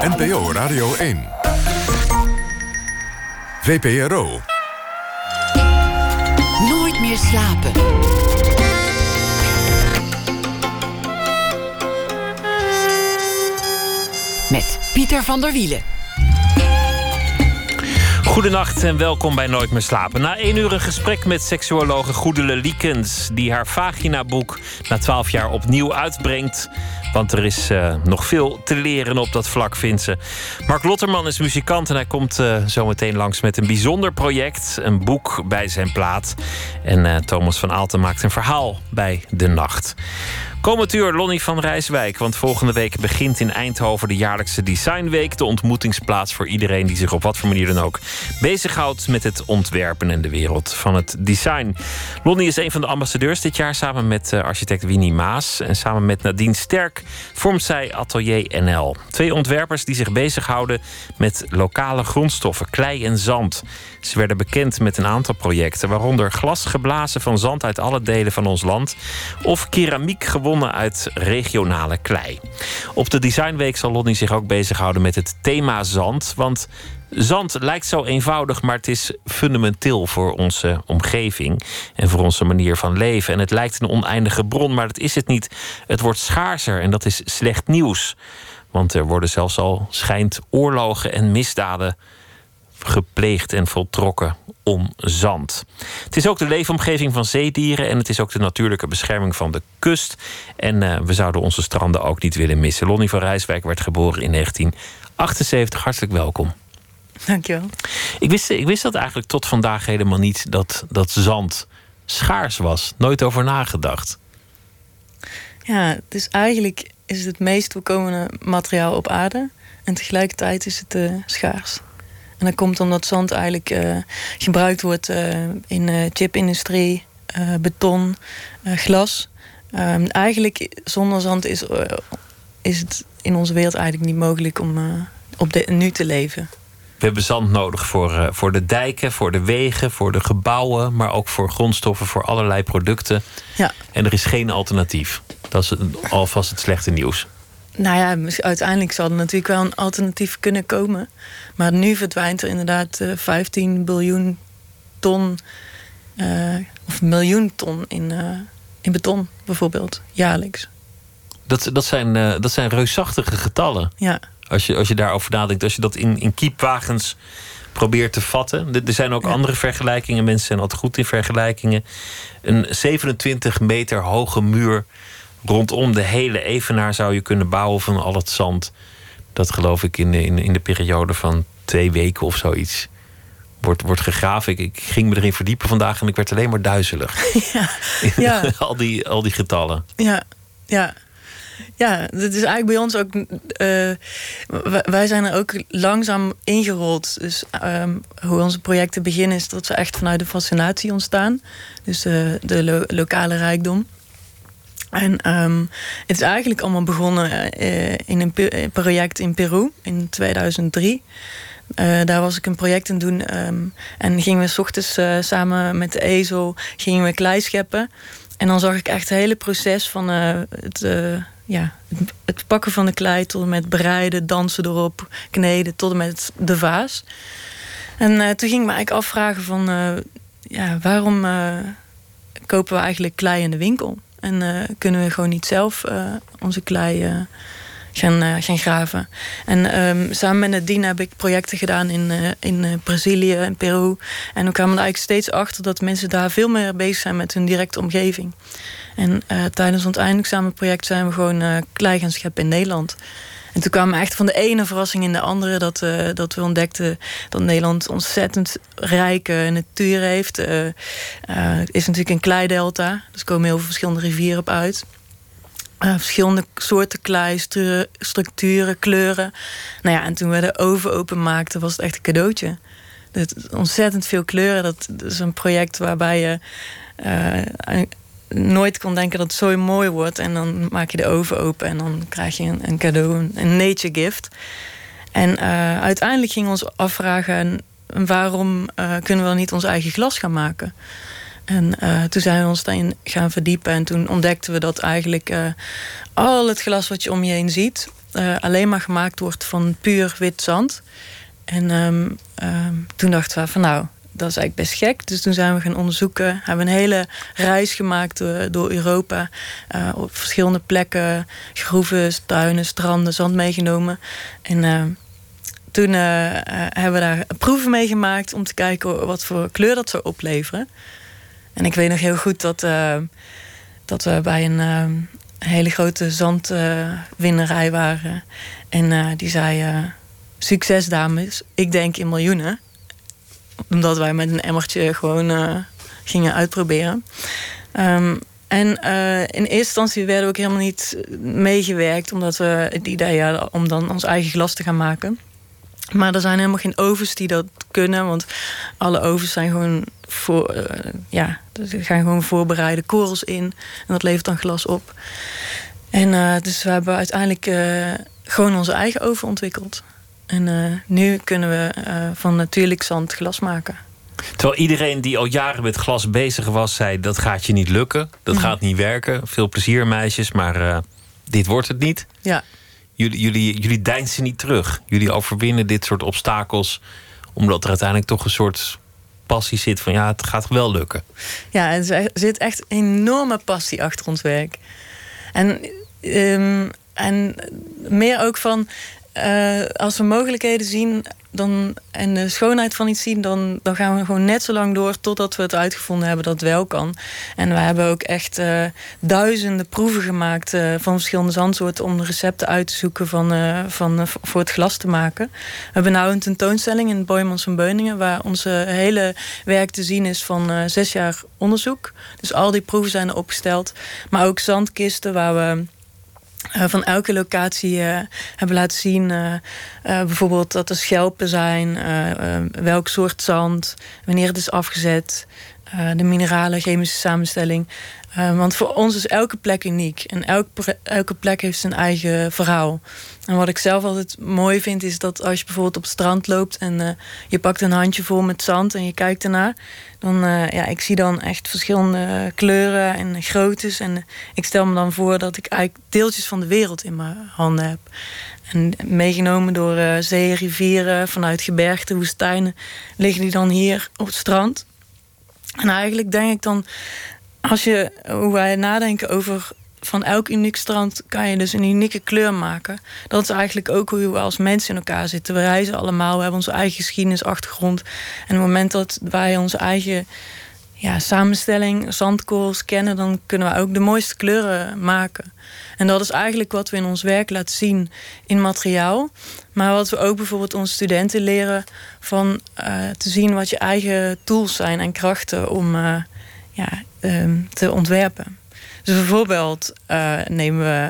NPO Radio 1. VPRO. Nooit meer slapen. Met Pieter van der Wielen. Goedenacht en welkom bij Nooit meer slapen. Na 1 uur een gesprek met seksuologe Goedele Liekens, die haar vaginaboek na 12 jaar opnieuw uitbrengt. Want er is nog veel te leren op dat vlak, vindt ze. Mark Lotterman is muzikant en hij komt zo meteen langs met een bijzonder project. Een boek bij zijn plaat. En Thomas van Aalten maakt een verhaal bij De Nacht. Komend uur Lonnie van Rijswijk, want volgende week begint in Eindhoven de jaarlijkse Designweek. De ontmoetingsplaats voor iedereen die zich op wat voor manier dan ook bezighoudt met het ontwerpen en de wereld van het design. Lonnie is een van de ambassadeurs dit jaar samen met architect Winnie Maas. En samen met Nadine Sterk vormt zij Atelier NL. 2 ontwerpers die zich bezighouden met lokale grondstoffen, klei en zand. Ze werden bekend met een aantal projecten, waaronder glas geblazen van zand uit alle delen van ons land of keramiek gewonnen uit regionale klei. Op de Designweek zal Lonnie zich ook bezighouden met het thema zand. Want zand lijkt zo eenvoudig, maar het is fundamenteel voor onze omgeving en voor onze manier van leven. En het lijkt een oneindige bron, maar dat is het niet. Het wordt schaarser en dat is slecht nieuws. Want er worden zelfs al, schijnt, oorlogen en misdaden gepleegd en voltrokken om zand. Het is ook de leefomgeving van zeedieren en het is ook de natuurlijke bescherming van de kust. En we zouden onze stranden ook niet willen missen. Lonnie van Rijswijk werd geboren in 1978. Hartelijk welkom. Dankjewel. Ik wist dat eigenlijk tot vandaag helemaal niet, dat zand schaars was. Nooit over nagedacht. Ja, dus eigenlijk is het het meest voorkomende materiaal op aarde. En tegelijkertijd is het schaars. En dat komt omdat zand eigenlijk gebruikt wordt in chipindustrie, beton, glas. Eigenlijk zonder zand is het in onze wereld eigenlijk niet mogelijk om nu te leven. We hebben zand nodig voor de dijken, voor de wegen, voor de gebouwen, maar ook voor grondstoffen, voor allerlei producten. Ja. En er is geen alternatief. Dat is alvast het slechte nieuws. Nou ja, uiteindelijk zal er natuurlijk wel een alternatief kunnen komen. Maar nu verdwijnt er inderdaad 15 biljoen ton of miljoen ton in beton bijvoorbeeld, jaarlijks. Dat zijn reusachtige getallen. Ja. Als je daarover nadenkt, als je dat in kiepwagens probeert te vatten. Er zijn ook andere vergelijkingen. Mensen zijn altijd goed in vergelijkingen. Een 27 meter hoge muur rondom de hele Evenaar zou je kunnen bouwen van al het zand. Dat geloof ik in de periode van 2 weken of zoiets wordt gegraven. Ik ging me erin verdiepen vandaag en ik werd alleen maar duizelig. Ja. al die getallen. Ja, dat is eigenlijk bij ons ook. Wij zijn er ook langzaam ingerold. Dus hoe onze projecten beginnen is dat ze echt vanuit de fascinatie ontstaan. Dus de lokale rijkdom. En het is eigenlijk allemaal begonnen in een project in Peru in 2003. Daar was ik een project aan doen. En gingen we 's ochtends samen met de ezel gingen we klei scheppen. En dan zag ik echt het hele proces van het pakken van de klei tot en met bereiden, dansen erop, kneden tot en met de vaas. En toen ging ik me eigenlijk afvragen van waarom kopen we eigenlijk klei in de winkel? En kunnen we gewoon niet zelf onze klei gaan graven. En samen met Nadine heb ik projecten gedaan in Brazilië en Peru. En dan kwamen we er eigenlijk steeds achter dat mensen daar veel meer bezig zijn met hun directe omgeving. En tijdens ons eindexamenproject zijn we gewoon klei gaan scheppen in Nederland. En toen kwamen we echt van de ene verrassing in de andere dat we ontdekten dat Nederland ontzettend rijke natuur heeft. Het is natuurlijk een kleidelta, dus er komen heel veel verschillende rivieren op uit. Verschillende soorten klei, structuren, kleuren. Nou ja, en toen we de oven openmaakten, was het echt een cadeautje. Ontzettend veel kleuren. Dat is een project waarbij je nooit kon denken dat het zo mooi wordt. En dan maak je de oven open en dan krijg je een cadeau, een nature gift. En uiteindelijk gingen we ons afvragen, waarom kunnen we dan niet ons eigen glas gaan maken? En toen zijn we ons daarin gaan verdiepen. En toen ontdekten we dat eigenlijk al het glas wat je om je heen ziet, alleen maar gemaakt wordt van puur wit zand. En toen dachten we van nou, dat is eigenlijk best gek. Dus toen zijn we gaan onderzoeken. Hebben een hele reis gemaakt door Europa. Op verschillende plekken. Groeven, tuinen, stranden, zand meegenomen. En toen hebben we daar proeven mee gemaakt om te kijken wat voor kleur dat zou opleveren. En ik weet nog heel goed dat we bij een hele grote zandwinnerij waren. En die zei, succes dames, ik denk in miljoenen. Omdat wij met een emmertje gewoon gingen uitproberen. En in eerste instantie werden we ook helemaal niet meegewerkt, omdat we het idee hadden om dan ons eigen glas te gaan maken. Maar er zijn helemaal geen ovens die dat kunnen, want alle ovens zijn gewoon er gaan gewoon voorbereide korrels in. En dat levert dan glas op. En dus we hebben uiteindelijk gewoon onze eigen oven ontwikkeld. En nu kunnen we van natuurlijk zand glas maken. Terwijl iedereen die al jaren met glas bezig was, zei dat gaat je niet lukken. Dat gaat niet werken. Veel plezier meisjes, maar dit wordt het niet. Ja. Jullie deinsen niet terug. Jullie overwinnen dit soort obstakels, omdat er uiteindelijk toch een soort passie zit van ja, het gaat wel lukken. Ja, er zit echt enorme passie achter ons werk. En meer ook van, als we mogelijkheden zien en de schoonheid van iets zien, dan gaan we gewoon net zo lang door totdat we het uitgevonden hebben dat het wel kan. En we hebben ook echt duizenden proeven gemaakt van verschillende zandsoorten om de recepten uit te zoeken voor het glas te maken. We hebben nu een tentoonstelling in Boijmans van Beuningen waar onze hele werk te zien is van 6 jaar onderzoek. Dus al die proeven zijn er opgesteld. Maar ook zandkisten waar we van elke locatie hebben laten zien. Bijvoorbeeld dat er schelpen zijn, welk soort zand, wanneer het is afgezet, de mineralen, chemische samenstelling. Want voor ons is elke plek uniek. En elke plek heeft zijn eigen verhaal. En wat ik zelf altijd mooi vind is dat als je bijvoorbeeld op het strand loopt en je pakt een handje vol met zand en je kijkt ernaar, dan ik zie dan echt verschillende kleuren en groottes. En ik stel me dan voor dat ik eigenlijk deeltjes van de wereld in mijn handen heb. En meegenomen door zeeën, rivieren, vanuit gebergten, woestijnen, liggen die dan hier op het strand. En eigenlijk denk ik dan, hoe wij nadenken over van elk uniek strand kan je dus een unieke kleur maken. Dat is eigenlijk ook hoe we als mensen in elkaar zitten. We reizen allemaal, we hebben onze eigen geschiedenis, achtergrond. En op het moment dat wij onze eigen samenstelling, zandkorrels kennen, dan kunnen we ook de mooiste kleuren maken. En dat is eigenlijk wat we in ons werk laten zien in materiaal. Maar wat we ook bijvoorbeeld onze studenten leren van te zien wat je eigen tools zijn en krachten om te ontwerpen. Dus bijvoorbeeld nemen we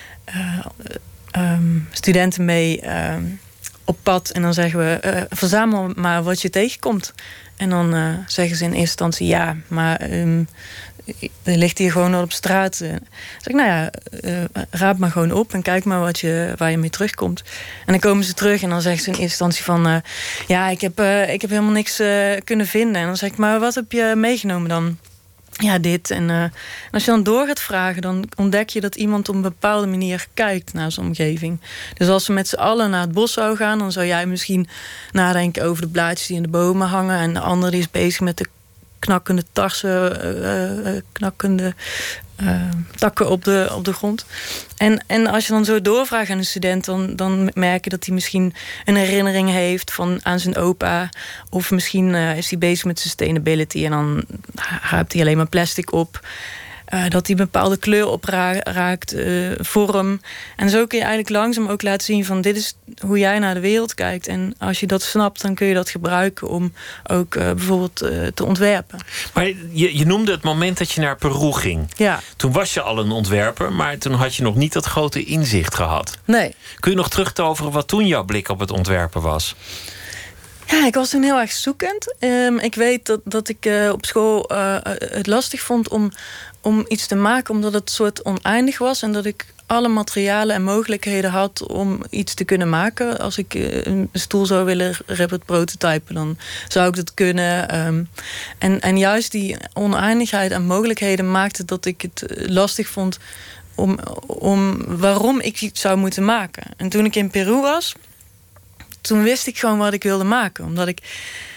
studenten mee op pad en dan zeggen we, verzamel maar wat je tegenkomt. En dan zeggen ze in eerste instantie ja, maar er ligt hier gewoon op straat. Dan zeg ik, raap maar gewoon op en kijk maar waar je mee terugkomt. En dan komen ze terug en dan zeggen ze in eerste instantie van, ik heb helemaal niks kunnen vinden. En dan zeg ik, maar wat heb je meegenomen dan? Ja, dit. En als je dan door gaat vragen, dan ontdek je dat iemand op een bepaalde manier kijkt naar zijn omgeving. Dus als we met z'n allen naar het bos zouden gaan, dan zou jij misschien nadenken over de blaadjes die in de bomen hangen. En de andere die is bezig met de knakkende tarsen, knakkende takken op de grond. En als je dan zo doorvraagt aan een student, dan merk je dat hij misschien een herinnering heeft aan zijn opa. Of misschien is hij bezig met sustainability en dan haapt hij alleen maar plastic op. Dat hij een bepaalde kleur opraakt, vorm. En zo kun je eigenlijk langzaam ook laten zien van dit is hoe jij naar de wereld kijkt. En als je dat snapt, dan kun je dat gebruiken om ook bijvoorbeeld te ontwerpen. Maar je noemde het moment dat je naar Peru ging. Ja. Toen was je al een ontwerper, maar toen had je nog niet dat grote inzicht gehad. Nee. Kun je nog terugtoveren wat toen jouw blik op het ontwerpen was? Ja, ik was toen heel erg zoekend. Ik weet dat ik op school het lastig vond om iets te maken, omdat het soort oneindig was en dat ik alle materialen en mogelijkheden had om iets te kunnen maken. Als ik een stoel zou willen prototypen, dan zou ik dat kunnen. En juist die oneindigheid en mogelijkheden maakte dat ik het lastig vond om waarom ik iets zou moeten maken. En toen ik in Peru was, toen wist ik gewoon wat ik wilde maken. Omdat ik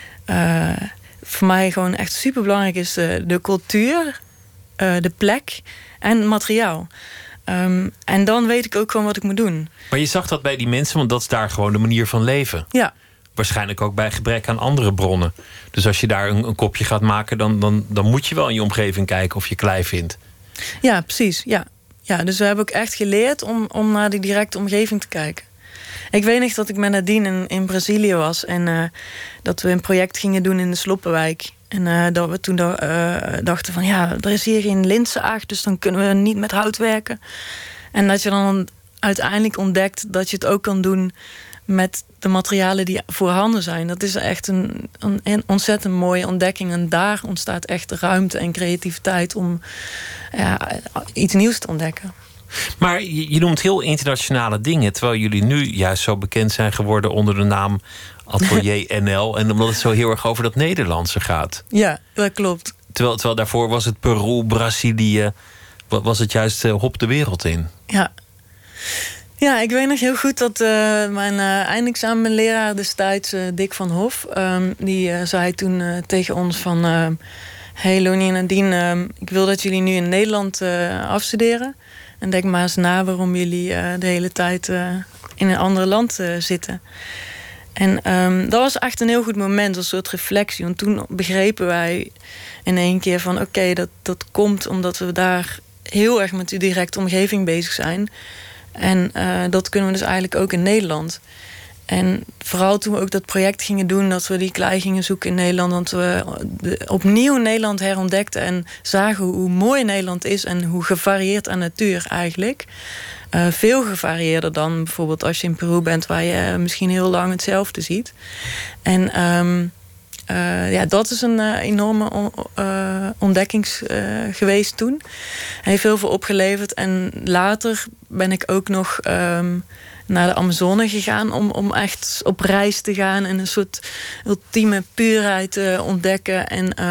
voor mij gewoon echt super belangrijk is de cultuur, de plek en het materiaal. En dan weet ik ook gewoon wat ik moet doen. Maar je zag dat bij die mensen, want dat is daar gewoon de manier van leven. Ja. Waarschijnlijk ook bij gebrek aan andere bronnen. Dus als je daar een kopje gaat maken, dan moet je wel in je omgeving kijken of je klei vindt. Ja, precies. Ja, dus we hebben ook echt geleerd om naar die directe omgeving te kijken. Ik weet nog dat ik met Nadine in Brazilië was en dat we een project gingen doen in de Sloppenwijk. En dat we toen dachten van ja, er is hier geen lintzaag, dus dan kunnen we niet met hout werken. En dat je dan uiteindelijk ontdekt dat je het ook kan doen met de materialen die voorhanden zijn. Dat is echt een ontzettend mooie ontdekking. En daar ontstaat echt ruimte en creativiteit om iets nieuws te ontdekken. Maar je noemt heel internationale dingen, terwijl jullie nu juist zo bekend zijn geworden onder de naam Atelier NL. En omdat het zo heel erg over dat Nederlandse gaat. Ja, dat klopt. Terwijl daarvoor was het Peru, Brazilië, was het juist hop de wereld in. Ja. Ja, ik weet nog heel goed dat mijn eindexamenleraar destijds, Dick van Hof, die zei toen tegen ons van hey Lonie en Nadine, ik wil dat jullie nu in Nederland afstuderen. En denk maar eens na waarom jullie de hele tijd in een ander land zitten. En dat was echt een heel goed moment, een soort reflectie. Want toen begrepen wij in één keer van oké, dat komt omdat we daar heel erg met de directe omgeving bezig zijn. En dat kunnen we dus eigenlijk ook in Nederland. En vooral toen we ook dat project gingen doen, dat we die klei gingen zoeken in Nederland, dat we opnieuw Nederland herontdekten en zagen hoe mooi Nederland is en hoe gevarieerd aan natuur eigenlijk. Veel gevarieerder dan bijvoorbeeld als je in Peru bent, waar je misschien heel lang hetzelfde ziet. En dat is een enorme ontdekking geweest toen. Hij heeft heel veel opgeleverd. En later ben ik ook nog naar de Amazone gegaan om echt op reis te gaan en een soort ultieme puurheid te ontdekken.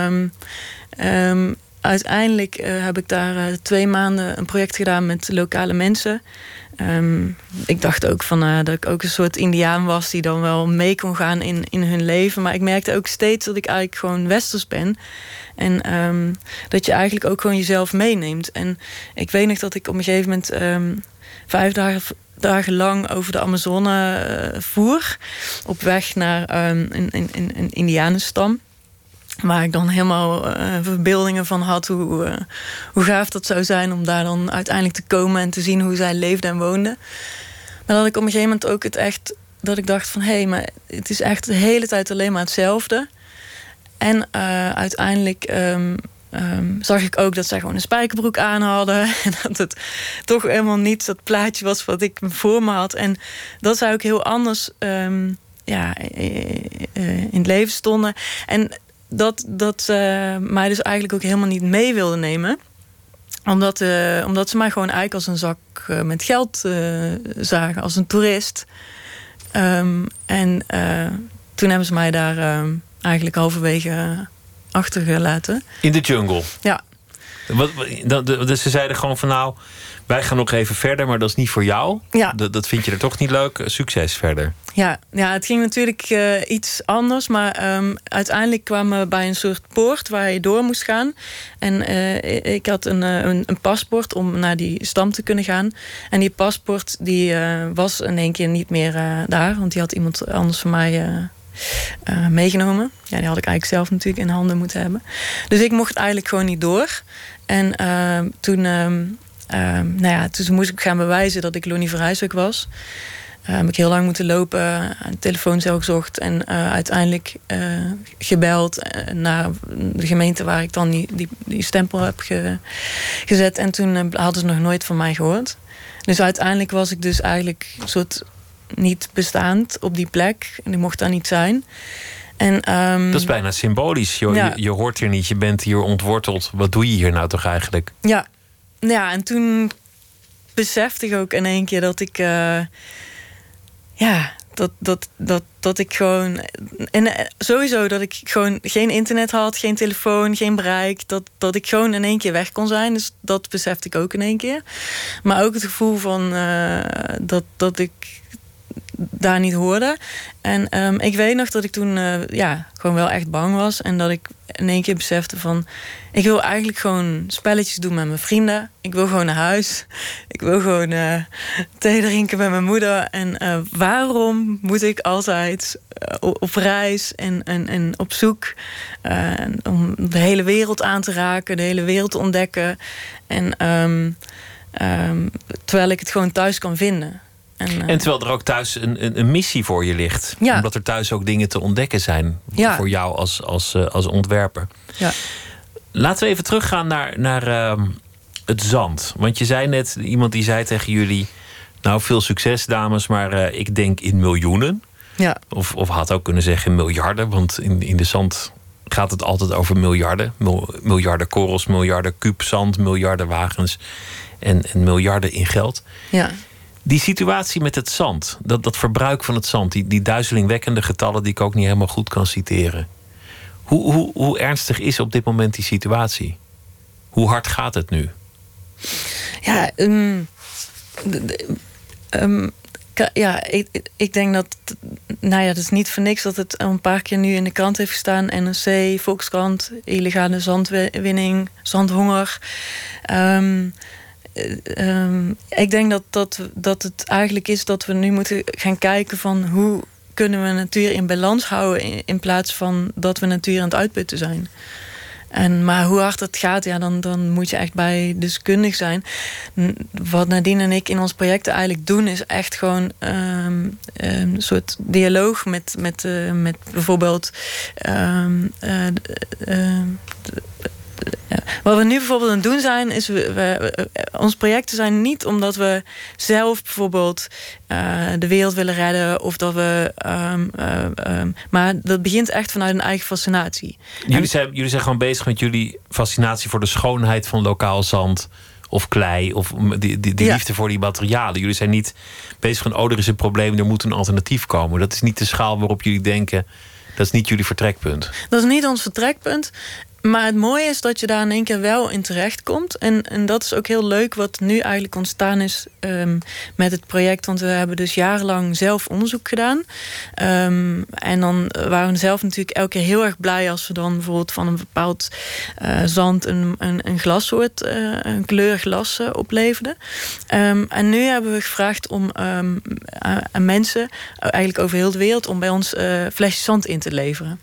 En uiteindelijk heb ik daar 2 maanden een project gedaan met lokale mensen. Ik dacht ook van dat ik ook een soort Indiaan was die dan wel mee kon gaan in hun leven. Maar ik merkte ook steeds dat ik eigenlijk gewoon westers ben. En dat je eigenlijk ook gewoon jezelf meeneemt. En ik weet nog dat ik op een gegeven moment 5 dagen lang over de Amazone voer. Op weg naar een Indianenstam. Waar ik dan helemaal verbeeldingen van had hoe gaaf dat zou zijn om daar dan uiteindelijk te komen en te zien hoe zij leefden en woonden. Maar dat ik op een gegeven moment ook dat ik dacht van hé, maar het is echt de hele tijd alleen maar hetzelfde. En uiteindelijk zag ik ook dat zij gewoon een spijkerbroek aan hadden. En dat het toch helemaal niet dat plaatje was wat ik voor me had. En dat zou ook heel anders in het leven stonden. En dat mij dus eigenlijk ook helemaal niet mee wilde nemen. Omdat ze mij gewoon eigenlijk als een zak met geld zagen. Als een toerist. Toen hebben ze mij daar eigenlijk halverwege achtergelaten. In de jungle? Ja. Dus ze zeiden gewoon van nou, wij gaan nog even verder, maar dat is niet voor jou. Ja. Dat vind je er toch niet leuk. Succes verder. Ja, het ging natuurlijk iets anders. Maar uiteindelijk kwamen we bij een soort poort waar je door moest gaan. En ik had een paspoort om naar die stam te kunnen gaan. En die paspoort die was in één keer niet meer daar. Want die had iemand anders van mij meegenomen. Ja, die had ik eigenlijk zelf natuurlijk in handen moeten hebben. Dus ik mocht eigenlijk gewoon niet door. En toen moest ik gaan bewijzen dat ik Lonie Verhuisweg was. Heb ik heel lang moeten lopen, aan de telefoon gezocht en uiteindelijk gebeld naar de gemeente waar ik dan die stempel heb gezet. En toen hadden ze nog nooit van mij gehoord. Dus uiteindelijk was ik dus eigenlijk een soort niet bestaand op die plek. En ik mocht daar niet zijn. En, dat is bijna symbolisch. Je hoort hier niet, je bent hier ontworteld. Wat doe je hier nou toch eigenlijk? Ja, en toen besefte ik ook in één keer dat ik dat ik gewoon... En sowieso dat ik gewoon geen internet had, geen telefoon, geen bereik. Dat ik gewoon in één keer weg kon zijn. Dus dat besefte ik ook in één keer. Maar ook het gevoel van dat ik daar niet hoorde. En ik weet nog dat ik toen gewoon wel echt bang was. En dat ik in één keer besefte van... ik wil eigenlijk gewoon spelletjes doen met mijn vrienden. Ik wil gewoon naar huis. Ik wil gewoon thee drinken met mijn moeder. En waarom moet ik altijd op reis en op zoek... om de hele wereld aan te raken, de hele wereld te ontdekken. En terwijl ik het gewoon thuis kan vinden. En terwijl er ook thuis een missie voor je ligt. Ja. Omdat er thuis ook dingen te ontdekken zijn. Ja. Voor jou als ontwerper. Ja. Laten we even teruggaan naar het zand. Want je zei net, iemand die zei tegen jullie... nou, veel succes dames, maar ik denk in miljoenen. Ja. Of had ook kunnen zeggen miljarden. Want in de zand gaat het altijd over miljarden. Miljarden korrels, miljarden kuub zand, miljarden wagens... en miljarden in geld. Ja. Die situatie met het zand, dat verbruik van het zand... die duizelingwekkende getallen die ik ook niet helemaal goed kan citeren. Hoe ernstig is op dit moment die situatie? Hoe hard gaat het nu? Ja, ik denk dat... Nou ja, het is niet voor niks dat het een paar keer nu in de krant heeft gestaan. NRC, Volkskrant, illegale zandwinning, zandhonger... ik denk dat het eigenlijk is dat we nu moeten gaan kijken van hoe kunnen we natuur in balans houden in plaats van dat we natuur aan het uitputten zijn. Maar hoe hard het gaat, ja, dan moet je echt bij deskundig zijn. Wat Nadine en ik in ons project eigenlijk doen, is echt gewoon een soort dialoog met bijvoorbeeld wat we nu bijvoorbeeld aan het doen zijn, is onze projecten zijn niet omdat we zelf bijvoorbeeld de wereld willen redden of dat we maar dat begint echt vanuit een eigen fascinatie. Jullie zijn gewoon bezig met jullie fascinatie voor de schoonheid van lokaal zand of klei of die liefde voor die materialen. Jullie zijn niet bezig van er is een probleem, er moet een alternatief komen. Dat is niet de schaal waarop jullie denken. Dat is niet jullie vertrekpunt. Dat is niet ons vertrekpunt. Maar het mooie is dat je daar in één keer wel in terecht komt. En dat is ook heel leuk wat nu eigenlijk ontstaan is met het project. Want we hebben dus jarenlang zelf onderzoek gedaan. En dan waren we zelf natuurlijk elke keer heel erg blij als we dan bijvoorbeeld van een bepaald zand een glassoort, een kleurig glas opleverden. En nu hebben we gevraagd om aan mensen, eigenlijk over heel de wereld, om bij ons flesjes zand in te leveren.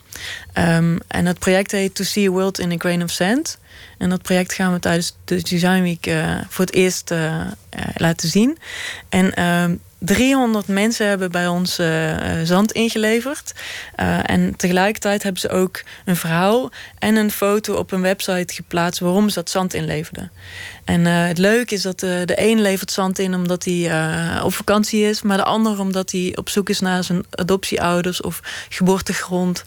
En het project heet To See a World in a Grain of Sand. En dat project gaan we tijdens de Design Week voor het eerst laten zien. En 300 mensen hebben bij ons zand ingeleverd. En tegelijkertijd hebben ze ook een verhaal en een foto op een website geplaatst waarom ze dat zand inleverden. En het leuke is dat de een levert zand in omdat hij op vakantie is, maar de ander omdat hij op zoek is naar zijn adoptieouders of geboortegrond.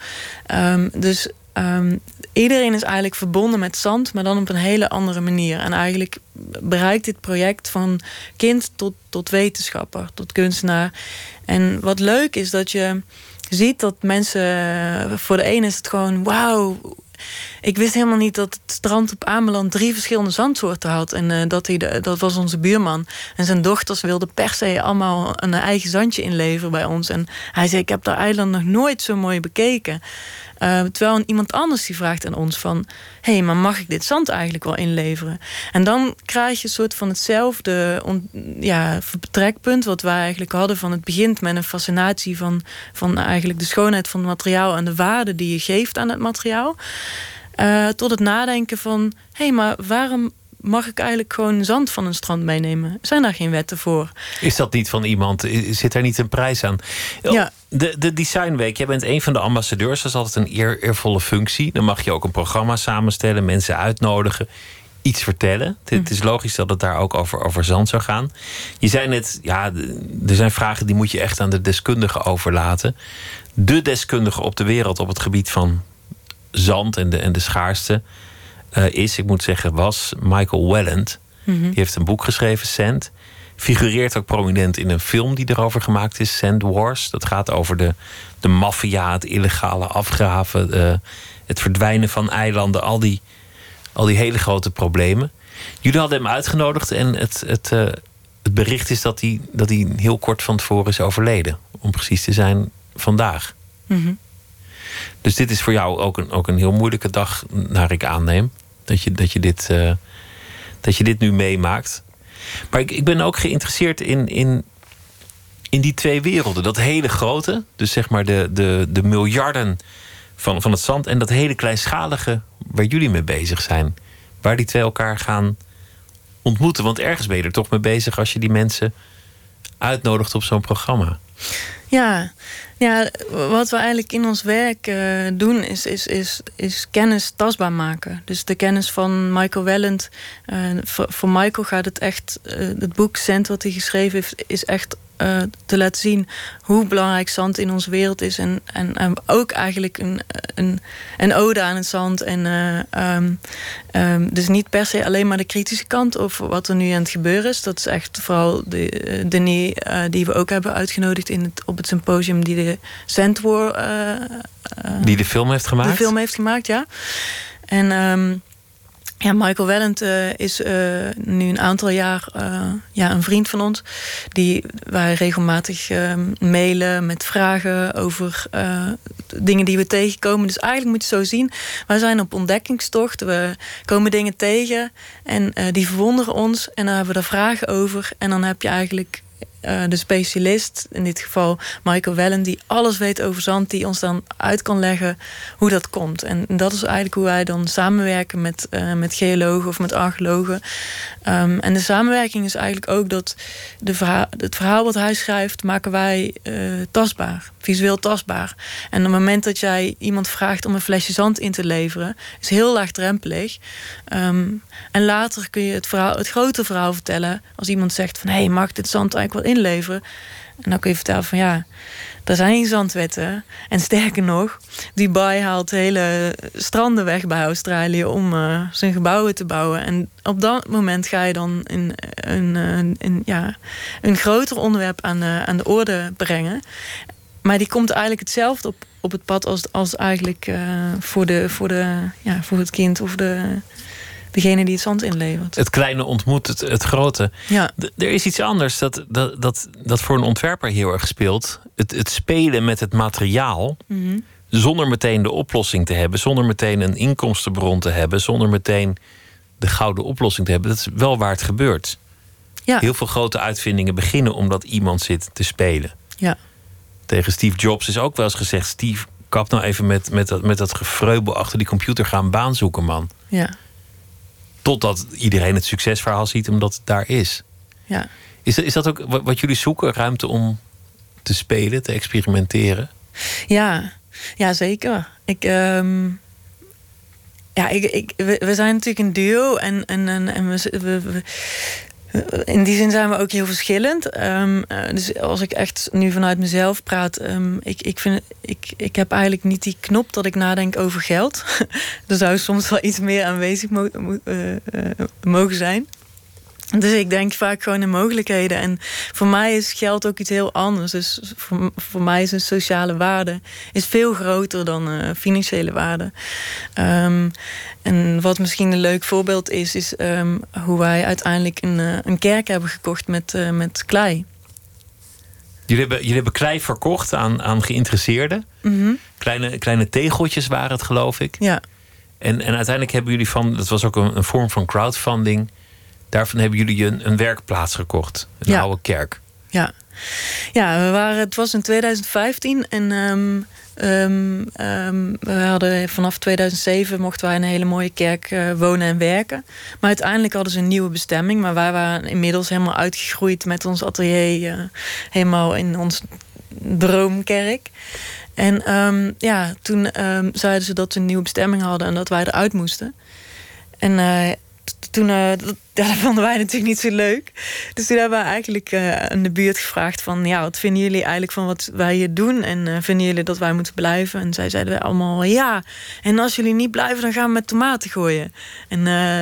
Dus iedereen is eigenlijk verbonden met zand, maar dan op een hele andere manier. En eigenlijk bereikt dit project van kind tot wetenschapper, tot kunstenaar. En wat leuk is dat je ziet dat mensen, voor de ene is het gewoon wauw. Ik wist helemaal niet dat het strand op Ameland 3 verschillende zandsoorten had. En dat was onze buurman. En zijn dochters wilden per se allemaal een eigen zandje inleveren bij ons. En hij zei, ik heb dat eiland nog nooit zo mooi bekeken. Terwijl iemand anders die vraagt aan ons van, hé, maar mag ik dit zand eigenlijk wel inleveren? En dan krijg je een soort van hetzelfde vertrekpunt wat wij eigenlijk hadden. Van het begint met een fascinatie van eigenlijk de schoonheid van het materiaal en de waarde die je geeft aan het materiaal. Tot het nadenken van, hé, maar waarom mag ik eigenlijk gewoon zand van een strand meenemen? Zijn daar geen wetten voor? Is dat niet van iemand? Zit daar niet een prijs aan? Ja. De Design Week, jij bent een van de ambassadeurs. Dat is altijd een eervolle functie. Dan mag je ook een programma samenstellen, mensen uitnodigen, iets vertellen. Het is logisch dat het daar ook over zand zou gaan. Je zei net, ja, er zijn vragen die moet je echt aan de deskundigen overlaten. De deskundige op de wereld op het gebied van zand en de schaarste was Michael Welland. Die heeft een boek geschreven, Sand. figureert ook prominent in een film die erover gemaakt is, Sand Wars. Dat gaat over de maffia, het illegale afgraven, het verdwijnen van eilanden, al die hele grote problemen. Jullie hadden hem uitgenodigd en het bericht is dat hij heel kort van tevoren is overleden. Om precies te zijn, vandaag. Mm-hmm. Dus dit is voor jou ook een heel moeilijke dag, naar ik aanneem. Dat je dit nu meemaakt. Maar ik ben ook geïnteresseerd in die twee werelden. Dat hele grote, dus zeg maar de miljarden van het zand, en dat hele kleinschalige waar jullie mee bezig zijn. Waar die twee elkaar gaan ontmoeten. Want ergens ben je er toch mee bezig als je die mensen uitnodigt op zo'n programma. Ja, wat we eigenlijk in ons werk doen is kennis tastbaar maken. Dus de kennis van Michael Welland. Voor Michael gaat het echt, het boek Zand wat hij geschreven heeft, is echt te laten zien hoe belangrijk zand in onze wereld is. En ook eigenlijk een ode aan het zand. En dus niet per se alleen maar de kritische kant over wat er nu aan het gebeuren is. Dat is echt vooral Denis die we ook hebben uitgenodigd op het symposium die de Sand War die de film heeft gemaakt? De film heeft gemaakt, ja. En Michael Welland is nu een aantal jaar een vriend van ons. Die wij regelmatig mailen met vragen over dingen die we tegenkomen. Dus eigenlijk moet je het zo zien. Wij zijn op ontdekkingstocht. We komen dingen tegen en die verwonderen ons. En dan hebben we daar vragen over. En dan heb je eigenlijk de specialist, in dit geval Michael Welland, die alles weet over zand, die ons dan uit kan leggen hoe dat komt. En dat is eigenlijk hoe wij dan samenwerken met geologen of met archeologen. En de samenwerking is eigenlijk ook dat het verhaal wat hij schrijft, maken wij tastbaar, visueel tastbaar. En op het moment dat jij iemand vraagt om een flesje zand in te leveren, is heel laagdrempelig. En later kun je het grote verhaal vertellen als iemand zegt van hey, mag ik dit zand eigenlijk wel inleveren? En dan kun je vertellen van ja, er zijn geen zandwetten. En sterker nog, Dubai haalt hele stranden weg bij Australië om zijn gebouwen te bouwen. En op dat moment ga je dan een groter onderwerp aan de orde brengen. Maar die komt eigenlijk hetzelfde op het pad als eigenlijk voor het kind of degene die het zand inlevert. Het kleine ontmoet het grote. Ja. Er is iets anders dat voor een ontwerper heel erg speelt. Het spelen met het materiaal. Mm-hmm. Zonder meteen de oplossing te hebben. Zonder meteen een inkomstenbron te hebben. Zonder meteen de gouden oplossing te hebben. Dat is wel waar het gebeurt. Ja. Heel veel grote uitvindingen beginnen omdat iemand zit te spelen. Ja. Tegen Steve Jobs is ook wel eens gezegd: Steve, kap nou even met dat gefreubel achter die computer, ga een baan zoeken, man. Ja. Totdat iedereen het succesverhaal ziet omdat het daar is. Ja. Is dat ook wat jullie zoeken? Ruimte om te spelen, te experimenteren? Ja zeker. We zijn natuurlijk een duo en we in die zin zijn we ook heel verschillend. Dus als ik echt nu vanuit mezelf praat, ik heb eigenlijk niet die knop dat ik nadenk over geld. Er zou soms wel iets meer aanwezig mogen zijn. Dus ik denk vaak gewoon in mogelijkheden. En voor mij is geld ook iets heel anders. Dus voor mij is een sociale waarde is veel groter dan financiële waarde. En wat misschien een leuk voorbeeld is hoe wij uiteindelijk een kerk hebben gekocht met klei. Jullie hebben klei verkocht aan geïnteresseerden. Mm-hmm. Kleine tegeltjes waren het, geloof ik. Ja. En uiteindelijk hebben jullie dat was ook een vorm van crowdfunding. Daarvan hebben jullie een werkplaats gekocht. Een oude kerk. Ja, het was in 2015. En we hadden vanaf 2007 mochten wij in een hele mooie kerk wonen en werken. Maar uiteindelijk hadden ze een nieuwe bestemming. Maar wij waren inmiddels helemaal uitgegroeid met ons atelier. Helemaal in ons droomkerk. En toen zeiden ze dat ze een nieuwe bestemming hadden en dat wij eruit moesten. En toen, dat vonden wij natuurlijk niet zo leuk. Dus toen hebben we eigenlijk aan de buurt gevraagd van, ja, wat vinden jullie eigenlijk van wat wij hier doen? En vinden jullie dat wij moeten blijven? En zij zeiden allemaal ja. En als jullie niet blijven, dan gaan we met tomaten gooien. En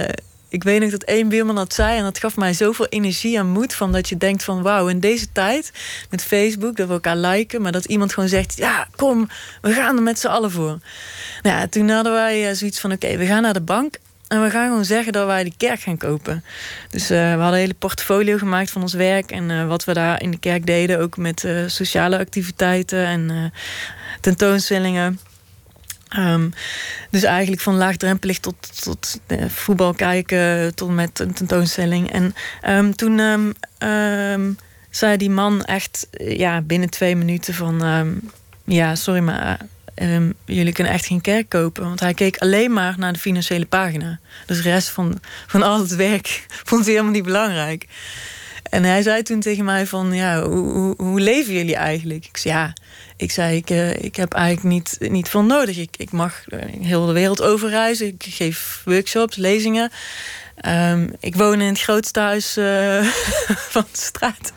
ik weet nog dat één buurman dat zei... en dat gaf mij zoveel energie en moed van... dat je denkt van wauw, in deze tijd met Facebook... dat we elkaar liken, maar dat iemand gewoon zegt... ja, kom, we gaan er met z'n allen voor. Nou ja, toen hadden wij zoiets van... oké, we gaan naar de bank en we gaan gewoon zeggen... dat wij die kerk gaan kopen. Dus we hadden een hele portfolio gemaakt van ons werk... en wat we daar in de kerk deden... ook met sociale activiteiten en tentoonstellingen... dus eigenlijk van laagdrempelig tot voetbal kijken... tot met een tentoonstelling. En toen zei die man echt binnen 2 minuten van... sorry, maar jullie kunnen echt geen kerk kopen. Want hij keek alleen maar naar de financiële pagina. Dus de rest van al het werk vond hij helemaal niet belangrijk. En hij zei toen tegen mij van... hoe leven jullie eigenlijk? Ik zei, ik heb eigenlijk niet veel nodig. Ik mag heel de wereld overreizen. Ik geef workshops, lezingen. Ik woon in het grootste huis van de straat.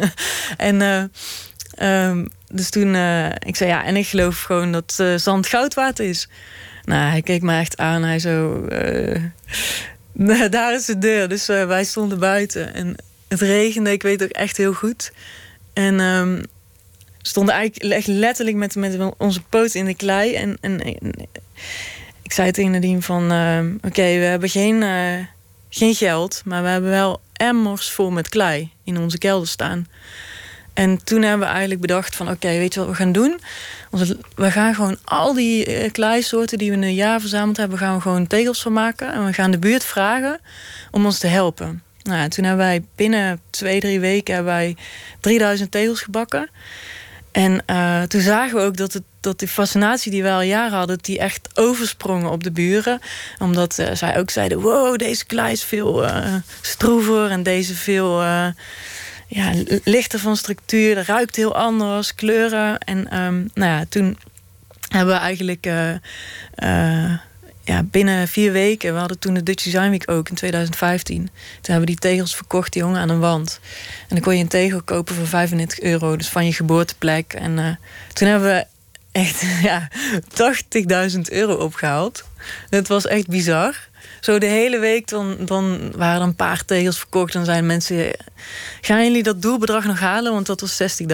Dus toen, ik zei en ik geloof gewoon dat zand goud waard is. Nou, hij keek me echt aan. Hij zo, daar is de deur. Dus wij stonden buiten. En het regende, ik weet het ook echt heel goed. En stonden eigenlijk echt letterlijk met onze poot in de klei. En ik zei tegen Nadine van... oké, we hebben geen geld... maar we hebben wel emmers vol met klei in onze kelder staan. En toen hebben we eigenlijk bedacht van... oké, weet je wat we gaan doen? We gaan gewoon al die kleisoorten die we in een jaar verzameld hebben... gaan we gewoon tegels van maken. En we gaan de buurt vragen om ons te helpen. Nou, toen hebben wij binnen 2-3 weken hebben wij 3000 tegels gebakken. En toen zagen we ook dat die fascinatie die we al jaren hadden... die echt oversprongen op de buren. Omdat zij ook zeiden... wow, deze klei is veel stroever... en deze veel lichter van structuur. Dat ruikt heel anders, kleuren. En toen hebben we eigenlijk... binnen 4 weken... we hadden toen de Dutch Design Week ook in 2015. Toen hebben we die tegels verkocht, die hongen aan een wand. En dan kon je een tegel kopen voor €95. Dus van je geboorteplek. En toen hebben we echt €80.000 opgehaald. Dat was echt bizar. Zo de hele week, dan waren er een paar tegels verkocht. Dan zeiden mensen... gaan jullie dat doelbedrag nog halen? Want dat was 60.000.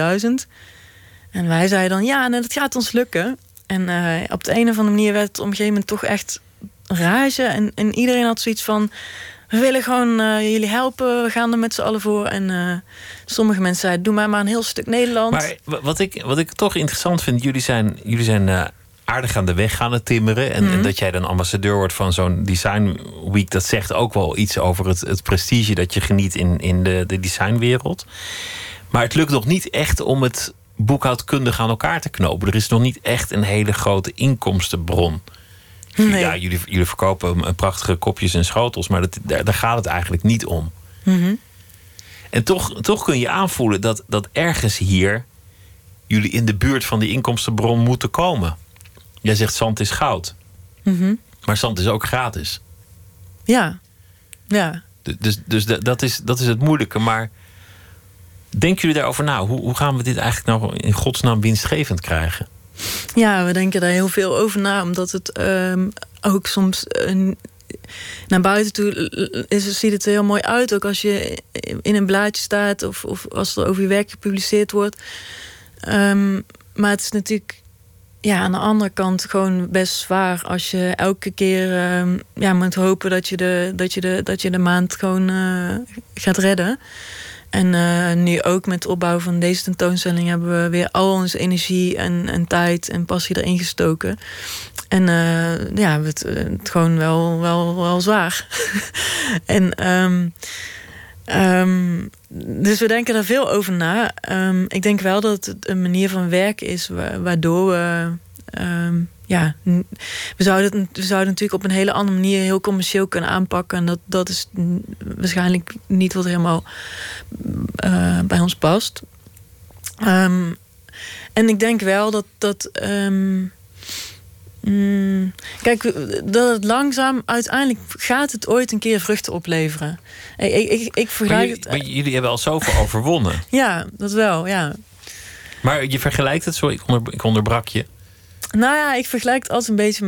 En wij zeiden dan... dat gaat ons lukken. En op de een of andere manier werd het op een gegeven moment toch echt rage. En iedereen had zoiets van... we willen gewoon jullie helpen, we gaan er met z'n allen voor. En sommige mensen zeiden, doe maar een heel stuk Nederland. Maar wat ik toch interessant vind... jullie zijn aardig aan de weg gaan het timmeren. En dat jij dan ambassadeur wordt van zo'n Design Week... dat zegt ook wel iets over het prestige dat je geniet in de designwereld. Maar het lukt nog niet echt om het... boekhoudkundig aan elkaar te knopen. Er is nog niet echt een hele grote inkomstenbron. Nee. Ja, jullie verkopen prachtige kopjes en schotels... maar daar gaat het eigenlijk niet om. Mm-hmm. En toch kun je aanvoelen dat ergens hier... jullie in de buurt van die inkomstenbron moeten komen. Jij zegt zand is goud. Mm-hmm. Maar zand is ook gratis. Ja. Dus dat is het moeilijke, maar... denken jullie daarover na? Hoe gaan we dit eigenlijk nou in godsnaam winstgevend krijgen? Ja, we denken daar heel veel over na. Omdat het ook soms naar buiten toe ziet het er heel mooi uit. Ook als je in een blaadje staat of als er over je werk gepubliceerd wordt. Maar het is natuurlijk aan de andere kant gewoon best zwaar... als je elke keer moet hopen dat je de maand gewoon gaat redden. En nu ook met het opbouwen van deze tentoonstelling... hebben we weer al onze energie en tijd en passie erin gestoken. En het gewoon wel zwaar. Dus we denken daar veel over na. Ik denk wel dat het een manier van werken is... waardoor we... we zouden natuurlijk op een hele andere manier... heel commercieel kunnen aanpakken. En dat is waarschijnlijk niet wat helemaal bij ons past. En ik denk wel dat kijk, dat het langzaam... uiteindelijk gaat het ooit een keer vruchten opleveren. Ik vergelijk het... Maar jullie hebben al zoveel overwonnen. Ja, dat wel, ja. Maar je vergelijkt het, sorry, ik onderbrak je... Nou ja, ik vergelijk het altijd een beetje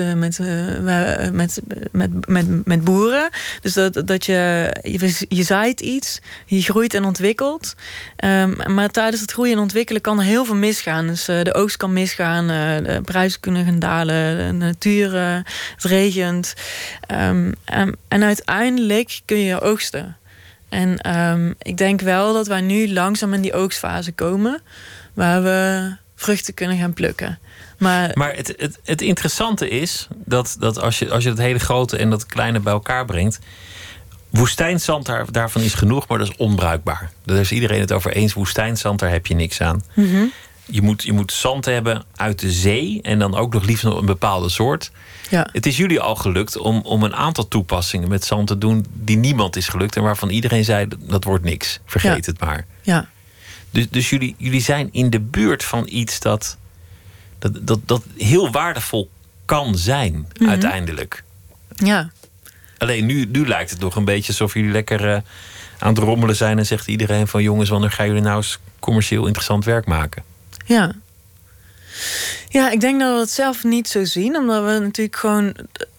met boeren. Dus dat je zaait iets, je groeit en ontwikkelt. Maar tijdens het groeien en ontwikkelen kan er heel veel misgaan. Dus de oogst kan misgaan, de prijzen kunnen gaan dalen, de natuur, het regent. En uiteindelijk kun je oogsten. En ik denk wel dat wij nu langzaam in die oogstfase komen, waar we vruchten kunnen gaan plukken. Maar het interessante is dat als je het hele grote en dat kleine bij elkaar brengt, woestijnzand daarvan is genoeg, maar dat is onbruikbaar. Daar is iedereen het over eens. Woestijnzand, daar heb je niks aan. Mm-hmm. Je moet zand hebben uit de zee en dan ook nog liefst nog een bepaalde soort. Ja. Het is jullie al gelukt om een aantal toepassingen met zand te doen die niemand is gelukt en waarvan iedereen zei dat wordt niks. Vergeet het maar. Ja. Dus jullie zijn in de buurt van iets dat heel waardevol kan zijn, uiteindelijk. Ja. Alleen nu lijkt het nog een beetje alsof jullie lekker aan het rommelen zijn en zegt iedereen van jongens, wanneer gaan jullie nou eens commercieel interessant werk maken? Ja. Ja, ik denk dat we het zelf niet zo zien, omdat we natuurlijk gewoon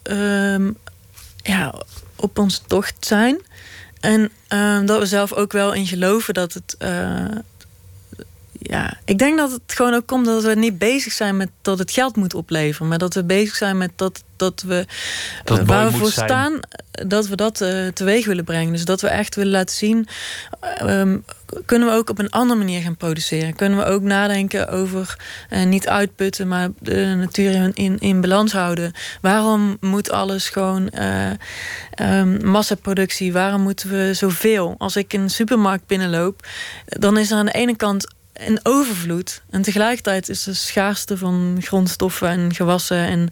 op onze tocht zijn. En dat we zelf ook wel in geloven dat het ik denk dat het gewoon ook komt dat we niet bezig zijn met dat het geld moet opleveren, maar dat we bezig zijn met dat we waar we voor staan, dat we dat teweeg willen brengen. Dus dat we echt willen laten zien, kunnen we ook op een andere manier gaan produceren. Kunnen we ook nadenken over niet uitputten, maar de natuur in balans houden. Waarom moet alles gewoon massaproductie? Waarom moeten we zoveel? Als ik in een supermarkt binnenloop, dan is er aan de ene kant een overvloed. En tegelijkertijd is de schaarste van grondstoffen en gewassen.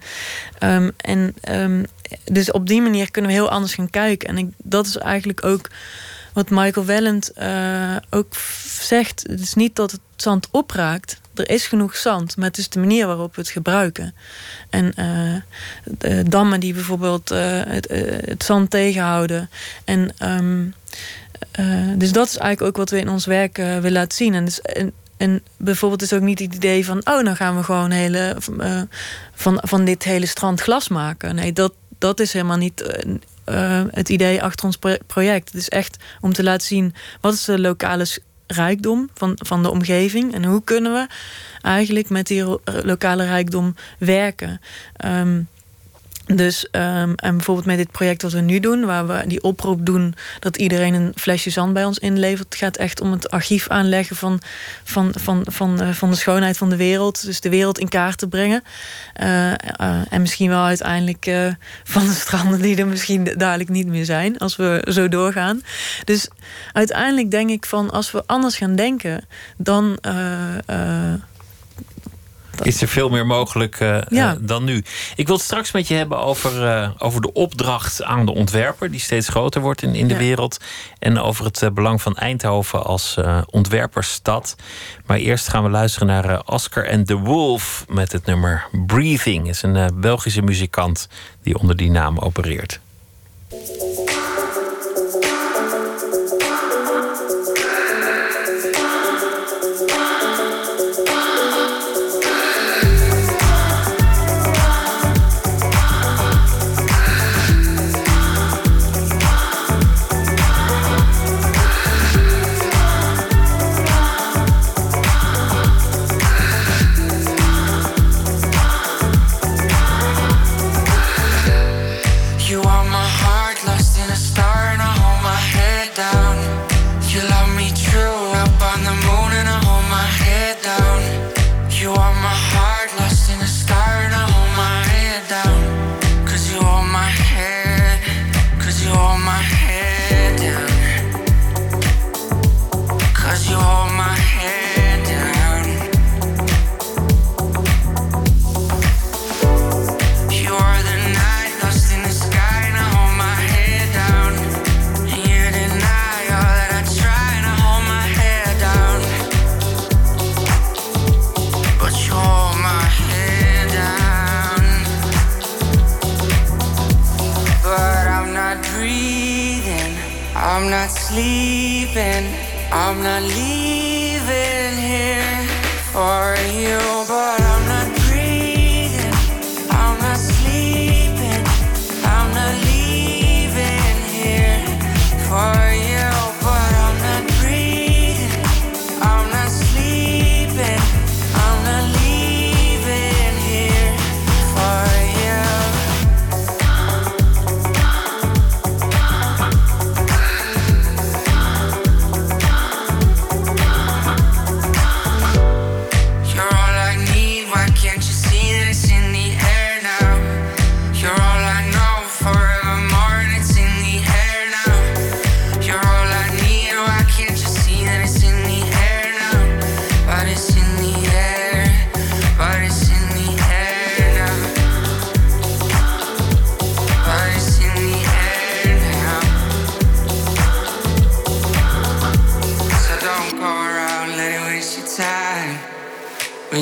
Dus op die manier kunnen we heel anders gaan kijken. En dat is eigenlijk ook wat Michael Welland ook zegt. Het is niet dat het zand opraakt. Er is genoeg zand, maar het is de manier waarop we het gebruiken. En dammen die bijvoorbeeld het zand tegenhouden. Dus dat is eigenlijk ook wat we in ons werk willen laten zien. En bijvoorbeeld is ook niet het idee van, nou gaan we gewoon van dit hele strand glas maken. Nee, dat is helemaal niet het idee achter ons project. Het is echt om te laten zien, wat is de lokale rijkdom van de omgeving en hoe kunnen we eigenlijk met die lokale rijkdom werken. En bijvoorbeeld met dit project wat we nu doen, waar we die oproep doen dat iedereen een flesje zand bij ons inlevert. Het gaat echt om het archief aanleggen van de schoonheid van de wereld. Dus de wereld in kaart te brengen. En misschien wel uiteindelijk van de stranden die er misschien dadelijk niet meer zijn, als we zo doorgaan. Dus uiteindelijk denk ik van, als we anders gaan denken, dan is er veel meer mogelijk dan nu. Ik wil het straks met je hebben over de opdracht aan de ontwerper, die steeds groter wordt in de wereld. En over het belang van Eindhoven als ontwerpersstad. Maar eerst gaan we luisteren naar Oscar and the Wolf met het nummer Breathing. Het is een Belgische muzikant die onder die naam opereert. I'm not sleeping, I'm not leaving here for you, but I'm not breathing.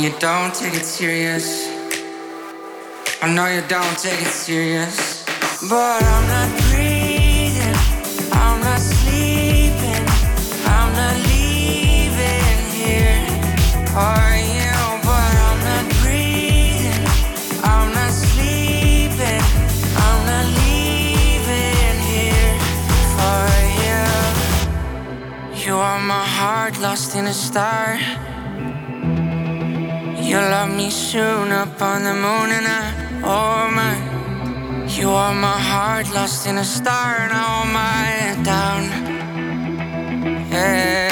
you don't take it serious. I know you don't take it serious. But I'm not breathing, I'm not sleeping, I'm not leaving here. Are you? But I'm not breathing, I'm not sleeping, I'm not leaving here for you. You are my heart lost in a star. You love me soon up on the moon and oh my. You are my heart lost in a star and all my down. Yeah.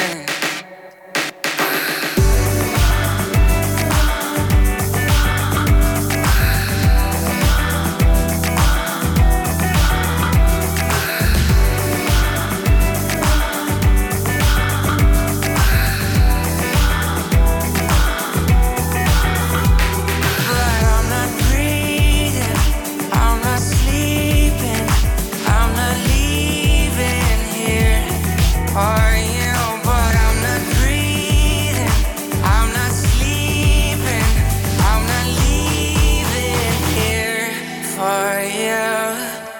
Are you? But I'm not breathing, I'm not sleeping, I'm not leaving here for you.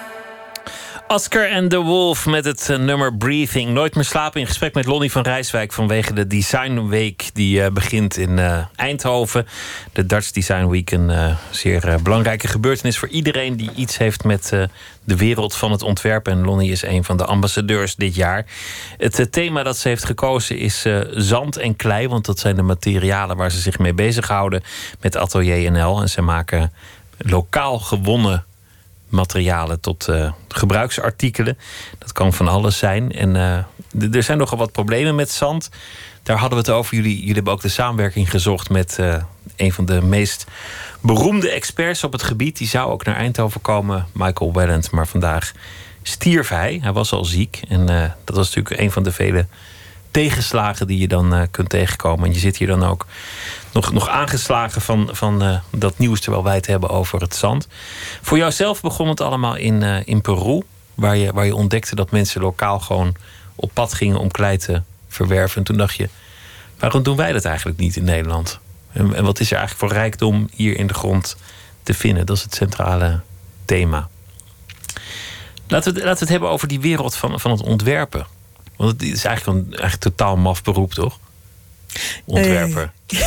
Oscar and the Wolf met het nummer Breathing. Nooit meer slapen, in gesprek met Lonnie van Rijswijk vanwege de Design Week die begint in Eindhoven. De Dutch Design Week, een zeer belangrijke gebeurtenis voor iedereen die iets heeft met de wereld van het ontwerp. En Lonnie is een van de ambassadeurs dit jaar. Het thema dat ze heeft gekozen is zand en klei, want dat zijn de materialen waar ze zich mee bezighouden met Atelier NL. En ze maken lokaal gewonnen materialen tot gebruiksartikelen. Dat kan van alles zijn. En er zijn nogal wat problemen met zand. Daar hadden we het over. Jullie hebben ook de samenwerking gezocht met een van de meest beroemde experts op het gebied. Die zou ook naar Eindhoven komen, Michael Welland. Maar vandaag stierf hij. Hij was al ziek. En dat was natuurlijk een van de vele tegenslagen die je dan kunt tegenkomen. En je zit hier dan ook nog aangeslagen van dat nieuws, terwijl wij het hebben over het zand. Voor jouzelf begon het allemaal in Peru, waar je ontdekte dat mensen lokaal gewoon op pad gingen om klei te verwerven. En toen dacht je, waarom doen wij dat eigenlijk niet in Nederland? En wat is er eigenlijk voor rijkdom hier in de grond te vinden? Dat is het centrale thema. Laten we het hebben over die wereld van het ontwerpen. Want het is eigenlijk een totaal maf beroep, toch? Ontwerper.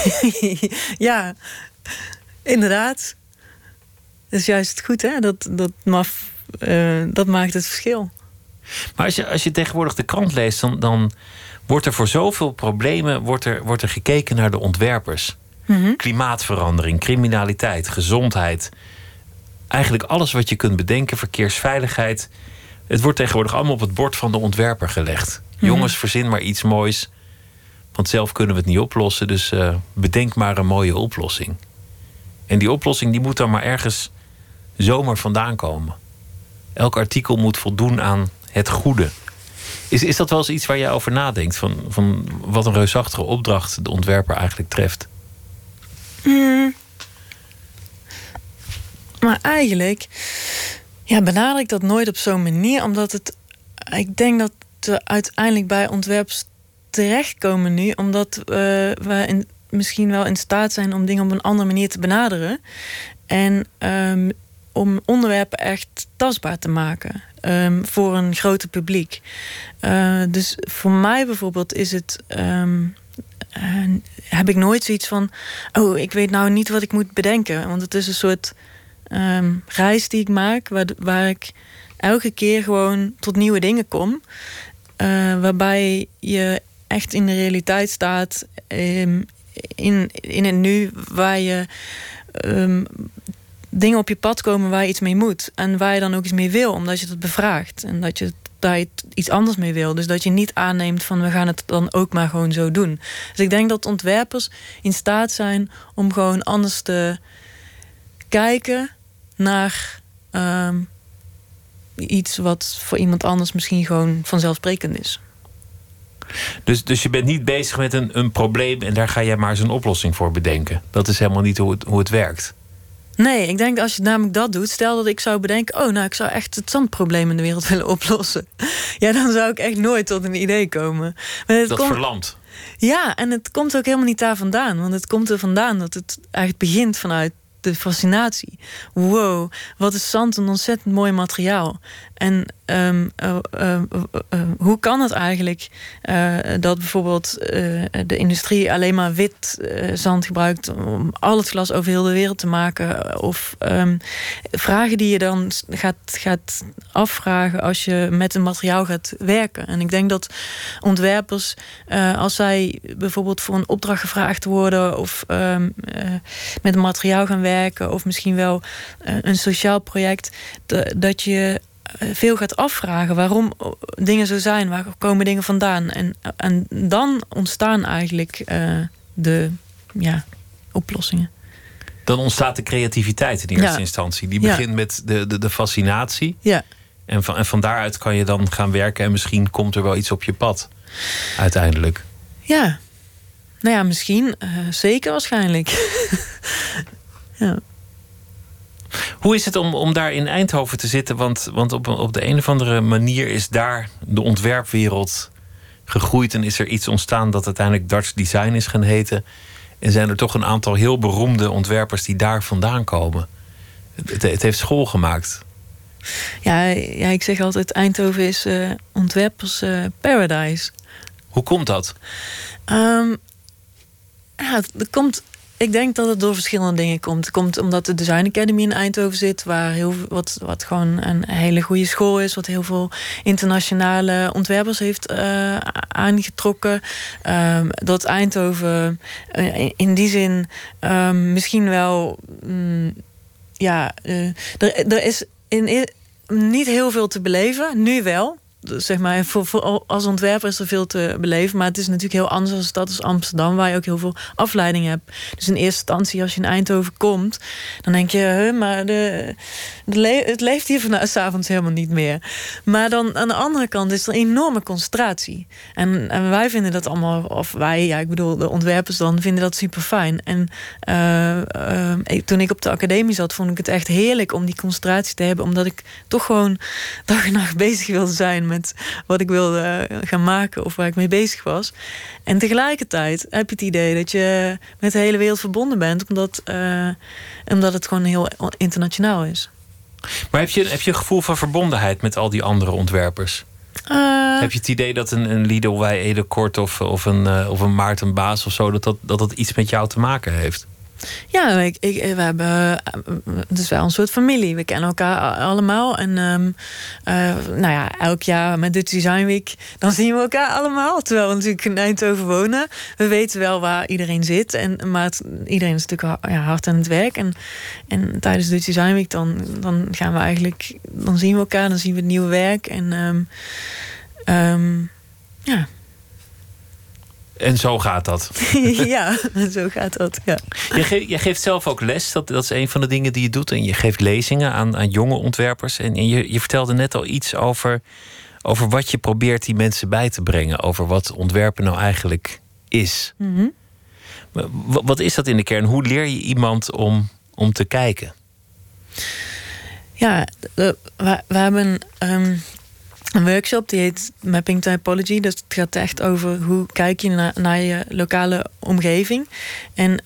Ja, inderdaad. Dat is juist goed, hè? Dat maf, dat maakt het verschil. Maar als je tegenwoordig de krant leest, dan wordt er voor zoveel problemen wordt er gekeken naar de ontwerpers. Mm-hmm. Klimaatverandering, criminaliteit, gezondheid. Eigenlijk alles wat je kunt bedenken, verkeersveiligheid. Het wordt tegenwoordig allemaal op het bord van de ontwerper gelegd. Mm-hmm. Jongens, verzin maar iets moois. Want zelf kunnen we het niet oplossen. Dus bedenk maar een mooie oplossing. En die oplossing die moet dan maar ergens zomaar vandaan komen. Elk artikel moet voldoen aan het goede. Is dat wel eens iets waar jij over nadenkt? Van wat een reusachtige opdracht de ontwerper eigenlijk treft? Maar eigenlijk benader ik dat nooit op zo'n manier. Omdat ik denk dat we uiteindelijk bij ontwerpers terechtkomen nu. Omdat we misschien wel in staat zijn om dingen op een andere manier te benaderen. En om onderwerpen echt tastbaar te maken. Voor een groter publiek. Dus voor mij bijvoorbeeld is het... heb ik nooit zoiets van... oh, ik weet nou niet wat ik moet bedenken. Want het is een soort reis die ik maak... waar ik elke keer gewoon tot nieuwe dingen kom. Waarbij je echt in de realiteit staat... in het nu, waar je... dingen op je pad komen waar je iets mee moet. En waar je dan ook iets mee wil, omdat je het bevraagt. En dat je daar iets anders mee wil. Dus dat je niet aanneemt van we gaan het dan ook maar gewoon zo doen. Dus ik denk dat ontwerpers in staat zijn om gewoon anders te kijken naar iets wat voor iemand anders misschien gewoon vanzelfsprekend is. Dus je bent niet bezig met een probleem en daar ga jij maar eens een oplossing voor bedenken. Dat is helemaal niet hoe het werkt. Nee, ik denk als je namelijk dat doet... stel dat ik zou bedenken... ik zou echt het zandprobleem in de wereld willen oplossen. Ja, dan zou ik echt nooit tot een idee komen. Maar Dat verlamt. Ja, en het komt ook helemaal niet daar vandaan. Want het komt er vandaan dat het eigenlijk begint vanuit de fascinatie. Wow, wat is zand een ontzettend mooi materiaal. En hoe kan het eigenlijk dat bijvoorbeeld de industrie alleen maar wit zand gebruikt om al het glas over heel de wereld te maken? Of vragen die je dan gaat afvragen als je met een materiaal gaat werken. En ik denk dat ontwerpers, als zij bijvoorbeeld voor een opdracht gevraagd worden of met een materiaal gaan werken of misschien wel een sociaal project, dat je veel gaat afvragen waarom dingen zo zijn, waar komen dingen vandaan. En dan ontstaan eigenlijk de oplossingen. Dan ontstaat de creativiteit in eerste instantie. Die begint met de fascinatie. Ja. En van daaruit kan je dan gaan werken en misschien komt er wel iets op je pad. Uiteindelijk. Ja. Nou ja, misschien. Zeker waarschijnlijk. Ja. Hoe is het om daar in Eindhoven te zitten? Want op de een of andere manier is daar de ontwerpwereld gegroeid en is er iets ontstaan dat uiteindelijk Dutch Design is gaan heten. En zijn er toch een aantal heel beroemde ontwerpers die daar vandaan komen. Het heeft school gemaakt. Ja, ik zeg altijd Eindhoven is ontwerpers paradise. Hoe komt dat? Ik denk dat het door verschillende dingen komt. Het komt omdat de Design Academy in Eindhoven zit, waar wat gewoon een hele goede school is, wat heel veel internationale ontwerpers heeft aangetrokken. Dat Eindhoven in die zin misschien wel er is niet heel veel te beleven, nu wel. Zeg maar, voor als ontwerper is er veel te beleven. Maar het is natuurlijk heel anders als een stad als Amsterdam, waar je ook heel veel afleiding hebt. Dus in eerste instantie, als je in Eindhoven komt, dan denk je, maar het leeft hier vanavond 's avonds helemaal niet meer. Maar dan aan de andere kant is er een enorme concentratie. En wij vinden dat allemaal, of wij, ik bedoel, de ontwerpers dan, vinden dat super fijn. En toen ik op de academie zat, vond ik het echt heerlijk om die concentratie te hebben, omdat ik toch gewoon dag en nacht bezig wilde zijn met wat ik wilde gaan maken of waar ik mee bezig was. En tegelijkertijd heb je het idee dat je met de hele wereld verbonden bent, omdat het gewoon heel internationaal is. Maar heb je een gevoel van verbondenheid met al die andere ontwerpers? Heb je het idee dat een Lido Wij Edekort of een Maarten Baas of zo, dat iets met jou te maken heeft? Ja, we hebben, het is wel een soort familie. We kennen elkaar allemaal. En elk jaar met Dutch Design Week, dan zien we elkaar allemaal. Terwijl we natuurlijk in Eindhoven wonen. We weten wel waar iedereen zit. Maar iedereen is natuurlijk hard aan het werk. En tijdens Dutch Design Week dan gaan we eigenlijk, dan zien we elkaar, dan zien we het nieuwe werk. En ja. En zo gaat dat. Ja, zo gaat dat, ja. Je geeft zelf ook les. Dat is een van de dingen die je doet. En je geeft lezingen aan jonge ontwerpers. En je vertelde net al iets over wat je probeert die mensen bij te brengen. Over wat ontwerpen nou eigenlijk is. Mm-hmm. Wat is dat in de kern? Hoe leer je iemand om te kijken? Ja, we hebben een workshop die heet Mapping Typology. Dus het gaat echt over hoe kijk je naar je lokale omgeving. En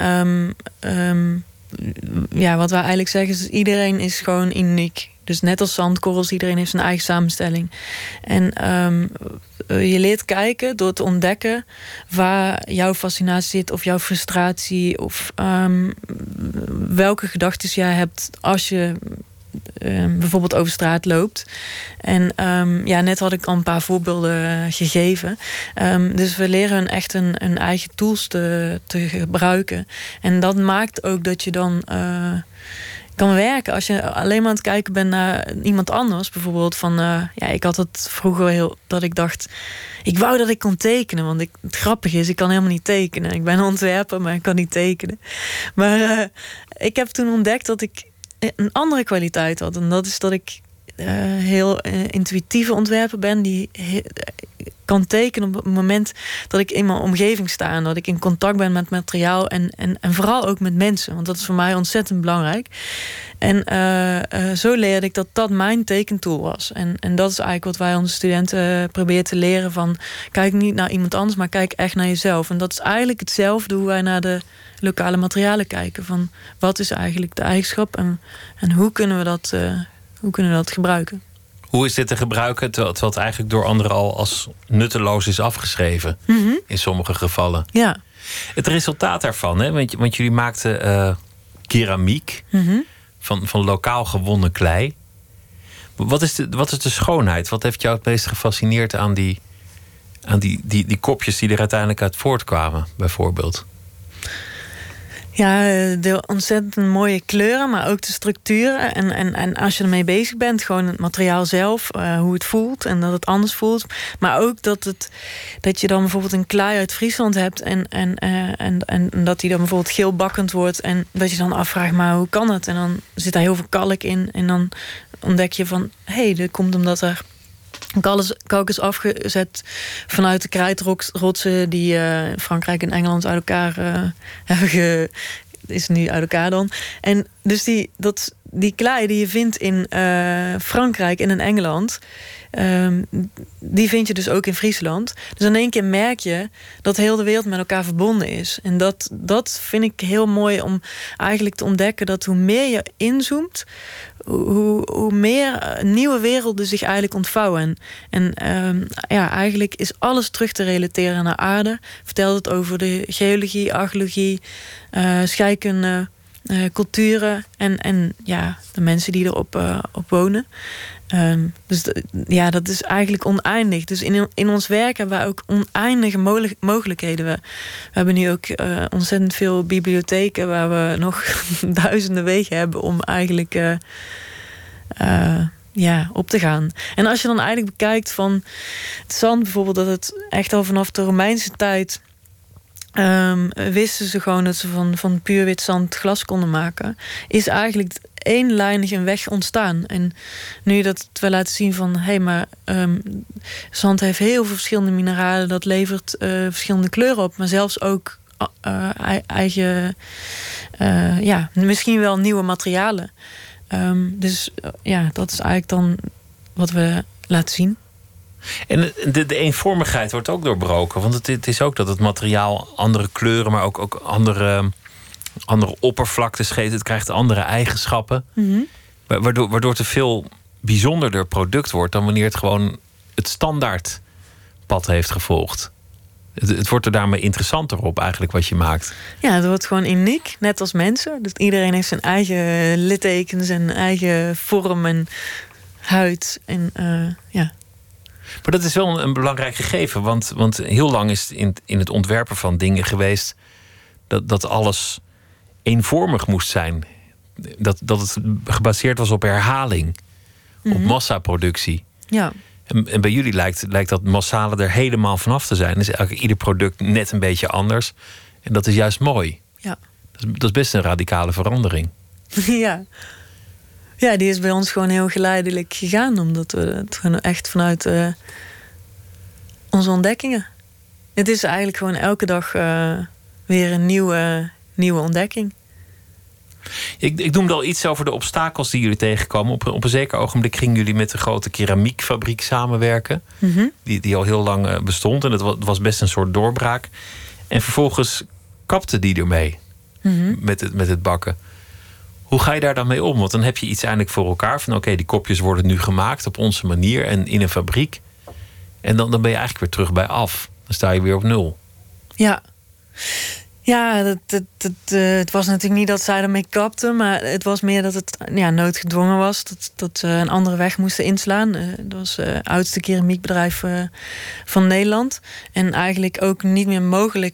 wat wij eigenlijk zeggen is, iedereen is gewoon uniek. Dus net als zandkorrels, iedereen heeft zijn eigen samenstelling. En je leert kijken door te ontdekken waar jouw fascinatie zit, of jouw frustratie, of welke gedachten jij hebt als je bijvoorbeeld over straat loopt. En net had ik al een paar voorbeelden gegeven. Dus we leren hun echt hun eigen tools te gebruiken. En dat maakt ook dat je dan kan werken. Als je alleen maar aan het kijken bent naar iemand anders, bijvoorbeeld van ik had het vroeger heel dat ik dacht, ik wou dat ik kon tekenen, want het grappige is, ik kan helemaal niet tekenen. Ik ben een ontwerper, maar ik kan niet tekenen. Maar ik heb toen ontdekt dat ik een andere kwaliteit had. En dat is dat ik heel intuïtieve ontwerper ben, die kan tekenen op het moment dat ik in mijn omgeving sta en dat ik in contact ben met materiaal en vooral ook met mensen, want dat is voor mij ontzettend belangrijk. En zo leerde ik dat mijn tekentool was. En dat is eigenlijk wat wij onze studenten proberen te leren, van kijk niet naar iemand anders, maar kijk echt naar jezelf. En dat is eigenlijk hetzelfde hoe wij naar de lokale materialen kijken, van wat is eigenlijk de eigenschap en hoe kunnen we dat gebruiken. Hoe is dit te gebruiken, terwijl het eigenlijk door anderen al als nutteloos is afgeschreven? In sommige gevallen. Ja. Het resultaat daarvan, hè? Want jullie maakten keramiek van lokaal gewonnen klei. Wat is de schoonheid? Wat heeft jou het meest gefascineerd aan die kopjes die er uiteindelijk uit voortkwamen, bijvoorbeeld? Ja, de ontzettend mooie kleuren, maar ook de structuren. En als je ermee bezig bent, gewoon het materiaal zelf, hoe het voelt en dat het anders voelt. Maar ook dat je dan bijvoorbeeld een klei uit Friesland hebt en dat die dan bijvoorbeeld geelbakkend wordt. En dat je dan afvraagt, maar hoe kan het? En dan zit daar heel veel kalk in. En dan ontdek je van, dat komt omdat er kalk is afgezet vanuit de krijtrotsen die Frankrijk en Engeland uit elkaar hebben is nu uit elkaar dan. En dus die klei die je vindt in Frankrijk en in Engeland, die vind je dus ook in Friesland. Dus in één keer merk je dat heel de wereld met elkaar verbonden is. En dat vind ik heel mooi om eigenlijk te ontdekken, dat hoe meer je inzoomt, hoe meer nieuwe werelden zich eigenlijk ontvouwen. En eigenlijk is alles terug te relateren naar aarde. Vertel het over de geologie, archeologie, scheikunde, culturen en de mensen die erop op wonen. Dus dat is eigenlijk oneindig. Dus in ons werk hebben we ook oneindige mogelijkheden. We hebben nu ook ontzettend veel bibliotheken waar we nog duizenden wegen hebben om eigenlijk op te gaan. En als je dan eigenlijk bekijkt van het zand bijvoorbeeld, dat het echt al vanaf de Romeinse tijd wisten ze gewoon dat ze van puur wit zand glas konden maken, is eigenlijk eenlijnig een weg ontstaan. En nu dat we laten zien van zand heeft heel veel verschillende mineralen, dat levert verschillende kleuren op, maar zelfs ook eigen misschien wel nieuwe materialen. Dat is eigenlijk dan wat we laten zien. En de eenvormigheid wordt ook doorbroken. Want het is ook dat het materiaal andere kleuren, maar ook andere oppervlaktes geeft. Het krijgt andere eigenschappen. Waardoor het een veel bijzonderder product wordt dan wanneer het gewoon het standaard pad heeft gevolgd. Het wordt er daarmee interessanter op eigenlijk wat je maakt. Ja, het wordt gewoon uniek, net als mensen. Dus iedereen heeft zijn eigen littekens en eigen vorm en huid. Maar dat is wel een belangrijk gegeven. Want heel lang is het in het ontwerpen van dingen geweest dat alles eenvormig moest zijn. Dat het gebaseerd was op herhaling. Op massaproductie. Ja. En bij jullie lijkt dat massale er helemaal vanaf te zijn. Dus eigenlijk ieder product net een beetje anders. En dat is juist mooi. Ja. Dat is best een radicale verandering. Ja. Ja, die is bij ons gewoon heel geleidelijk gegaan. Omdat we het gewoon echt vanuit onze ontdekkingen. Het is eigenlijk gewoon elke dag weer een nieuwe ontdekking. Ik noemde al iets over de obstakels die jullie tegenkomen. Op een zeker ogenblik gingen jullie met de grote keramiekfabriek samenwerken. Die al heel lang bestond. En het was best een soort doorbraak. En vervolgens kapte die ermee. Met het bakken. Hoe ga je daar dan mee om? Want dan heb je iets eindelijk voor elkaar. Van oké, die kopjes worden nu gemaakt op onze manier. En in een fabriek. En dan ben je eigenlijk weer terug bij af. Dan sta je weer op nul. Ja. Ja, het was natuurlijk niet dat zij ermee kapten. Maar het was meer dat het noodgedwongen was. Dat ze een andere weg moesten inslaan. Dat was het oudste keramiekbedrijf van Nederland. En eigenlijk ook niet meer mogelijk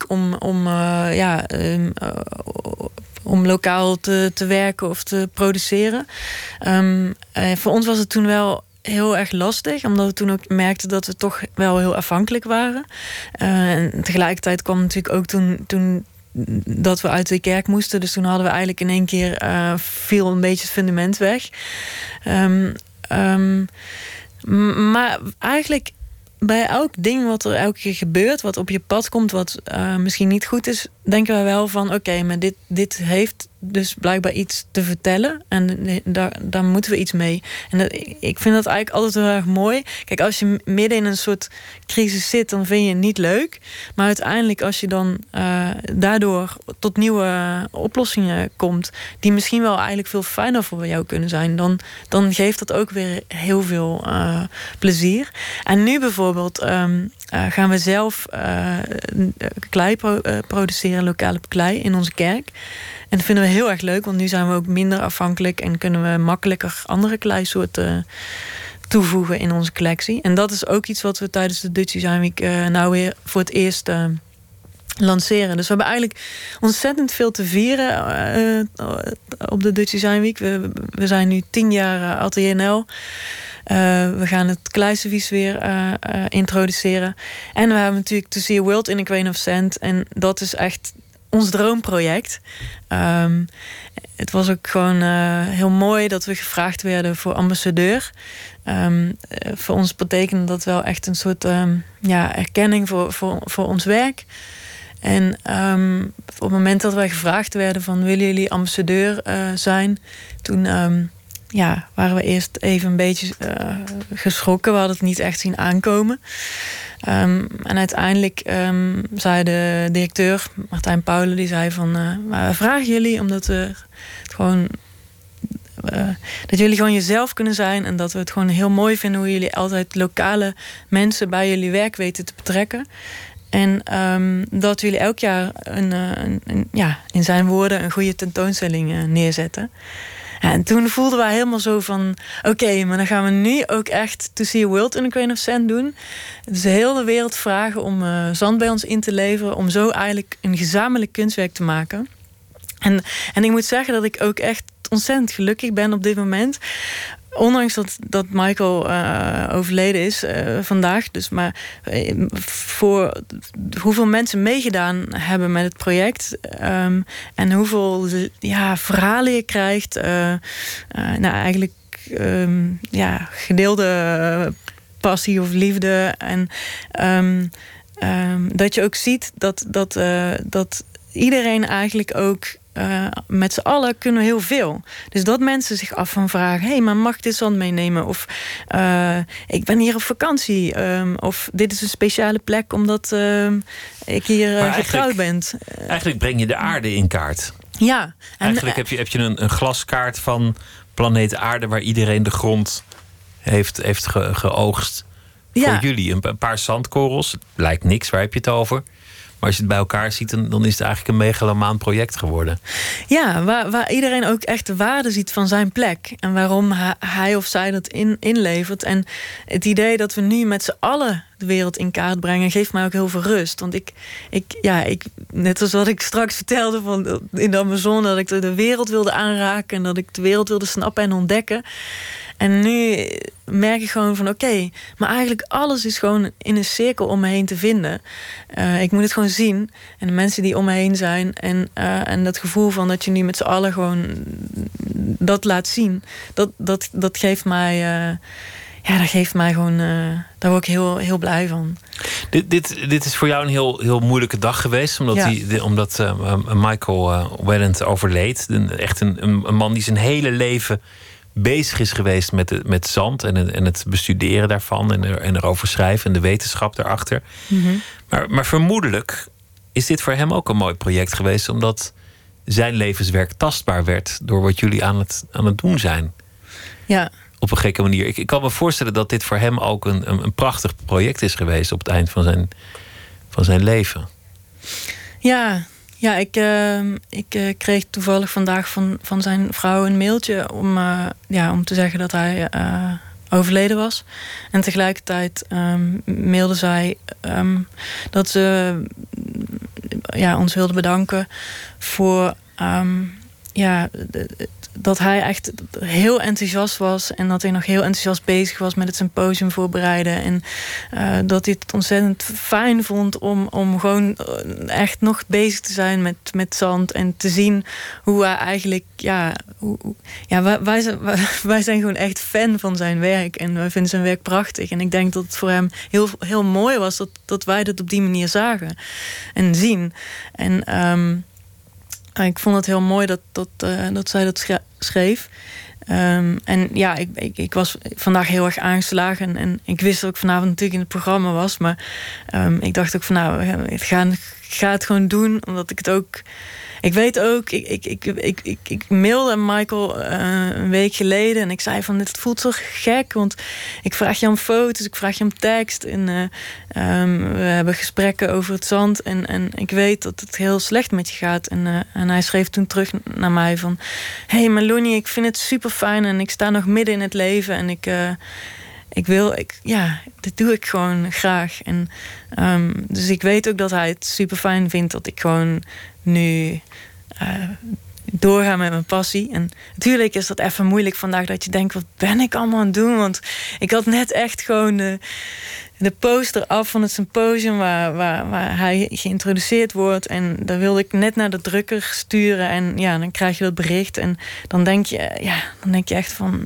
om lokaal te werken of te produceren. Voor ons was het toen wel heel erg lastig, omdat we toen ook merkten dat we toch wel heel afhankelijk waren. En tegelijkertijd kwam natuurlijk ook toen dat we uit de kerk moesten. Dus toen hadden we eigenlijk in één keer viel een beetje het fundament weg. Maar eigenlijk bij elk ding wat er elke keer gebeurt, wat op je pad komt, wat misschien niet goed is, denken we wel van oké, maar dit heeft dus blijkbaar iets te vertellen. En daar moeten we iets mee. En ik vind dat eigenlijk altijd heel erg mooi. Kijk, als je midden in een soort crisis zit, dan vind je het niet leuk. Maar uiteindelijk, als je dan daardoor tot nieuwe oplossingen komt, die misschien wel eigenlijk veel fijner voor jou kunnen zijn, dan geeft dat ook weer heel veel plezier. En nu bijvoorbeeld gaan we zelf klei produceren, lokale klei in onze kerk. En dat vinden we heel erg leuk, want nu zijn we ook minder afhankelijk en kunnen we makkelijker andere kleisoorten toevoegen in onze collectie. En dat is ook iets wat we tijdens de Dutch Design Week nou weer voor het eerst lanceren. Dus we hebben eigenlijk ontzettend veel te vieren op de Dutch Design Week. We zijn nu 10 jaar Atelier NL. We gaan het kleiservies weer introduceren. En we hebben natuurlijk To See a World in a Grain of Sand. En dat is echt ons droomproject. Het was ook gewoon heel mooi dat we gevraagd werden voor ambassadeur. Voor ons betekende dat wel echt een soort erkenning voor ons werk. En op het moment dat wij gevraagd werden van willen jullie ambassadeur zijn, toen waren we eerst even een beetje geschrokken. We hadden het niet echt zien aankomen. En uiteindelijk zei de directeur, Martijn Paulen, die zei van we vragen jullie omdat we het gewoon dat jullie gewoon jezelf kunnen zijn en dat we het gewoon heel mooi vinden hoe jullie altijd lokale mensen bij jullie werk weten te betrekken. En dat jullie elk jaar in zijn woorden een goede tentoonstelling neerzetten. En toen voelden wij helemaal zo van oké, maar dan gaan we nu ook echt To See a World in a Grain of Sand doen. Dus de hele wereld vragen om zand bij ons in te leveren, om zo eigenlijk een gezamenlijk kunstwerk te maken. En ik moet zeggen dat ik ook echt ontzettend gelukkig ben op dit moment. Ondanks dat Michael overleden is vandaag. Dus maar voor hoeveel mensen meegedaan hebben met het project. En hoeveel verhalen je krijgt. Eigenlijk gedeelde passie of liefde. En dat je ook ziet dat iedereen eigenlijk ook met z'n allen kunnen heel veel. Dus dat mensen zich af van vragen, hé, maar mag ik dit zand meenemen? Of ik ben hier op vakantie. Of dit is een speciale plek omdat ik hier getrouwd ben. Eigenlijk breng je de aarde in kaart. Ja. Eigenlijk heb je een glaskaart van planeet aarde waar iedereen de grond heeft geoogst. Voor jullie. Een paar zandkorrels. Het lijkt niks, waar heb je het over? Maar als je het bij elkaar ziet, dan is het eigenlijk een megalomaan project geworden. Ja, waar iedereen ook echt de waarde ziet van zijn plek. En waarom hij of zij dat inlevert. En het idee dat we nu met z'n allen de wereld in kaart brengen, geeft mij ook heel veel rust. Want ik net als wat ik straks vertelde van in de Amazone, dat ik de wereld wilde aanraken en dat ik de wereld wilde snappen en ontdekken. En nu merk ik gewoon van oké, maar eigenlijk alles is gewoon in een cirkel om me heen te vinden. Ik moet het gewoon zien. En de mensen die om me heen zijn. En dat gevoel van dat je nu met z'n allen gewoon dat laat zien. Dat geeft mij dat geeft mij gewoon, daar word ik heel, heel blij van. Dit is voor jou een heel moeilijke dag geweest. Omdat Michael Welland overleed. Echt een man die zijn hele leven bezig is geweest met zand en het bestuderen daarvan en erover schrijven en de wetenschap daarachter. Mm-hmm. Maar vermoedelijk is dit voor hem ook een mooi project geweest, omdat zijn levenswerk tastbaar werd door wat jullie aan het doen zijn. Ja. Op een gekke manier. Ik kan me voorstellen dat dit voor hem ook een prachtig project is geweest op het eind van zijn leven. Ja, ik kreeg toevallig vandaag van zijn vrouw een mailtje om te zeggen dat hij overleden was. En tegelijkertijd mailde zij dat ze ons wilde bedanken voor dat hij echt heel enthousiast was en dat hij nog heel enthousiast bezig was met het symposium voorbereiden. En dat hij het ontzettend fijn vond om gewoon echt nog bezig te zijn met zand en te zien hoe hij eigenlijk wij zijn gewoon echt fan van zijn werk. En wij vinden zijn werk prachtig. En ik denk dat het voor hem heel, heel mooi was dat wij dit op die manier zagen en zien. En ik vond het heel mooi dat zij dat schreef. En ja, ik was vandaag heel erg aangeslagen. En ik wist dat ik vanavond natuurlijk in het programma was. Maar ik dacht ook van ik ga het gewoon doen. Omdat ik het ook... Ik weet ook, ik mailde Michael een week geleden. En ik zei van, dit voelt zo gek. Want ik vraag je om foto's, ik vraag je om tekst. En we hebben gesprekken over het zand. En ik weet dat het heel slecht met je gaat. En hij schreef toen terug naar mij van... Hey Melonie, ik vind het super fijn. En ik sta nog midden in het leven. En dit doe ik gewoon graag. En, dus ik weet ook dat hij het super fijn vindt dat ik gewoon nu doorga met mijn passie. En natuurlijk is dat even moeilijk vandaag dat je denkt, wat ben ik allemaal aan het doen? Want ik had net echt gewoon de poster af van het symposium waar hij geïntroduceerd wordt. En daar wilde ik net naar de drukker sturen. En ja, dan krijg je dat bericht. En dan denk je echt van...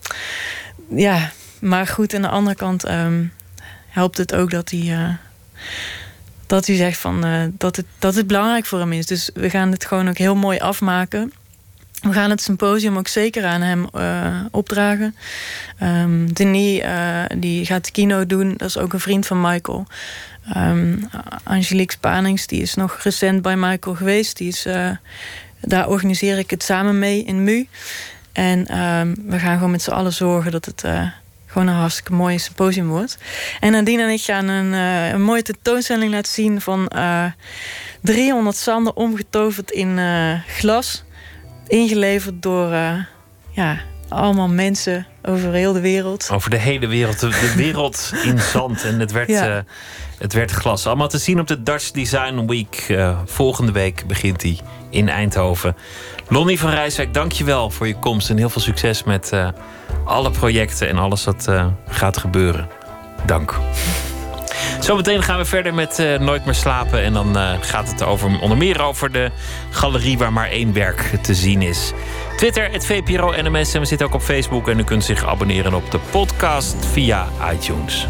Maar goed, aan de andere kant helpt het ook dat hij zegt van, dat het belangrijk voor hem is. Dus we gaan het gewoon ook heel mooi afmaken. We gaan het symposium ook zeker aan hem opdragen. Denis die gaat de keynote doen. Dat is ook een vriend van Michael. Angelique Spanings, die is nog recent bij Michael geweest. Daar organiseer ik het samen mee in MU. En we gaan gewoon met z'n allen zorgen dat het... gewoon een hartstikke mooie symposium wordt. En Nadine en ik gaan een mooie tentoonstelling laten zien van 300 zanden omgetoverd in glas. Ingeleverd door allemaal mensen over heel de wereld. Over de hele wereld. De wereld in zand. En het werd glas. Allemaal te zien op de Dutch Design Week. Volgende week begint die in Eindhoven. Lonnie van Rijswijk, dank je wel voor je komst. En heel veel succes met alle projecten en alles wat gaat gebeuren. Dank. Zometeen gaan we verder met Nooit meer slapen. En dan gaat het onder meer over de galerie waar maar één werk te zien is. Twitter, @VPRO-NMS. En we zitten ook op Facebook. En u kunt zich abonneren op de podcast via iTunes.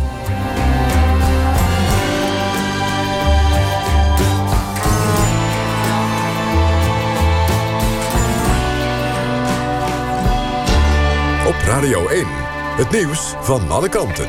Op Radio 1, het nieuws van alle kanten.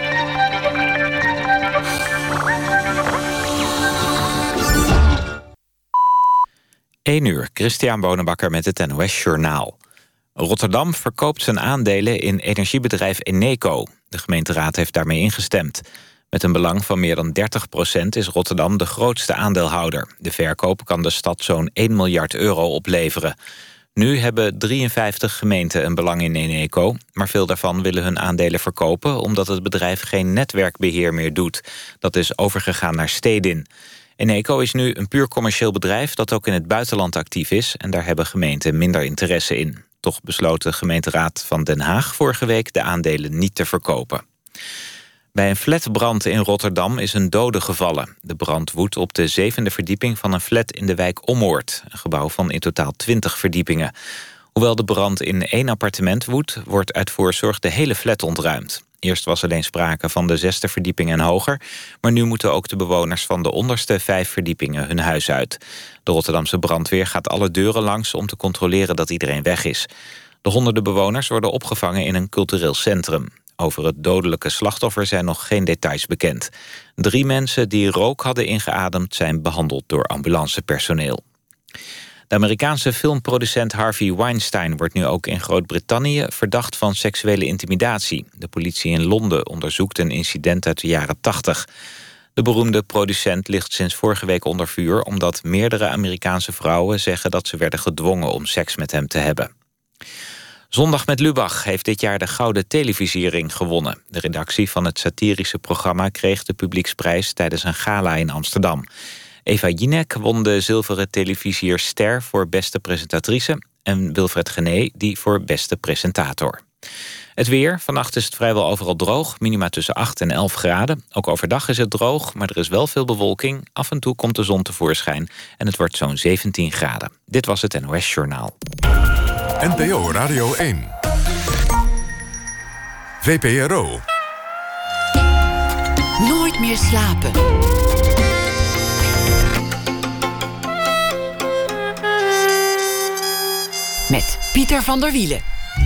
1 uur, Christian Bonenbakker met het NOS Journaal. Rotterdam verkoopt zijn aandelen in energiebedrijf Eneco. De gemeenteraad heeft daarmee ingestemd. Met een belang van meer dan 30% is Rotterdam de grootste aandeelhouder. De verkoop kan de stad zo'n 1 miljard euro opleveren. Nu hebben 53 gemeenten een belang in Eneco, maar veel daarvan willen hun aandelen verkopen omdat het bedrijf geen netwerkbeheer meer doet. Dat is overgegaan naar Stedin. Eneco is nu een puur commercieel bedrijf dat ook in het buitenland actief is en daar hebben gemeenten minder interesse in. Toch besloot de gemeenteraad van Den Haag vorige week de aandelen niet te verkopen. Bij een flatbrand in Rotterdam is een dode gevallen. De brand woedt op de 7e verdieping van een flat in de wijk Ommoord. Een gebouw van in totaal 20 verdiepingen. Hoewel de brand in 1 appartement woedt, wordt uit voorzorg de hele flat ontruimd. Eerst was alleen sprake van de 6e verdieping en hoger, maar nu moeten ook de bewoners van de onderste 5 verdiepingen hun huis uit. De Rotterdamse brandweer gaat alle deuren langs om te controleren dat iedereen weg is. De honderden bewoners worden opgevangen in een cultureel centrum. Over het dodelijke slachtoffer zijn nog geen details bekend. 3 mensen die rook hadden ingeademd zijn behandeld door ambulancepersoneel. De Amerikaanse filmproducent Harvey Weinstein wordt nu ook in Groot-Brittannië verdacht van seksuele intimidatie. De politie in Londen onderzoekt een incident uit de jaren 80. De beroemde producent ligt sinds vorige week onder vuur omdat meerdere Amerikaanse vrouwen zeggen dat ze werden gedwongen om seks met hem te hebben. Zondag met Lubach heeft dit jaar de Gouden Televisiering gewonnen. De redactie van het satirische programma kreeg de publieksprijs tijdens een gala in Amsterdam. Eva Jinek won de zilveren televisier Ster voor beste presentatrice en Wilfred Gené die voor beste presentator. Het weer, vannacht is het vrijwel overal droog, minima tussen 8 en 11 graden. Ook overdag is het droog, maar er is wel veel bewolking. Af en toe komt de zon tevoorschijn en het wordt zo'n 17 graden. Dit was het NOS Journaal. NPO Radio 1. VPRO. Nooit meer slapen. Met Pieter van der Wielen.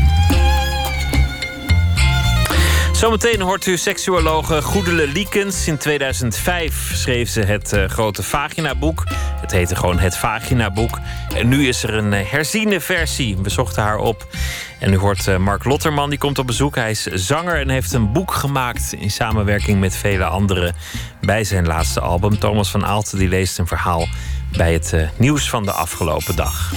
Zometeen hoort u seksuologe Goedele Liekens. In 2005 schreef ze het grote Vaginaboek. Het heette gewoon Het Vaginaboek. En nu is er een herziene versie. We zochten haar op. En u hoort Mark Lotterman, die komt op bezoek. Hij is zanger en heeft een boek gemaakt in samenwerking met vele anderen bij zijn laatste album. Thomas van Aalten die leest een verhaal bij het nieuws van de afgelopen dag.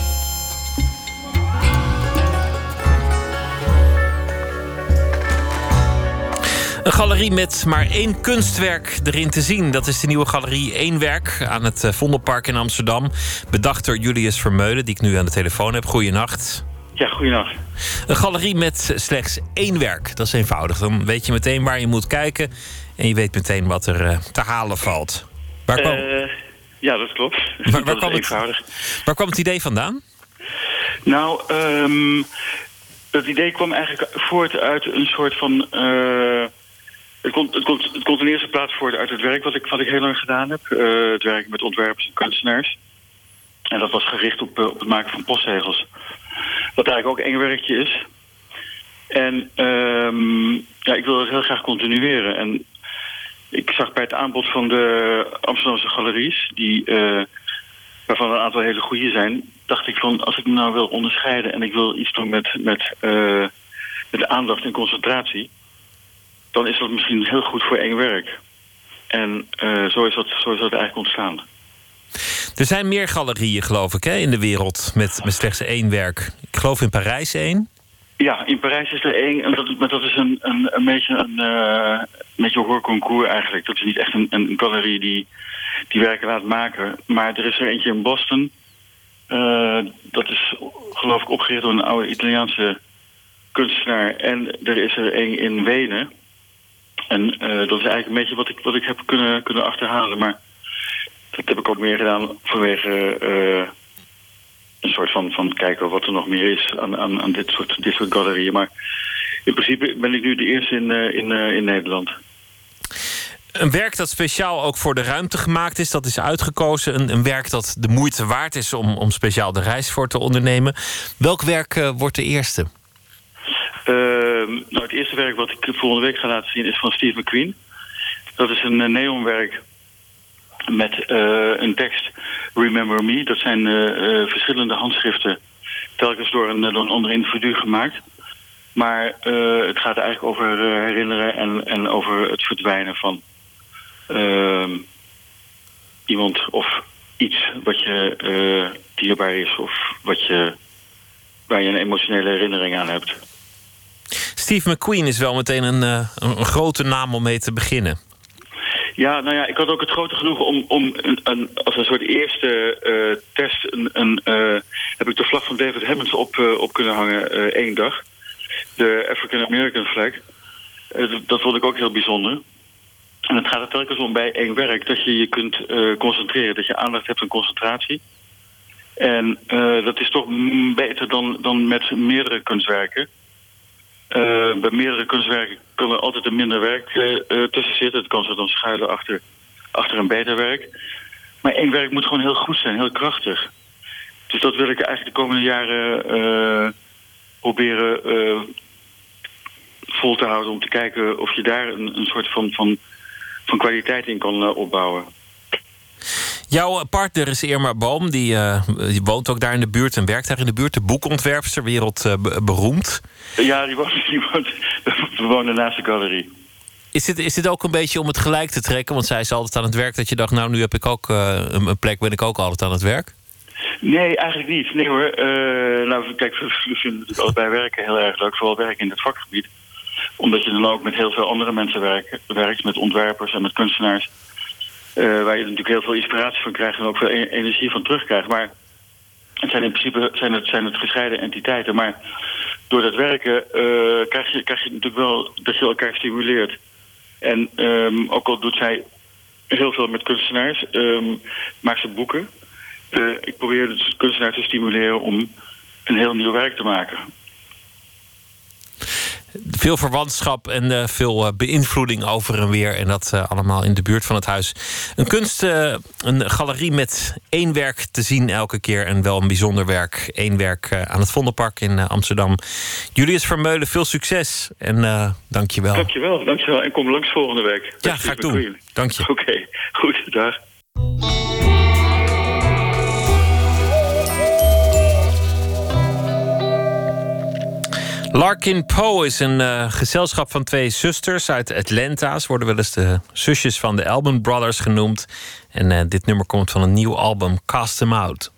Een galerie met maar 1 kunstwerk erin te zien. Dat is de nieuwe galerie Eenwerk aan het Vondelpark in Amsterdam. Bedacht door Julius Vermeulen, die ik nu aan de telefoon heb. Goeienacht. Ja, goeienacht. Een galerie met slechts 1 werk. Dat is eenvoudig. Dan weet je meteen waar je moet kijken. En je weet meteen wat er te halen valt. Ja, dat klopt. Waar kwam het idee vandaan? Nou, het idee kwam eigenlijk voort uit een soort van... Het komt in eerste plaats voort uit het werk wat ik heel lang gedaan heb. Het werk met ontwerpers en kunstenaars. En dat was gericht op het maken van postzegels. Wat eigenlijk ook een werkje is. En ik wil dat heel graag continueren. En ik zag bij het aanbod van de Amsterdamse galeries... waarvan een aantal hele goede zijn... dacht ik van, als ik me nou wil onderscheiden... en ik wil iets doen met aandacht en concentratie... dan is dat misschien heel goed voor 1 werk. En zo is dat eigenlijk ontstaan. Er zijn meer galerieën, geloof ik, in de wereld met slechts 1 werk. Ik geloof in Parijs 1. Ja, in Parijs is er 1. En dat is een beetje een hoorconcours eigenlijk. Dat is niet echt een galerie die werken laat maken. Maar er is er eentje in Boston. Dat is, geloof ik, opgericht door een oude Italiaanse kunstenaar. En er is er 1 in Wenen. En dat is eigenlijk een beetje wat ik heb kunnen achterhalen. Maar dat heb ik ook meer gedaan vanwege een soort van kijken wat er nog meer is aan dit soort galerieën. Maar in principe ben ik nu de eerste in Nederland. Een werk dat speciaal ook voor de ruimte gemaakt is, dat is uitgekozen. Een werk dat de moeite waard is om speciaal de reis voor te ondernemen. Welk werk wordt de eerste? Het eerste werk wat ik volgende week ga laten zien is van Steve McQueen. Dat is een neonwerk met een tekst Remember Me. Dat zijn verschillende handschriften telkens door een ander individu gemaakt. Maar het gaat eigenlijk over herinneren en over het verdwijnen van iemand of iets wat je dierbaar is of waar je een emotionele herinnering aan hebt. Steve McQueen is wel meteen een grote naam om mee te beginnen. Ja, nou ja, ik had ook het grote genoegen om als een soort eerste test... heb ik de vlag van David Hammons op kunnen hangen 1 dag. De African American flag. Dat vond ik ook heel bijzonder. En het gaat er telkens om bij 1 werk dat je kunt concentreren. Dat je aandacht hebt en concentratie. En dat is toch beter dan met meerdere kunstwerken. Bij meerdere kunstwerken kan er altijd een minder werk tussen zitten. Het kan zo dan schuilen achter een beter werk. Maar 1 werk moet gewoon heel goed zijn, heel krachtig. Dus dat wil ik eigenlijk de komende jaren proberen vol te houden... om te kijken of je daar een soort van kwaliteit in kan opbouwen. Jouw partner is Irma Boom, die woont ook daar in de buurt en werkt daar in de buurt. De boekontwerpster, wereldberoemd. Ja, we wonen naast de galerie. Is dit ook een beetje om het gelijk te trekken? Want zij is altijd aan het werk dat je dacht, nou, nu heb ik ook een plek, ben ik ook altijd aan het werk? Nee, eigenlijk niet. Nee hoor. Kijk, we vinden natuurlijk allebei werken heel erg leuk. Vooral werken in het vakgebied. Omdat je dan ook met heel veel andere mensen werkt. Met ontwerpers en met kunstenaars. Waar je natuurlijk heel veel inspiratie van krijgt en ook veel energie van terugkrijgt. Maar het zijn in principe zijn het gescheiden entiteiten. Maar door dat werken krijg je natuurlijk wel dat je elkaar stimuleert. En ook al doet zij heel veel met kunstenaars, maakt ze boeken. Ik probeer dus kunstenaars te stimuleren om een heel nieuw werk te maken. Veel verwantschap en veel beïnvloeding over en weer. En dat allemaal in de buurt van het huis. Een galerie met 1 werk te zien elke keer. En wel een bijzonder werk. 1 werk aan het Vondelpark in Amsterdam. Julius Vermeulen, veel succes. En dank je wel. Dankjewel. En kom langs volgende week. Ja, ga ik doen. Dank je. Oké, goed. Dag. Larkin Poe is een gezelschap van 2 zusters uit Atlanta. Ze worden wel eens de zusjes van de Allman Brothers genoemd. En dit nummer komt van een nieuw album, Cast Them Out.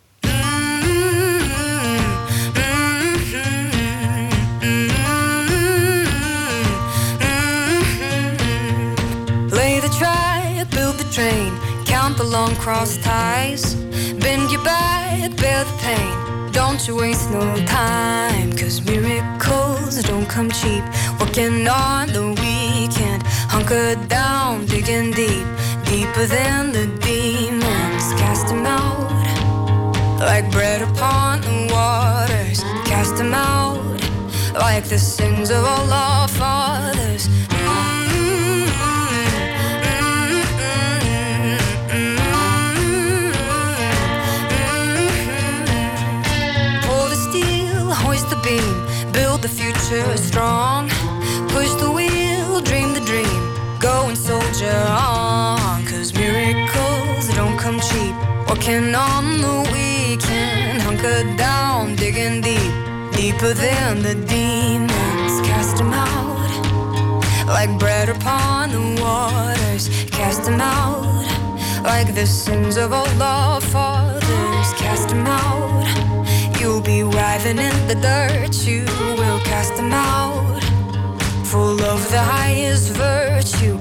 Lay the track, build the train, count the long cross ties, bend your back, bear the pain. Don't you waste no time, 'cause miracles don't come cheap. Working on the weekend, hunker down, digging deep, deeper than the demons. Cast them out, like bread upon the waters. Cast them out, like the sins of all our fathers. Build the future strong. Push the wheel, dream the dream. Go and soldier on. 'Cause miracles don't come cheap. Working on the weekend. Hunker down, digging deep. Deeper than the demons. Cast them out, like bread upon the waters. Cast them out, like the sins of all our fathers. Cast them out. You'll be writhing in the dirt, you will cast them out, full of the highest virtue.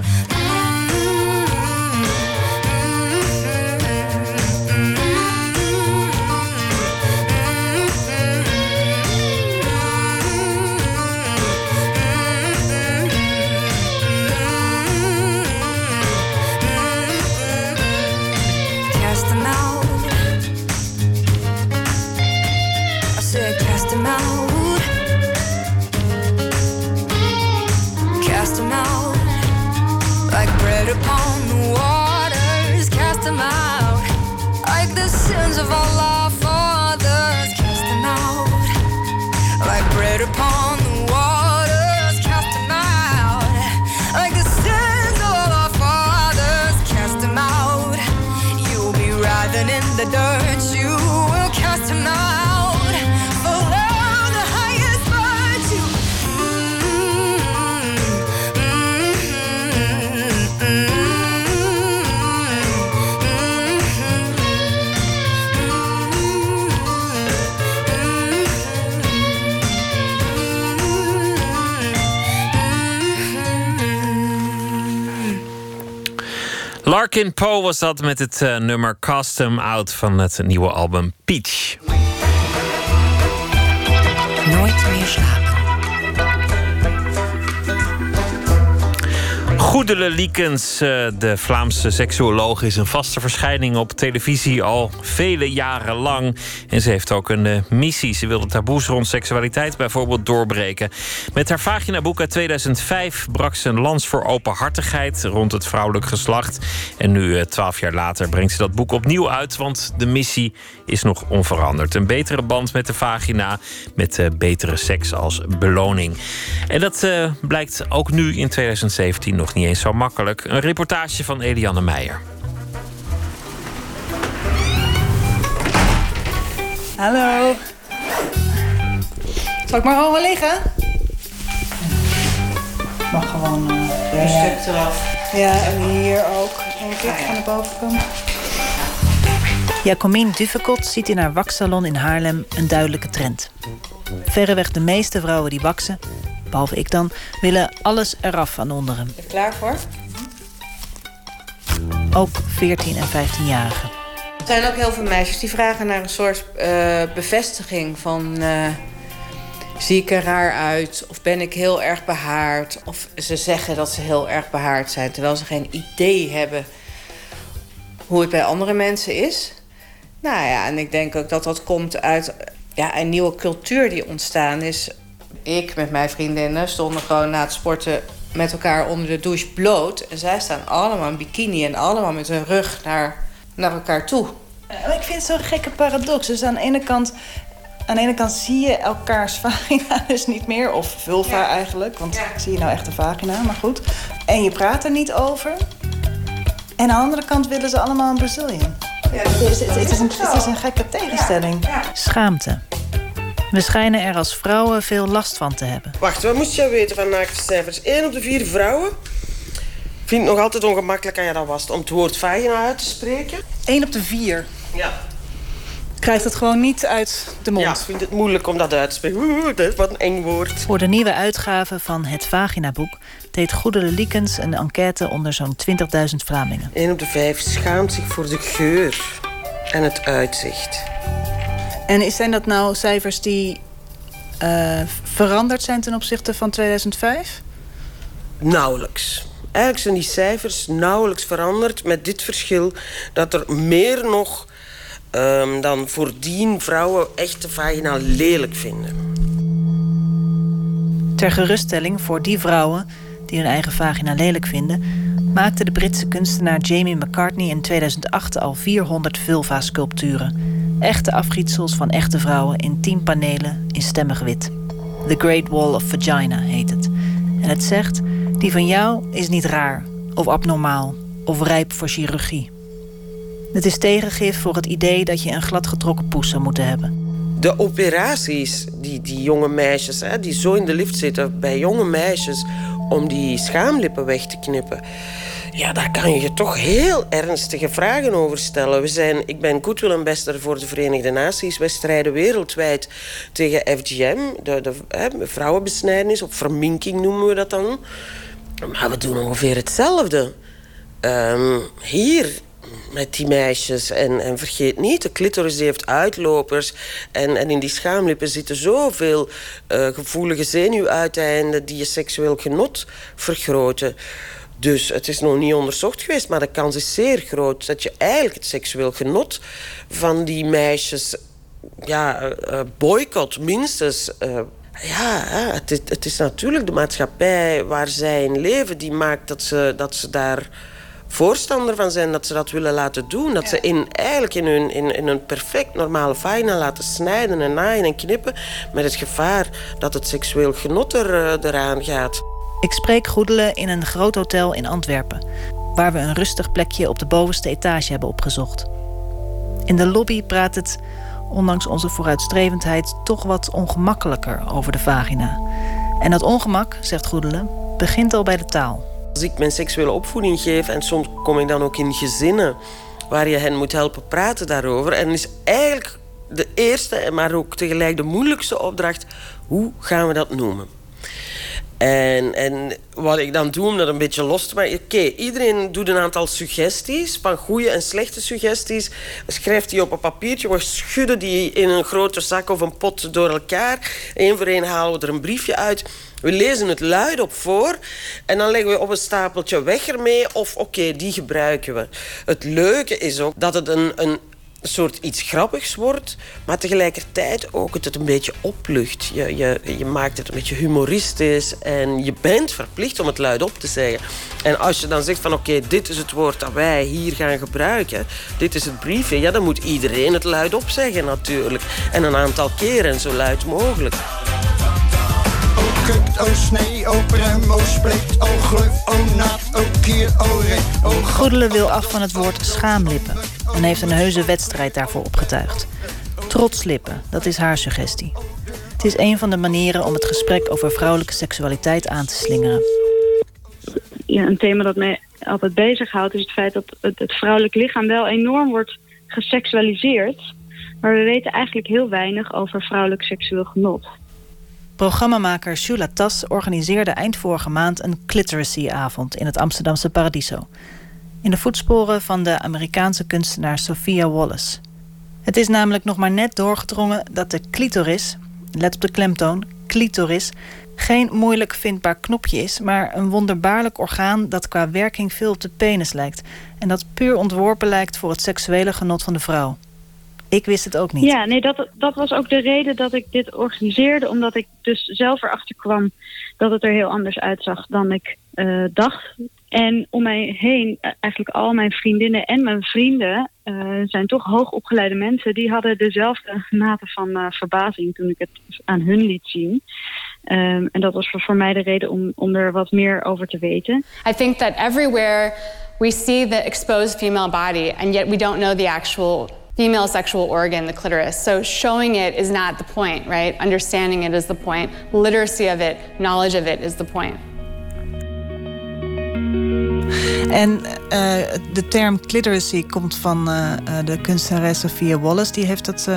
Cast them out. Cast them out, cast them out, like bread upon the waters. Cast them out, like the sins of all our fathers. Cast them out, like bread upon the waters. Cast them out, like the sins of all our fathers. Cast them out, you'll be writhing in the dirt. You will cast them out. Larkin Poe was dat met het nummer Cast Them Out van het nieuwe album Peach. Nooit meer slapen. Goedele Liekens, de Vlaamse seksuoloog, is een vaste verschijning op televisie al vele jaren lang. En ze heeft ook een missie. Ze wil de taboes rond seksualiteit bijvoorbeeld doorbreken. Met haar vaginaboek uit 2005 brak ze een lans voor openhartigheid rond het vrouwelijk geslacht. En nu, 12 jaar later, brengt ze dat boek opnieuw uit, want de missie is nog onveranderd. Een betere band met de vagina, met betere seks als beloning. En dat blijkt ook nu in 2017 nog niet eens zo makkelijk. Een reportage van Eliane Meijer. Hallo. Zal ik maar gewoon gaan liggen? Mag gewoon een stuk eraf. Ja, en hier ook. Denk ik, aan de bovenkant. Jacomien Duvekot ziet in haar waxsalon in Haarlem een duidelijke trend. Verreweg de meeste vrouwen die waksen, behalve ik dan, willen alles eraf van onderen. Ben je klaar voor? Ook 14- en 15-jarigen. Er zijn ook heel veel meisjes die vragen naar een soort bevestiging van... zie ik er raar uit? Of ben ik heel erg behaard? Of ze zeggen dat ze heel erg behaard zijn, terwijl ze geen idee hebben hoe het bij andere mensen is. Nou ja, en ik denk ook dat dat komt uit Ja, een nieuwe cultuur die ontstaan is. Ik met mijn vriendinnen stonden gewoon na het sporten met elkaar onder de douche bloot. En zij staan allemaal in bikini en allemaal met hun rug naar elkaar toe. Ik vind het zo'n gekke paradox. Dus aan de ene kant zie je elkaars vagina dus niet meer. Of vulva eigenlijk, want zie je nou echt een vagina, maar goed. En je praat er niet over. En aan de andere kant willen ze allemaal een Brazilian. Ja, het is een gekke tegenstelling. Ja. Schaamte. We schijnen er als vrouwen veel last van te hebben. Wacht, wat moest jij weten van naakte cijfers? 1 op de 4 vrouwen vindt het nog altijd ongemakkelijk aan je dat was om het woord vagina uit te spreken. 1 op de 4? Ja. Krijgt het gewoon niet uit de mond? Ja, ik vind het moeilijk om dat uit te spreken. Wat een eng woord. Voor de nieuwe uitgave van het Vaginaboek deed Goedele Liekens een enquête onder zo'n 20.000 Vlamingen. 1 op de 5 schaamt zich voor de geur en het uitzicht. En zijn dat nou cijfers die veranderd zijn ten opzichte van 2005? Nauwelijks. Eigenlijk zijn die cijfers nauwelijks veranderd met dit verschil dat er meer nog dan voordien vrouwen echt de vagina lelijk vinden. Ter geruststelling voor die vrouwen die hun eigen vagina lelijk vinden, maakte de Britse kunstenaar Jamie McCartney in 2008 al 400 vulva-sculpturen. Echte afgietsels van echte vrouwen in 10 panelen in stemmig wit. The Great Wall of Vagina heet het. En het zegt, die van jou is niet raar of abnormaal of rijp voor chirurgie. Het is tegengif voor het idee dat je een gladgetrokken poes zou moeten hebben. De operaties die jonge meisjes, die zo in de lift zitten bij jonge meisjes om die schaamlippen weg te knippen. Ja, daar kan je toch heel ernstige vragen over stellen. Ik ben Goodwill Ambassador voor de Verenigde Naties. Wij strijden wereldwijd tegen FGM, de vrouwenbesnijdenis, of verminking noemen we dat dan. Maar we doen ongeveer hetzelfde. Hier met die meisjes. En vergeet niet, de clitoris heeft uitlopers. En in die schaamlippen zitten zoveel gevoelige zenuwuiteinden die je seksueel genot vergroten. Dus het is nog niet onderzocht geweest, maar de kans is zeer groot dat je eigenlijk het seksueel genot van die meisjes boycott, minstens. Het is natuurlijk de maatschappij waar zij in leven die maakt dat ze daar voorstander van zijn, dat ze dat willen laten doen. Dat ze in hun perfect normale vagina laten snijden en naaien en knippen, met het gevaar dat het seksueel genot eraan gaat. Ik spreek Goedele in een groot hotel in Antwerpen, waar we een rustig plekje op de bovenste etage hebben opgezocht. In de lobby praat het, ondanks onze vooruitstrevendheid, toch wat ongemakkelijker over de vagina. En dat ongemak, zegt Goedele, begint al bij de taal. Als ik mijn seksuele opvoeding geef, en soms kom ik dan ook in gezinnen waar je hen moet helpen praten daarover, en is eigenlijk de eerste, maar ook tegelijk de moeilijkste opdracht: hoe gaan we dat noemen? En wat ik dan doe om dat een beetje los te maken... Oké, iedereen doet een aantal suggesties, van goede en slechte suggesties. Schrijft die op een papiertje, we schudden die in een grote zak of een pot door elkaar. Eén voor één halen we er een briefje uit. We lezen het luidop voor en dan leggen we op een stapeltje weg ermee. Of oké, die gebruiken we. Het leuke is ook dat het een soort iets grappigs wordt, maar tegelijkertijd ook het een beetje oplucht. Je maakt het een beetje humoristisch en je bent verplicht om het luidop te zeggen. En als je dan zegt van oké, dit is het woord dat wij hier gaan gebruiken, dit is het briefje, ja, dan moet iedereen het luidop zeggen natuurlijk. En een aantal keren zo luid mogelijk. Oh kukt, oh snee, oh prem, oh spleet, oh gluf, oh naad, oh kier, oh reet, oh... Goedele wil af van het woord schaamlippen en heeft een heuse wedstrijd daarvoor opgetuigd. Trotslippen, dat is haar suggestie. Het is een van de manieren om het gesprek over vrouwelijke seksualiteit aan te slingeren. Ja, een thema dat mij altijd bezighoudt is het feit dat het vrouwelijk lichaam wel enorm wordt geseksualiseerd. Maar we weten eigenlijk heel weinig over vrouwelijk seksueel genot. Programmamaker Shula Tas organiseerde eind vorige maand een Cliteracy-avond in het Amsterdamse Paradiso. In de voetsporen van de Amerikaanse kunstenaar Sophia Wallace. Het is namelijk nog maar net doorgedrongen dat de clitoris, let op de klemtoon, clitoris, geen moeilijk vindbaar knopje is, maar een wonderbaarlijk orgaan dat qua werking veel op de penis lijkt en dat puur ontworpen lijkt voor het seksuele genot van de vrouw. Ik wist het ook niet. Ja, nee, dat was ook de reden dat ik dit organiseerde. Omdat ik dus zelf erachter kwam dat het er heel anders uitzag dan ik dacht. En om mij heen, eigenlijk al mijn vriendinnen en mijn vrienden zijn toch hoogopgeleide mensen. Die hadden dezelfde mate van verbazing toen ik het aan hun liet zien. En dat was voor mij de reden om er wat meer over te weten. I think that everywhere we see the exposed female body and yet we don't know the actual female sexual organ, the clitoris. So showing it is not the point, right? Understanding it is the point. Literacy of it, knowledge of it is the point. En de term cliteracy komt van de kunstenares Sophia Wallace. Die heeft dat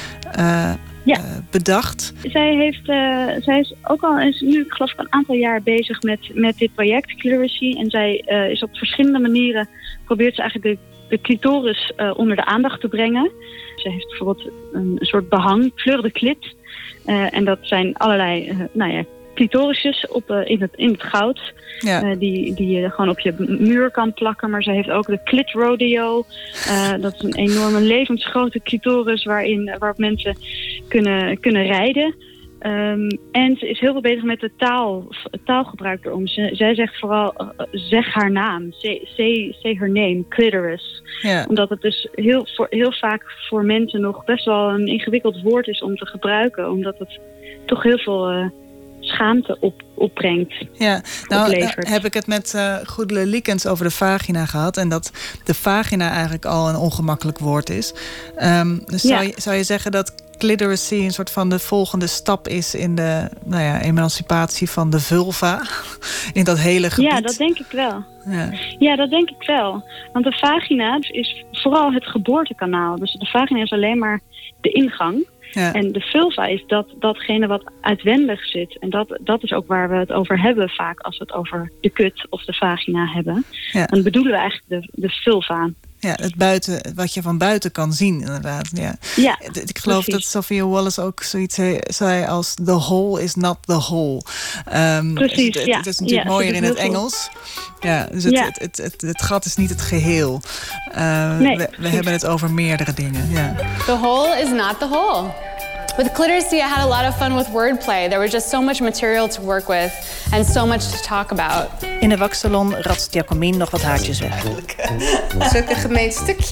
bedacht. Zij is ook al nu, ik geloof, een aantal jaar bezig met dit project, Cliteracy. En zij is op verschillende manieren, probeert ze eigenlijk de clitoris onder de aandacht te brengen. Ze heeft bijvoorbeeld een soort behang, fleur de clit. En dat zijn allerlei clitorisjes in het goud. Ja. Die je gewoon op je muur kan plakken. Maar ze heeft ook de clit rodeo. Dat is een enorme levensgrote clitoris waarop mensen kunnen rijden. En ze is heel veel bezig met het taalgebruik erom. Zij zegt vooral, zeg haar naam. Say her name, clitoris. Ja. Omdat het dus heel vaak voor mensen nog best wel een ingewikkeld woord is om te gebruiken. Omdat het toch heel veel schaamte opbrengt. Ja, nou heb ik het met Goedele Liekens over de vagina gehad. En dat de vagina eigenlijk al een ongemakkelijk woord is. Dus zou je zeggen dat cliteracy een soort van de volgende stap is in de emancipatie van de vulva in dat hele gebied? Ja, dat denk ik wel. Ja, dat denk ik wel. Want de vagina is vooral het geboortekanaal. Dus de vagina is alleen maar de ingang. Ja. En de vulva is datgene wat uitwendig zit. En dat is ook waar we het over hebben vaak als we het over de kut of de vagina hebben. Ja. Dan bedoelen we eigenlijk de vulva. Ja, het buiten, wat je van buiten kan zien, inderdaad. Ja, ik geloof dat Sophia Wallace ook zoiets zei als the whole is not the whole. Precies, het is natuurlijk mooier in het Engels. Ja, dus het gat is niet het geheel. We hebben het over meerdere dingen. Ja. The whole is not the whole. With Cliteracy, I had a lot of fun with wordplay. There was just so much material to work with and so much to talk about. In de waksalon ratst Jacomien nog wat haartjes weg. Dat is ook een gemeen stukje.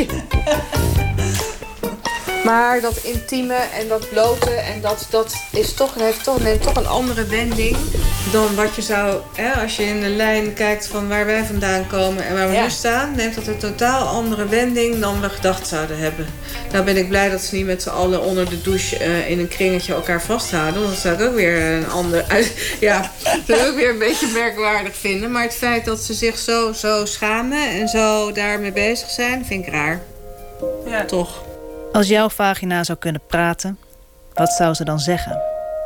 Maar dat intieme en dat blote en dat is neemt toch een andere wending dan wat je zou, als je in de lijn kijkt van waar wij vandaan komen en waar we nu staan, neemt dat een totaal andere wending dan we gedacht zouden hebben. Nou ben ik blij dat ze niet met z'n allen onder de douche in een kringetje elkaar vasthouden. Want dat zou ik ook weer een ander dat zou ik ook weer een beetje merkwaardig vinden. Maar het feit dat ze zich zo schamen en zo daarmee bezig zijn, vind ik raar. Ja. Toch. Als jouw vagina zou kunnen praten, wat zou ze dan zeggen?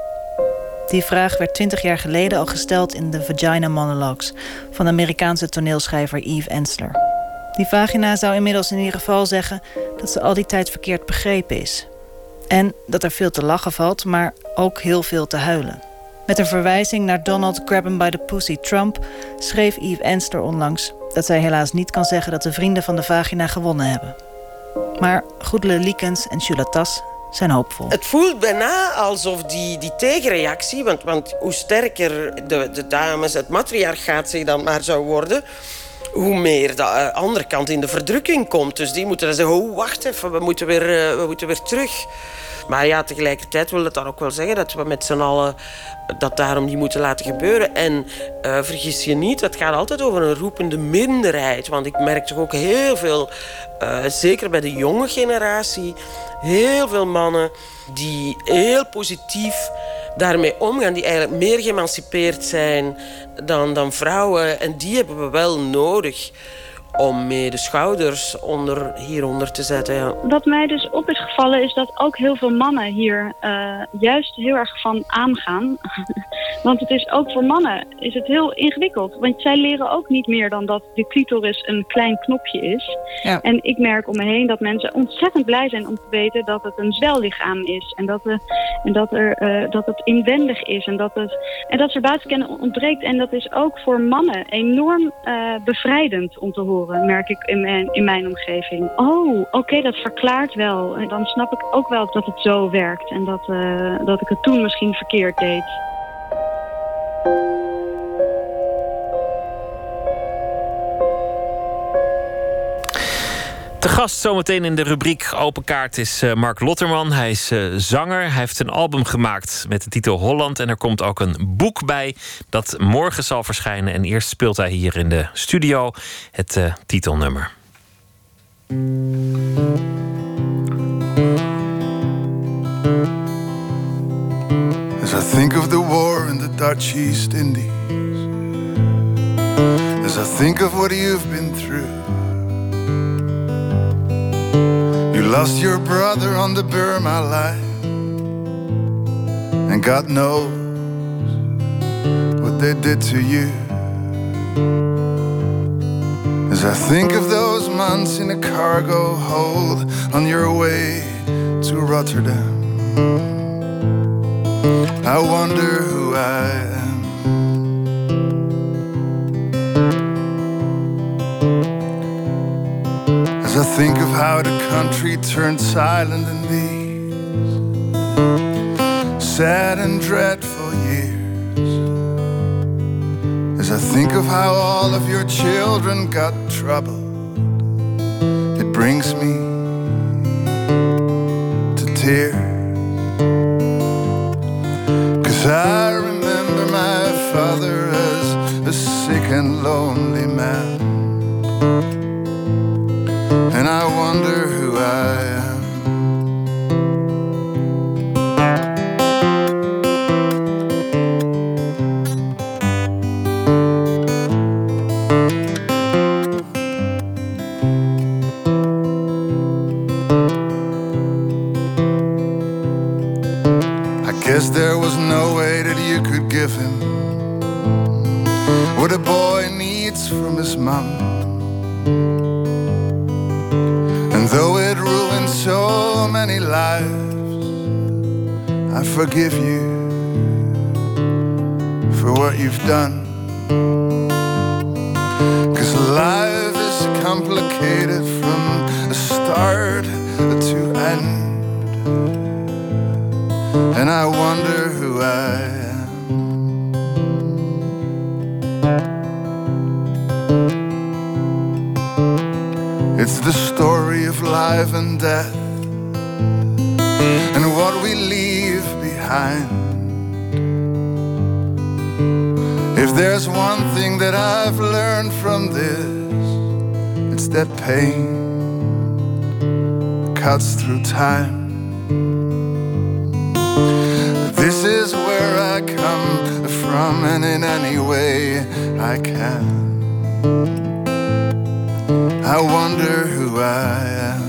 Die vraag werd 20 jaar geleden al gesteld in de Vagina Monologues van de Amerikaanse toneelschrijver Eve Ensler. Die vagina zou inmiddels in ieder geval zeggen dat ze al die tijd verkeerd begrepen is. En dat er veel te lachen valt, maar ook heel veel te huilen. Met een verwijzing naar Donald Grab 'em by the Pussy Trump schreef Eve Ensler onlangs dat zij helaas niet kan zeggen dat de vrienden van de vagina gewonnen hebben. Maar Goedele Liekens en Shula Tas zijn hoopvol. Het voelt bijna alsof die tegenreactie, want hoe sterker de dames, het matriarchaat zich dan maar zou worden, hoe meer de andere kant in de verdrukking komt. Dus die moeten dan zeggen, wacht even, we moeten weer terug. Maar ja, tegelijkertijd wil het dan ook wel zeggen dat we met z'n allen dat daarom niet moeten laten gebeuren. En vergis je niet, het gaat altijd over een roepende minderheid. Want ik merk toch ook heel veel, zeker bij de jonge generatie, heel veel mannen die heel positief daarmee omgaan, die eigenlijk meer geëmancipeerd zijn dan vrouwen. En die hebben we wel nodig om mee de schouders hieronder te zetten. Ja. Wat mij dus op is gevallen is dat ook heel veel mannen hier juist heel erg van aangaan. Want het is ook voor mannen is het heel ingewikkeld. Want zij leren ook niet meer dan dat de clitoris een klein knopje is. Ja. En ik merk om me heen dat mensen ontzettend blij zijn om te weten dat het een zwellichaam is. En dat het inwendig is. En dat er buitenkennis ontbreekt. En dat is ook voor mannen enorm bevrijdend om te horen. horen, merk ik in mijn omgeving. Oh, oké, dat verklaart wel. En dan snap ik ook wel dat het zo werkt en dat ik het toen misschien verkeerd deed. De gast zometeen in de rubriek Open Kaart is Mark Lotterman. Hij is zanger. Hij heeft een album gemaakt met de titel Holland. En er komt ook een boek bij dat morgen zal verschijnen. En eerst speelt hij hier in de studio het titelnummer. As I think of the war in the Dutch East Indies, as I think of what you've been through, you lost your brother on the Burma line, and God knows what they did to you. As I think of those months in a cargo hold on your way to Rotterdam, I wonder who I am. As I think of how the country turned silent in these sad and dreadful years, as I think of how all of your children got troubled, it brings me to tears. I remember my father as a sick and lonely man, and I wonder who I am. I guess there was no way that you could give him what a boy needs from his mom. And though it ruined so many lives, I forgive you for what you've done. 'Cause life is complicated from start to end, and I wonder who I am. It's the story of life and death, and what we leave behind. If there's one thing that I've learned from this, it's that pain cuts through time. This is where I come from, and in any way I can, I wonder who I am.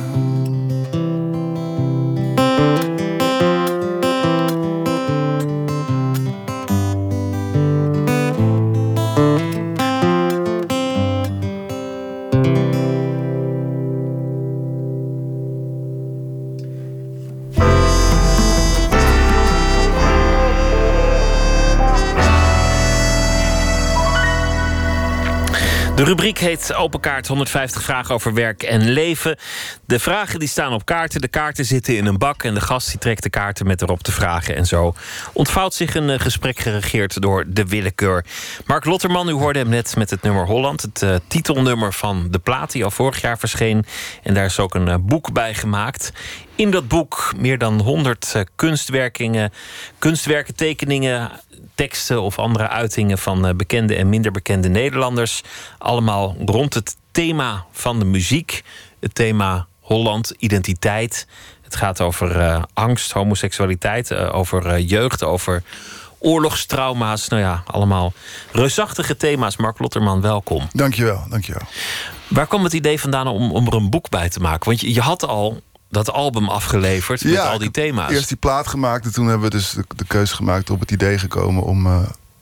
De rubriek heet Open Kaart, 150 vragen over werk en leven. De vragen die staan op kaarten, de kaarten zitten in een bak en de gast die trekt de kaarten met erop de vragen. En zo ontvouwt zich een gesprek geregeerd door de willekeur. Mark Lotterman, u hoorde hem net met het nummer Holland. Het titelnummer van de plaat die al vorig jaar verscheen. En daar is ook een boek bij gemaakt. In dat boek meer dan 100 kunstwerken, tekeningen, teksten of andere uitingen van bekende en minder bekende Nederlanders. Allemaal rond het thema van de muziek. Het thema Holland, identiteit. Het gaat over angst, homoseksualiteit, over jeugd, over oorlogstrauma's. Nou ja, allemaal reusachtige thema's. Mark Lotterman, welkom. Dankjewel, dankjewel. Waar kwam het idee vandaan om er een boek bij te maken? Want je had al dat album afgeleverd met al die thema's. Eerst die plaat gemaakt en toen hebben we dus de keuze gemaakt, op het idee gekomen om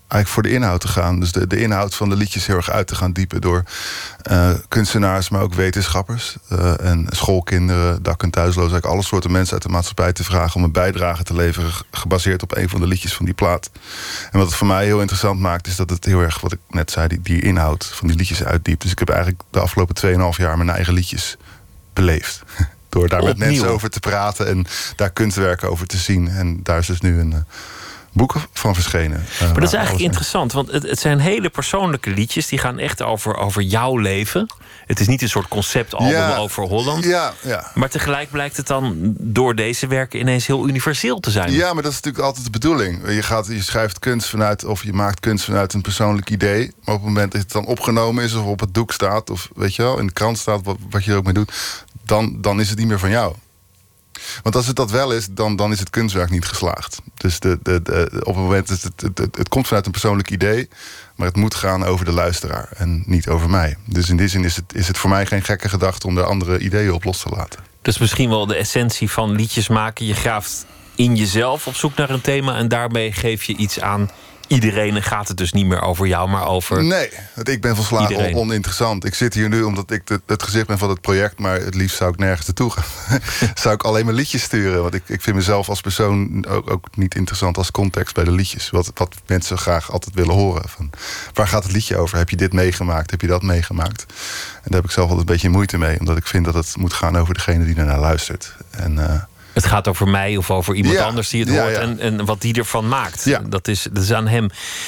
eigenlijk voor de inhoud te gaan. Dus de inhoud van de liedjes heel erg uit te gaan diepen door kunstenaars, maar ook wetenschappers en schoolkinderen, dak- en thuislozen, eigenlijk alle soorten mensen uit de maatschappij te vragen om een bijdrage te leveren gebaseerd op een van de liedjes van die plaat. En wat het voor mij heel interessant maakt, is dat het heel erg, wat ik net zei, die inhoud van die liedjes uitdiept. Dus ik heb eigenlijk de afgelopen 2,5 jaar mijn eigen liedjes beleefd. Door daar met mensen over te praten en daar kunstwerken over te zien. En daar is dus nu een boek van verschenen. Maar dat is eigenlijk interessant, want het zijn hele persoonlijke liedjes. Die gaan echt over jouw leven. Het is niet een soort conceptalbum over Holland. Ja. Maar tegelijk blijkt het dan door deze werken ineens heel universeel te zijn. Ja, maar dat is natuurlijk altijd de bedoeling. Je schrijft kunst vanuit, of je maakt kunst vanuit een persoonlijk idee. Maar op het moment dat het dan opgenomen is of op het doek staat, of weet je wel, in de krant staat, wat je er ook mee doet, dan is het niet meer van jou. Want als het dat wel is, dan is het kunstwerk niet geslaagd. Dus op het moment is het komt vanuit een persoonlijk idee, maar het moet gaan over de luisteraar en niet over mij. Dus in die zin is het voor mij geen gekke gedachte om er andere ideeën op los te laten. Dus misschien wel de essentie van liedjes maken. Je graaft in jezelf op zoek naar een thema en daarmee geef je iets aan iedereen. En gaat het dus niet meer over jou, maar over Nee, want ik ben volslagen oninteressant. Ik zit hier nu omdat ik het gezicht ben van het project, maar het liefst zou ik nergens naartoe gaan. Zou ik alleen maar liedjes sturen. Want ik vind mezelf als persoon ook niet interessant als context bij de liedjes. Wat mensen graag altijd willen horen. Van, waar gaat het liedje over? Heb je dit meegemaakt? Heb je dat meegemaakt? En daar heb ik zelf altijd een beetje moeite mee. Omdat ik vind dat het moet gaan over degene die ernaar luistert. En het gaat over mij of over iemand anders die het hoort en wat die ervan maakt. Ja. Dat is aan hem.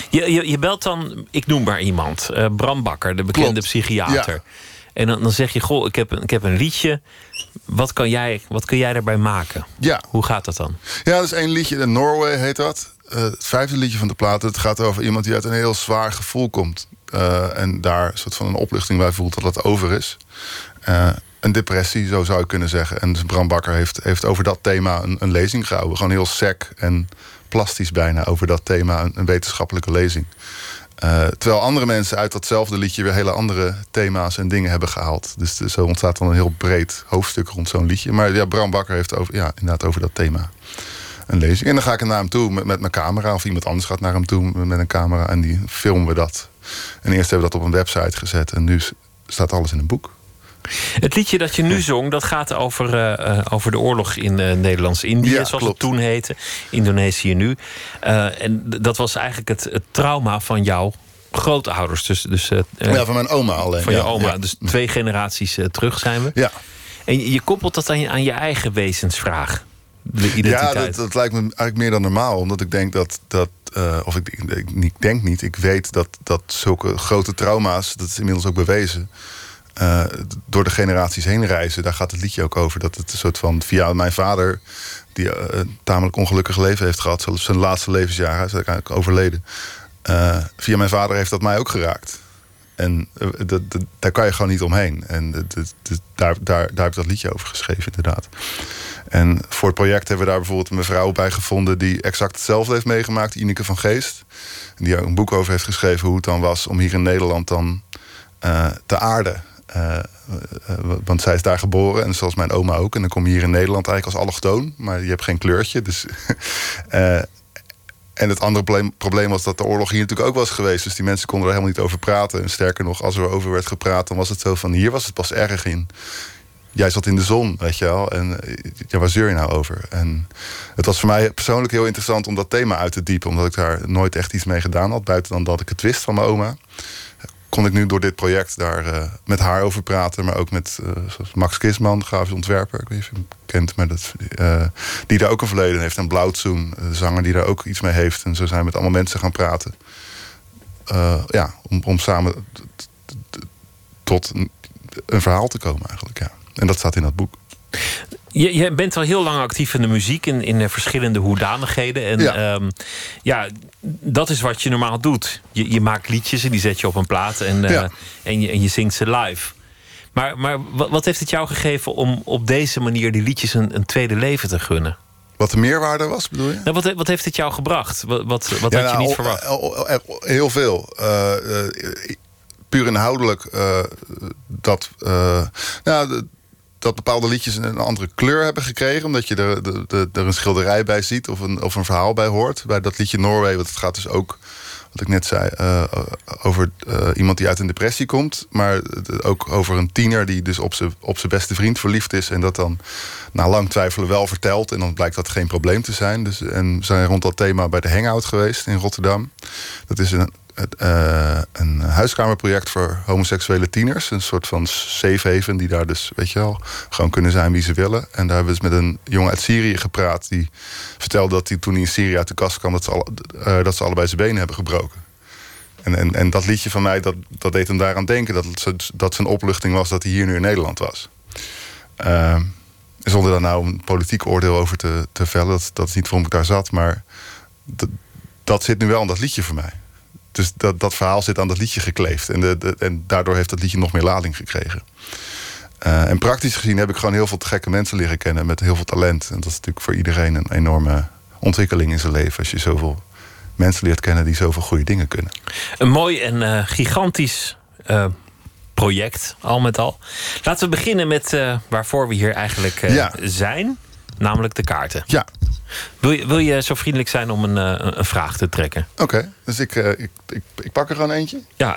Je belt dan, ik noem maar iemand, Bram Bakker, de bekende psychiater. Ja. En dan zeg je, goh, ik heb een liedje. Wat kan jij daarbij maken? Ja. Hoe gaat dat dan? Ja, dat is één liedje, Norway heet dat. Het 5e liedje van de plaat. Het gaat over iemand die uit een heel zwaar gevoel komt. En daar een soort van een opluchting bij voelt dat het over is. Een depressie, zo zou ik kunnen zeggen. En dus Bram Bakker heeft over dat thema een lezing gehouden. Gewoon heel sec en plastisch bijna over dat thema. Een wetenschappelijke lezing. Terwijl andere mensen uit datzelfde liedje weer hele andere thema's en dingen hebben gehaald. Dus zo ontstaat dan een heel breed hoofdstuk rond zo'n liedje. Maar ja, Bram Bakker heeft inderdaad over dat thema een lezing. En dan ga ik naar hem toe met mijn camera. Of iemand anders gaat naar hem toe met een camera. En die filmen we dat. En eerst hebben we dat op een website gezet. En nu staat alles in een boek. Het liedje dat je nu zong, dat gaat over de oorlog in Nederlands-Indië, zoals het toen heette. Indonesië nu. En dat was eigenlijk het trauma van jouw grootouders. Van mijn oma alleen. Van je oma. Ja. Dus 2 generaties terug zijn we. Ja. En je koppelt dat aan je eigen wezensvraag. De identiteit. Ja, dat lijkt me eigenlijk meer dan normaal. Omdat ik denk ik weet dat zulke grote trauma's, dat is inmiddels ook bewezen, door de generaties heen reizen. Daar gaat het liedje ook over. Dat het een soort van via mijn vader, die een tamelijk ongelukkig leven heeft gehad, zijn laatste levensjaar, hij is eigenlijk overleden. Via mijn vader heeft dat mij ook geraakt. En daar kan je gewoon niet omheen. En daar heb ik dat liedje over geschreven, inderdaad. En voor het project hebben we daar bijvoorbeeld een mevrouw bij gevonden die exact hetzelfde heeft meegemaakt, Ineke van Geest. En die ook een boek over heeft geschreven hoe het dan was om hier in Nederland dan te aarden. Want zij is daar geboren en zoals mijn oma ook. En dan kom je hier in Nederland eigenlijk als allochtoon, maar je hebt geen kleurtje. Dus en het andere probleem was dat de oorlog hier natuurlijk ook was geweest. Dus die mensen konden er helemaal niet over praten. En sterker nog, als er over werd gepraat, dan was het zo van, hier was het pas erg in. Jij zat in de zon, weet je wel. En waar zeur je nou over? En het was voor mij persoonlijk heel interessant om dat thema uit te diepen. Omdat ik daar nooit echt iets mee gedaan had. Buiten dan dat ik het wist van mijn oma. Kon ik nu door dit project daar met haar over praten. Maar ook met Max Kisman, grafisch ontwerper. Ik weet niet of je hem kent. Maar die daar ook een verleden heeft. En Blauwtsoen, de zanger die daar ook iets mee heeft. En zo zijn we met allemaal mensen gaan praten. Om samen tot een verhaal te komen eigenlijk, ja. En dat staat in dat boek. Je bent al heel lang actief in de muziek, in verschillende hoedanigheden. En dat is wat je normaal doet. Je maakt liedjes en die zet je op een plaat en je zingt ze live. Maar wat heeft het jou gegeven om op deze manier die liedjes een tweede leven te gunnen? Wat de meerwaarde was, bedoel je? Nou, wat heeft het jou gebraat? Wat had je niet verwacht? Heel veel. Puur inhoudelijk dat bepaalde liedjes een andere kleur hebben gekregen, omdat je er een schilderij bij ziet of een verhaal bij hoort. Bij dat liedje Norway, want het gaat dus ook wat ik net zei, over iemand die uit een depressie komt. Maar ook over een tiener die dus op zijn beste vriend verliefd is. En dat dan na lang twijfelen wel vertelt. En dan blijkt dat geen probleem te zijn. Dus, en we zijn rond dat thema bij de Hangout geweest in Rotterdam. Dat is een huiskamerproject voor homoseksuele tieners. Een soort van safe haven die daar dus, weet je wel, gewoon kunnen zijn wie ze willen. En daar hebben we dus met een jongen uit Syrië gepraat. Die vertelde dat hij toen hij in Syrië uit de kast kwam, dat ze allebei zijn benen hebben gebroken. En dat liedje van mij, dat deed hem daaraan denken dat zijn opluchting was dat hij hier nu in Nederland was. Zonder daar nou een politiek oordeel over te vellen. Dat is niet waarom ik daar zat. Maar dat zit nu wel in dat liedje voor mij. Dus dat verhaal zit aan dat liedje gekleefd. En daardoor heeft dat liedje nog meer lading gekregen. En praktisch gezien heb ik gewoon heel veel te gekke mensen leren kennen met heel veel talent. En dat is natuurlijk voor iedereen een enorme ontwikkeling in zijn leven. Als je zoveel mensen leert kennen die zoveel goede dingen kunnen. Een mooi en gigantisch project, al met al. Laten we beginnen met waarvoor we hier eigenlijk zijn. Namelijk de kaarten. Ja. Wil je zo vriendelijk zijn om een vraag te trekken? Oké, dus ik pak er gewoon eentje. Ja.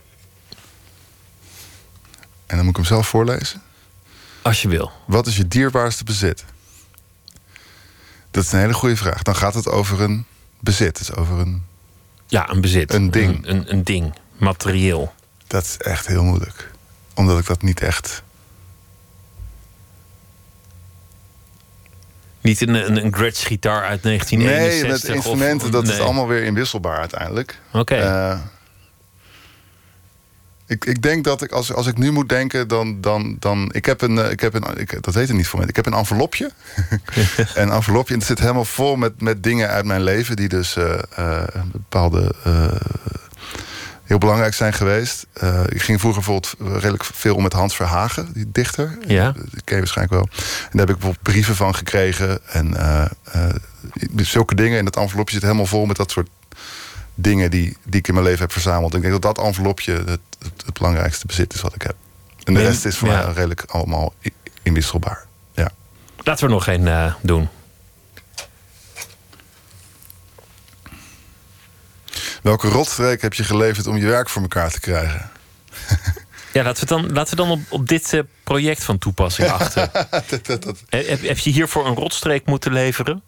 En dan moet ik hem zelf voorlezen? Als je wil. Wat is je dierbaarste bezit? Dat is een hele goede vraag. Dan gaat het over een bezit. Dus over een... Ja, een bezit. Een ding. Een ding. Materieel. Dat is echt heel moeilijk. Omdat ik dat niet echt... Niet een Gretsch-gitaar uit 1961? Nee, met instrumenten, dat is allemaal weer inwisselbaar uiteindelijk. Oké. Ik denk dat ik, als ik nu moet denken, dan ik heb een dat heet het niet voor mij. Ik heb een envelopje. Een envelopje, en het zit helemaal vol met dingen uit mijn leven die dus bepaalde heel belangrijk zijn geweest. Ik ging vroeger bijvoorbeeld redelijk veel om met Hans Verhagen, die dichter. Ja. Dat ken je waarschijnlijk wel. En daar heb ik bijvoorbeeld brieven van gekregen. En zulke dingen. En dat envelopje zit helemaal vol met dat soort dingen die ik in mijn leven heb verzameld. Ik denk dat dat envelopje het belangrijkste bezit is wat ik heb. En de rest is voor mij redelijk allemaal inwisselbaar. Ja. Laten we nog één doen. Welke rotstreek heb je geleverd om je werk voor elkaar te krijgen? Ja, laten we dan op dit project van toepassing achter. Heb je hiervoor een rotstreek moeten leveren?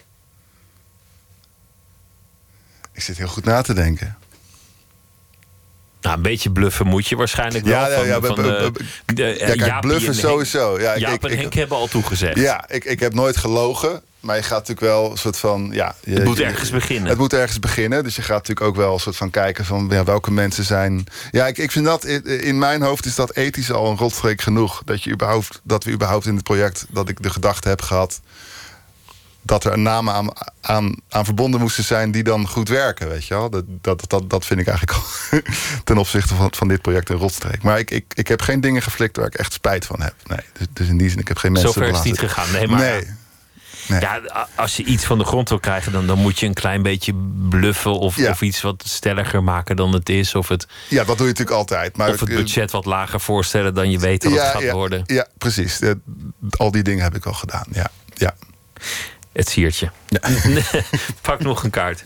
Ik zit heel goed na te denken. Nou, een beetje bluffen moet je waarschijnlijk wel. Kijk, bluffen sowieso. Ja, Jaap en Henk hebben al toegezegd. Ja, ik heb nooit gelogen. Maar je gaat natuurlijk wel een soort van... het moet ergens beginnen. Het moet ergens beginnen. Dus je gaat natuurlijk ook wel een soort van kijken van welke mensen zijn... Ja, ik vind dat... In mijn hoofd is dat ethisch al een rotstreek genoeg. Dat we überhaupt in het project... Dat ik de gedachte heb gehad... Dat er namen aan verbonden moesten zijn die dan goed werken, weet je wel. Dat vind ik eigenlijk al ten opzichte van dit project een rotstreek. Maar ik heb geen dingen geflikt waar ik echt spijt van heb. Nee, dus in die zin, ik heb geen mensen zover is het niet gegaan. Nee, maar nee. Ja, als je iets van de grond wil krijgen, dan moet je een klein beetje bluffen of iets wat stelliger maken dan het is. Of dat doe je natuurlijk altijd. Maar of het budget wat lager voorstellen dan je weet dat het gaat worden. Ja, precies. Al die dingen heb ik al gedaan. Ja. Het siertje. Ja. Pak nog een kaart.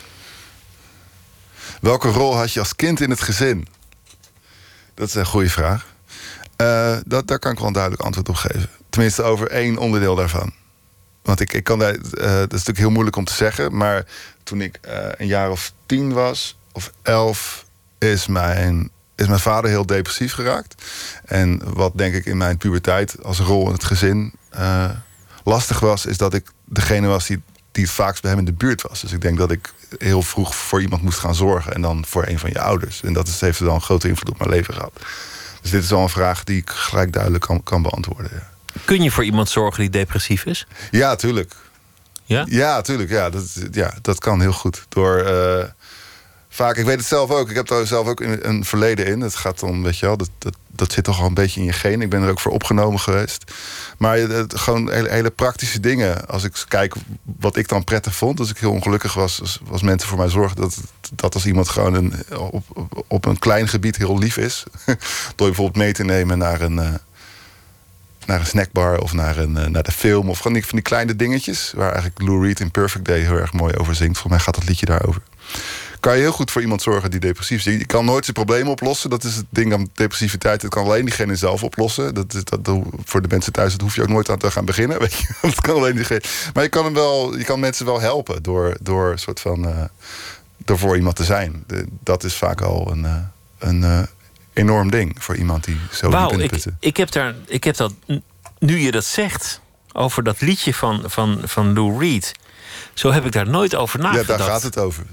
Welke rol had je als kind in het gezin? Dat is een goede vraag. Daar kan ik wel een duidelijk antwoord op geven. Tenminste, over één onderdeel daarvan. Want ik kan daar... dat is natuurlijk heel moeilijk om te zeggen. Maar toen ik een jaar of 10 was, of 11... is mijn vader heel depressief geraakt. En wat denk ik in mijn puberteit als rol in het gezin... lastig was, is dat ik degene was die het vaakst bij hem in de buurt was. Dus ik denk dat ik heel vroeg voor iemand moest gaan zorgen. En dan voor een van je ouders. En dat heeft dan een grote invloed op mijn leven gehad. Dus dit is wel een vraag die ik gelijk duidelijk kan beantwoorden. Ja. Kun je voor iemand zorgen die depressief is? Ja, tuurlijk. Ja? Ja, tuurlijk. Ja, dat kan heel goed. Door... vaak, ik weet het zelf ook. Ik heb daar zelf ook een verleden in. Het gaat om, weet je wel, dat zit toch al een beetje in je genen. Ik ben er ook voor opgenomen geweest. Maar gewoon hele praktische dingen. Als ik kijk wat ik dan prettig vond. Als ik heel ongelukkig was mensen voor mij zorgden dat als iemand gewoon op een klein gebied heel lief is. Door bijvoorbeeld mee te nemen naar een snackbar of naar de film. Of gewoon van die kleine dingetjes. Waar eigenlijk Lou Reed in Perfect Day heel erg mooi over zingt. Volgens mij gaat dat liedje daarover. kan je heel goed voor iemand zorgen die depressief is. Je kan nooit zijn problemen oplossen. Dat is het ding aan depressiviteit. Het kan alleen diegene zelf oplossen. Dat voor de mensen thuis, dat hoef je ook nooit aan te gaan beginnen. Weet je? Dat kan alleen diegene. Maar je kan mensen wel helpen door soort van door voor iemand te zijn. Dat is vaak al een enorm ding voor iemand die zo diep in de put zit. Ik heb dat, nu je dat zegt, over dat liedje van Lou Reed. Zo heb ik daar nooit over nagedacht. Ja, daar gaat het over.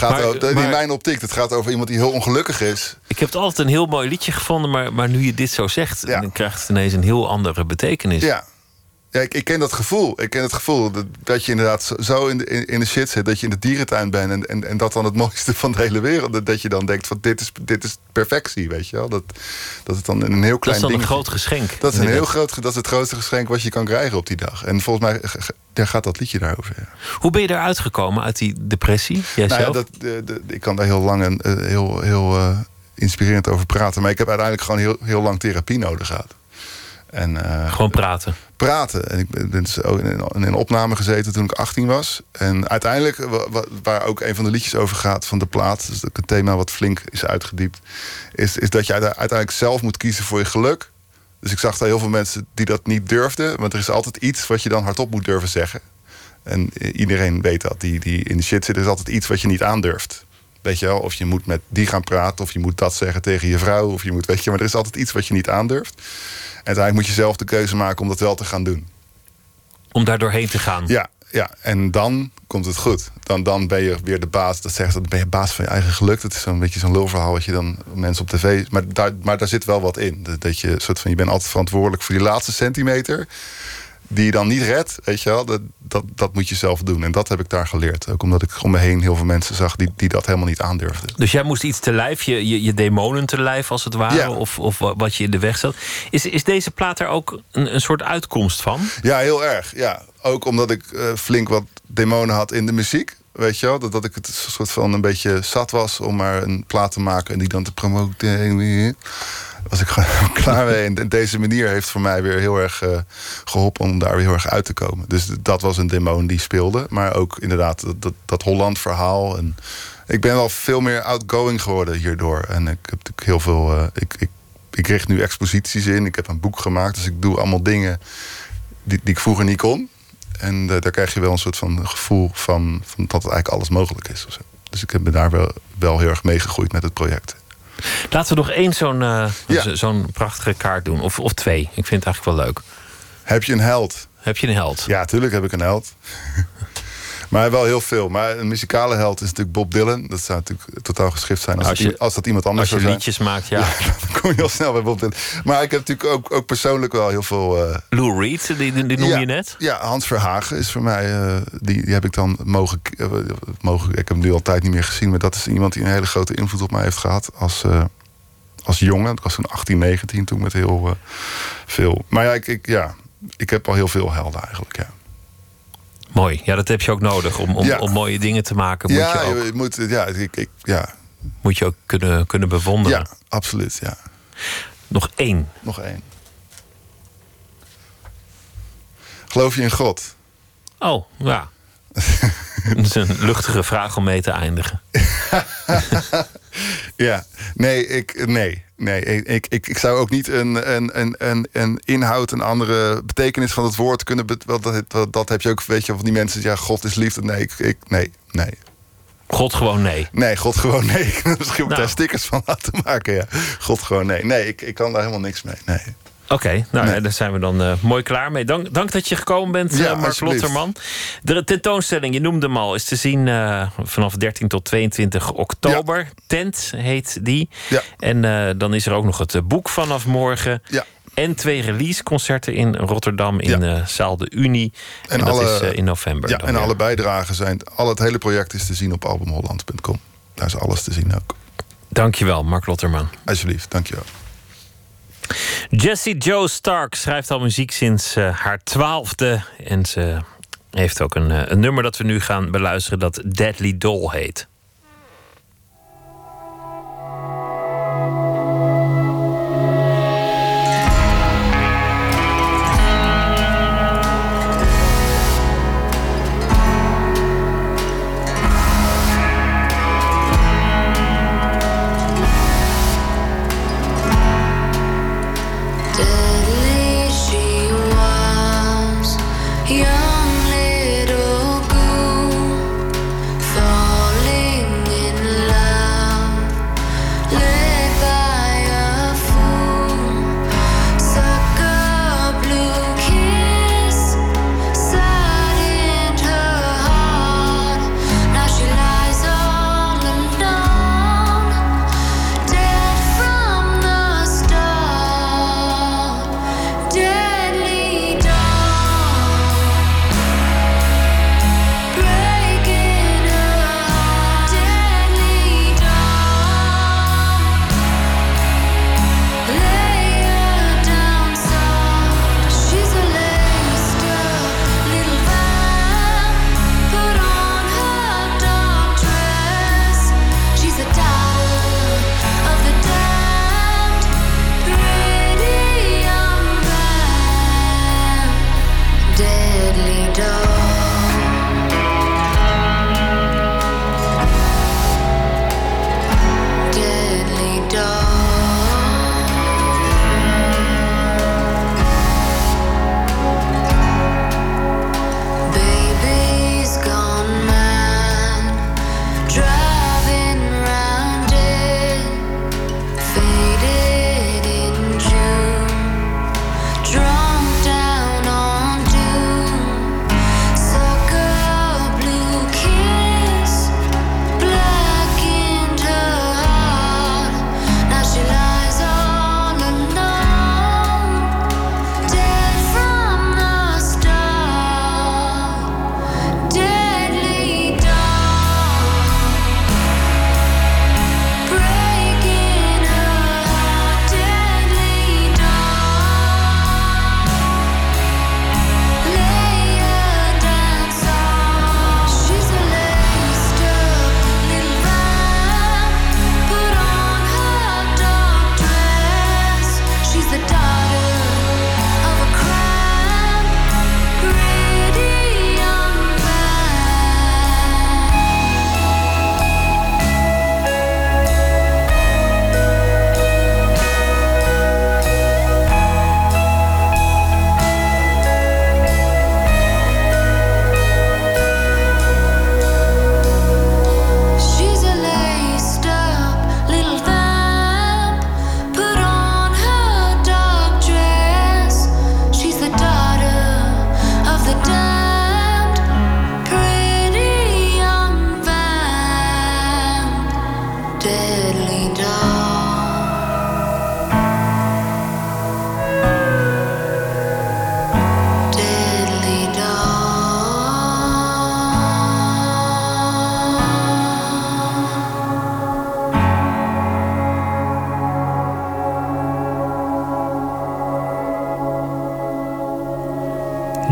In mijn optiek, het gaat over iemand die heel ongelukkig is. Ik heb het altijd een heel mooi liedje gevonden, maar nu je dit zo zegt, dan krijgt het ineens een heel andere betekenis. Ja. Ja, ik ken dat gevoel. Ik ken het gevoel dat je inderdaad zo in de shit zit, dat je in de dierentuin bent en dat dan het mooiste van de hele wereld. Dat je dan denkt van dit is perfectie, weet je wel. Dat het dan een heel klein ding. Dat is dan een groot geschenk. Dat is het grootste geschenk wat je kan krijgen op die dag. En volgens mij gaat dat liedje daarover. Ja. Hoe ben je eruit gekomen uit die depressie? Jijzelf? Ik kan daar heel lang en heel inspirerend over praten. Maar ik heb uiteindelijk gewoon heel lang therapie nodig gehad. En, gewoon praten? Praten. En ik ben zo in een opname gezeten toen ik 18 was. En uiteindelijk, waar ook een van de liedjes over gaat van de plaat, dus ook een thema wat flink is uitgediept, is dat je uiteindelijk zelf moet kiezen voor je geluk. Dus ik zag daar heel veel mensen die dat niet durfden. Want er is altijd iets wat je dan hardop moet durven zeggen. En iedereen weet dat, die in de shit zit. Er is altijd iets wat je niet aandurft. Weet je wel, of je moet met die gaan praten, of je moet dat zeggen tegen je vrouw, of je moet, weet je, maar er is altijd iets wat je niet aandurft. En uiteindelijk moet je zelf de keuze maken om dat wel te gaan doen. Om daar doorheen te gaan? Ja. En dan komt het goed. Dan ben je weer de baas. Dat zegt, dan ben je baas van je eigen geluk. Dat is zo'n beetje zo'n lulverhaal wat je dan mensen op tv. Maar daar zit wel wat in. Dat je soort van, je bent altijd verantwoordelijk voor die laatste centimeter die je dan niet redt, weet je wel, dat moet je zelf doen. En dat heb ik daar geleerd. Ook omdat ik om me heen heel veel mensen zag die dat helemaal niet aandurfden. Dus jij moest iets te lijf, je demonen te lijf als het ware, ja. of wat je in de weg zat. Is deze plaat er ook een soort uitkomst van? Ja, heel erg. Ja. Ook omdat ik flink wat demonen had in de muziek. Weet je wel, dat ik het soort van een beetje zat was om maar een plaat te maken en die dan te promoten. Was ik gewoon klaar mee. En deze manier heeft voor mij weer heel erg geholpen om daar weer heel erg uit te komen. Dus dat was een demon die speelde. Maar ook inderdaad dat Holland verhaal. En ik ben wel veel meer outgoing geworden hierdoor. En ik heb natuurlijk heel veel. Ik richt nu exposities in. Ik heb een boek gemaakt. Dus ik doe allemaal dingen die ik vroeger niet kon. En daar krijg je wel een soort van gevoel van dat het eigenlijk alles mogelijk is. Dus ik ben daar wel heel erg meegegroeid met het project. Laten we nog één zo'n prachtige kaart doen. Of twee. Ik vind het eigenlijk wel leuk. Heb je een held? Heb je een held? Ja, tuurlijk heb ik een held. Maar wel heel veel. Maar een muzikale held is natuurlijk Bob Dylan. Dat zou natuurlijk totaal geschikt zijn als dat iemand anders zou zijn. Als je liedjes maakt, ja. Dan kom je heel snel bij Bob Dylan. Maar ik heb natuurlijk ook persoonlijk wel heel veel... Lou Reed, die noem je net? Ja, Hans Verhagen is voor mij... Die heb ik dan mogen... Ik heb hem nu al tijd niet meer gezien. Maar dat is iemand die een hele grote invloed op mij heeft gehad. Als jongen. Ik was toen 18, 19 toen met heel veel... Maar ik heb al heel veel helden eigenlijk, ja. Mooi. Ja, dat heb je ook nodig om mooie dingen te maken. Moet je ook kunnen bewonderen. Ja, absoluut, ja. Nog één. Geloof je in God? Oh, ja. Dat is een luchtige vraag om mee te eindigen. Ja, nee. Ik zou ook niet een inhoud, een andere betekenis van het woord kunnen... Dat heb je ook, weet je, van die mensen... Ja, God is liefde. Nee. God gewoon nee? Nee, God gewoon nee. Misschien moet ik daar stickers van laten maken, ja. God gewoon nee. Nee, ik kan daar helemaal niks mee, nee. Oké, daar zijn we dan mooi klaar mee. Dank dat je gekomen bent, Mark Lotterman. De tentoonstelling, je noemde hem al, is te zien vanaf 13 tot 22 oktober. Ja. Tent heet die. Ja. En dan is er ook nog het boek vanaf morgen. Ja. En 2 releaseconcerten in Rotterdam in Zaal de Unie. En dat is in november. Ja, en alle bijdragen zijn... Het hele project is te zien op albumholland.com. Daar is alles te zien ook. Dankjewel, Mark Lotterman. Alsjeblieft, dankjewel. Jessie Jo Stark schrijft al muziek sinds haar 12e. En ze heeft ook een nummer dat we nu gaan beluisteren dat Deadly Doll heet.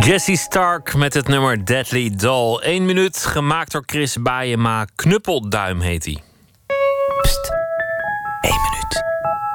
Jessie Stark met het nummer Deadly Doll. 1 minuut, gemaakt door Chris Baaijema. Knuppelduim heet hij. Pst, 1 minuut.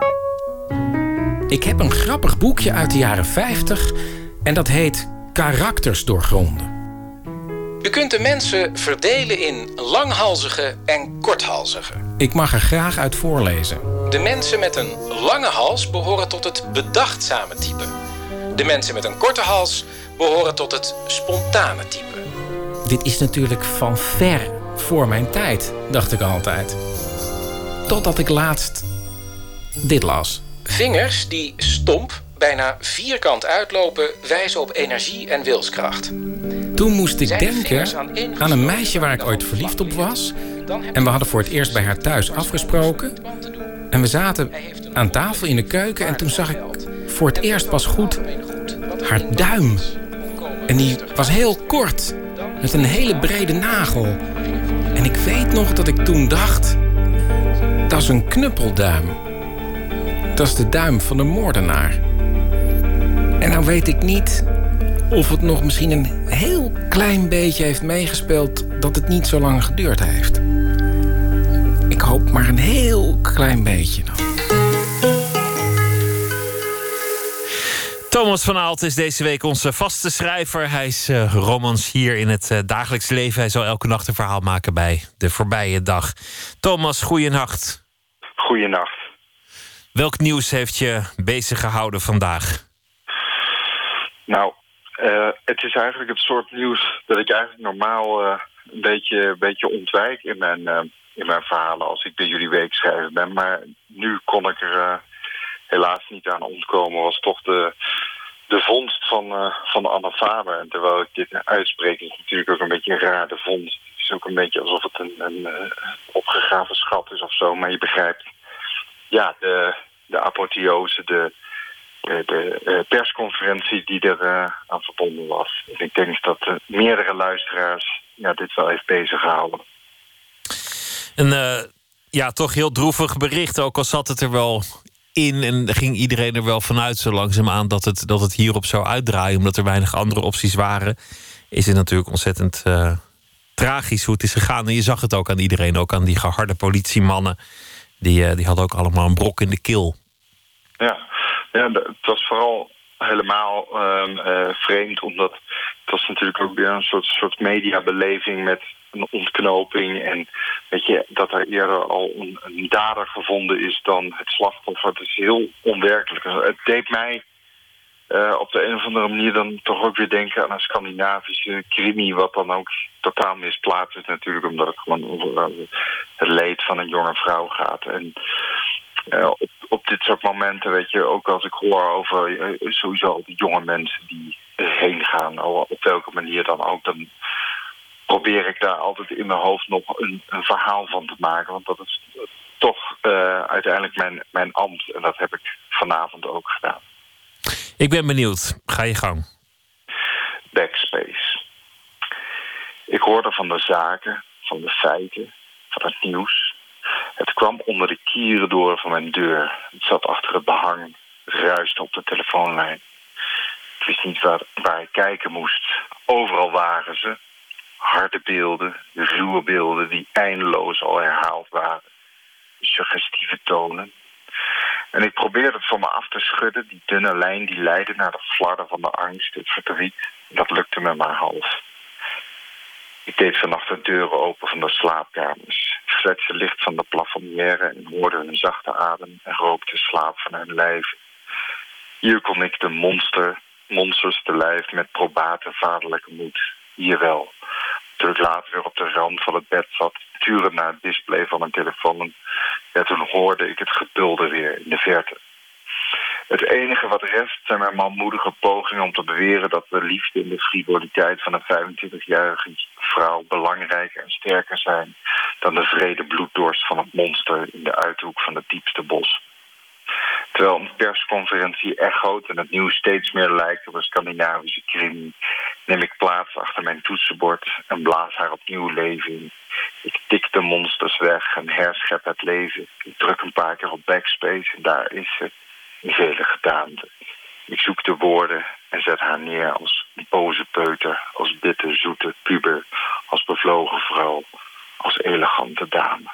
Ik heb een grappig boekje uit de jaren 50... en dat heet Karakters doorgronden. U kunt de mensen verdelen in langhalzige en korthalzige. Ik mag er graag uit voorlezen. De mensen met een lange hals behoren tot het bedachtzame type. De mensen met een korte hals behoren tot het spontane type. Dit is natuurlijk van ver voor mijn tijd, dacht ik altijd. Totdat ik laatst dit las. Vingers die stomp, bijna vierkant uitlopen, wijzen op energie en wilskracht. Toen moest ik denken aan een meisje waar ik ooit verliefd op was. En we hadden voor het eerst bij haar thuis afgesproken. En we zaten aan tafel in de keuken en toen zag ik voor het eerst pas goed haar duim. En die was heel kort, met een hele brede nagel. En ik weet nog dat ik toen dacht, dat is een knuppelduim. Dat is de duim van een moordenaar. En nou weet ik niet of het nog misschien een heel klein beetje heeft meegespeeld dat het niet zo lang geduurd heeft. Ik hoop maar een heel klein beetje nog. Thomas van Aalt is deze week onze vaste schrijver. Hij is romancier in het dagelijks leven. Hij zal elke nacht een verhaal maken bij De Voorbije Dag. Thomas, goeienacht. Goeienacht. Welk nieuws heeft je bezig gehouden vandaag? Nou, het is eigenlijk het soort nieuws dat ik eigenlijk normaal een beetje ontwijk in mijn verhalen als ik bij jullie weekschrijver ben. Maar nu kon ik er helaas niet aan ontkomen. Was toch de vondst van Anna Faber. En terwijl ik dit uitspreek, is het natuurlijk ook een beetje een raar de vondst. Het is ook een beetje alsof het een opgegraven schat is of zo. Maar je begrijpt, ja, de apotheose, de persconferentie die er aan verbonden was. En ik denk dat meerdere luisteraars dit wel heeft bezig gehouden. Een toch heel droevig bericht, ook al zat het er wel in en ging iedereen er wel vanuit zo langzaamaan dat het hierop zou uitdraaien, omdat er weinig andere opties waren, is het natuurlijk ontzettend tragisch hoe het is gegaan. En je zag het ook aan iedereen, ook aan die geharde politiemannen. Die hadden ook allemaal een brok in de keel. Ja, het was vooral helemaal vreemd, omdat het was natuurlijk ook weer een soort mediabeleving met een ontknoping. En weet je, dat er eerder al een dader gevonden is dan het slachtoffer. Het is heel onwerkelijk. Het deed mij op de een of andere manier dan toch ook weer denken aan een Scandinavische crimi, wat dan ook totaal misplaatst is natuurlijk, omdat het gewoon over het leed van een jonge vrouw gaat. En op dit soort momenten, weet je, ook als ik hoor over sowieso die jonge mensen die heen gaan, op welke manier dan ook, dan probeer ik daar altijd in mijn hoofd nog een verhaal van te maken. Want dat is toch uiteindelijk mijn ambt. En dat heb ik vanavond ook gedaan. Ik ben benieuwd. Ga je gang. Backspace. Ik hoorde van de zaken, van de feiten, van het nieuws. Het kwam onder de kieren door van mijn deur. Het zat achter het behang. Het ruiste op de telefoonlijn. Ik wist niet waar ik kijken moest. Overal waren ze. Harde beelden, ruwe beelden die eindeloos al herhaald waren. Suggestieve tonen. En ik probeerde het van me af te schudden. Die dunne lijn die leidde naar de flarden van de angst, het verdriet. Dat lukte me maar half. Ik deed vannacht de deuren open van de slaapkamers. Fletse licht van de plafonnière en hoorde hun zachte adem en rookte slaap van hun lijf. Hier kon ik de monsters te lijf met probate vaderlijke moed. Hier wel. Toen ik later weer op de rand van het bed zat, turend naar het display van mijn telefoon, toen hoorde ik het gebulder weer in de verte. Het enige wat rest zijn mijn manmoedige pogingen om te beweren dat de liefde en de frivoliteit van een 25-jarige vrouw belangrijker en sterker zijn dan de wrede bloeddorst van het monster in de uithoek van het diepste bos. Terwijl een persconferentie echoot en het nieuws steeds meer lijkt op een Scandinavische crimi, neem ik plaats achter mijn toetsenbord en blaas haar opnieuw leven in. Ik tik de monsters weg en herschep het leven. Ik druk een paar keer op backspace en daar is ze, in vele gedaanten. Ik zoek de woorden en zet haar neer als boze peuter, als bitter, zoete puber, als bevlogen vrouw, als elegante dame.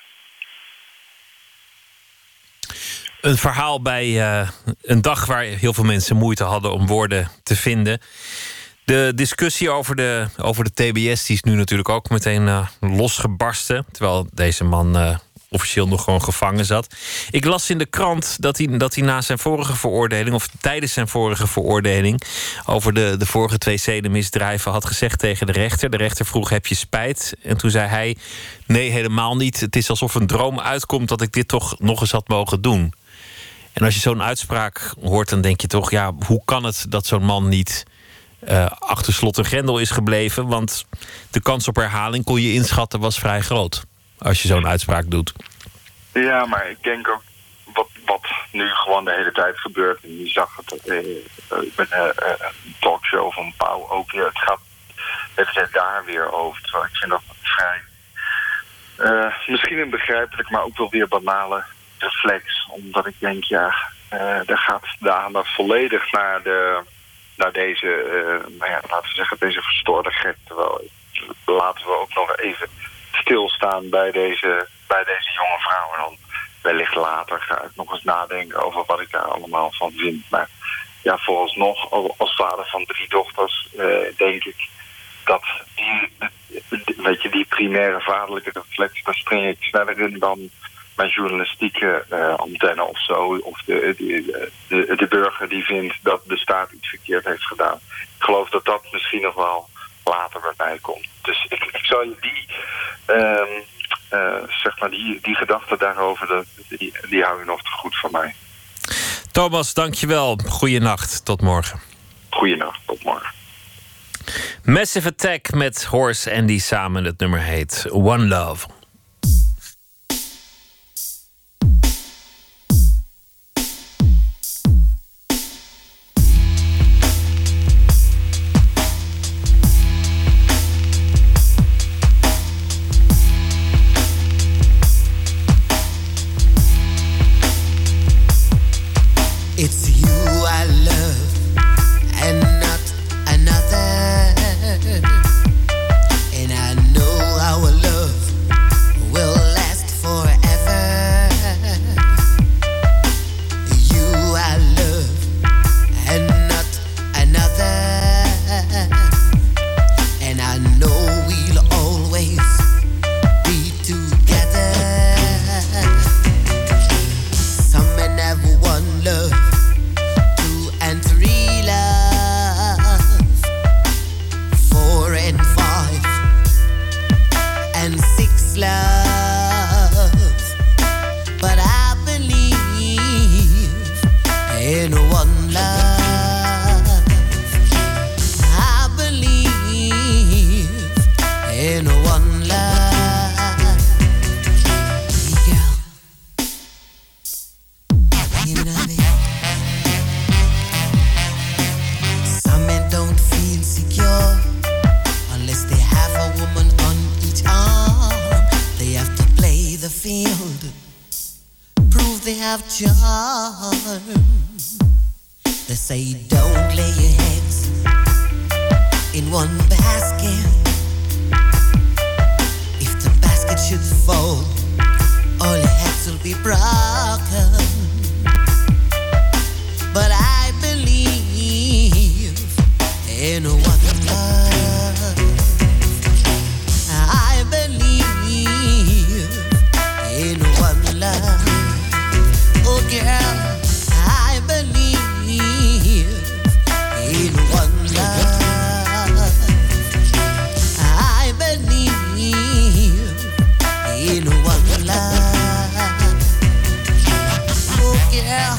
Een verhaal bij een dag waar heel veel mensen moeite hadden om woorden te vinden. De discussie over de TBS die is nu natuurlijk ook meteen losgebarsten. Terwijl deze man officieel nog gewoon gevangen zat. Ik las in de krant dat hij na zijn vorige veroordeling, of tijdens zijn vorige veroordeling, over de vorige 2 zedenmisdrijven had gezegd tegen de rechter. De rechter vroeg: heb je spijt? En toen zei hij: nee, helemaal niet. Het is alsof een droom uitkomt dat ik dit toch nog eens had mogen doen. En als je zo'n uitspraak hoort, dan denk je toch: ja, hoe kan het dat zo'n man niet achter slot en grendel is gebleven? Want de kans op herhaling, kon je inschatten, was vrij groot als je zo'n uitspraak doet. Ja, maar ik denk ook wat nu gewoon de hele tijd gebeurt. En je zag het met een talkshow van Pauw ook. Ja, het gaat daar weer over. Terwijl ik vind dat vrij misschien een begrijpelijk, maar ook wel weer banale reflex. Omdat ik denk, ja, daar gaat de aandacht volledig naar deze, laten we zeggen, deze verstoorde gek. Terwijl laten we ook nog even stilstaan bij deze jonge vrouw. En dan wellicht later ga ik nog eens nadenken over wat ik daar allemaal van vind. Maar ja, vooralsnog, als vader van 3 dochters, denk ik dat die primaire vaderlijke reflex, daar spring ik sneller in dan mijn journalistieke antenne of zo. Of de burger die vindt dat de staat iets verkeerd heeft gedaan. Ik geloof dat dat misschien nog wel later bij mij komt. Dus ik zou je die gedachte daarover, die hou je nog te goed van mij. Thomas, dankjewel. Goeienacht, tot morgen. Goeienacht, tot morgen. Massive Attack met Horace Andy samen. Het nummer heet One Love. It's you I love and not another. And I know our love will last forever. You I love and not another. And I know we'll always be together. Some men have one love, 2 and 3 love, 4 and 5 and 6 love. But I believe in one love. I believe in one love. Girl, you know me. Some men don't feel secure unless they have a woman on each arm. They have to play the field, prove they have charm. They say don't lay your heads in one basket. If the basket should fall, all your heads will be broken. But I believe in one love. I believe in one love. Oh girl, I believe in one love. I believe in one love. Oh girl.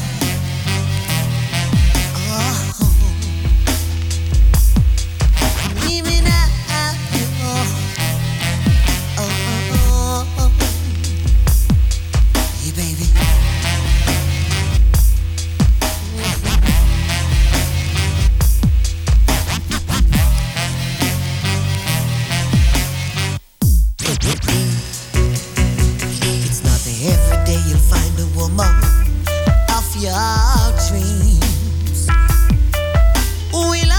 It's not every day you'll find a woman of your dreams. Will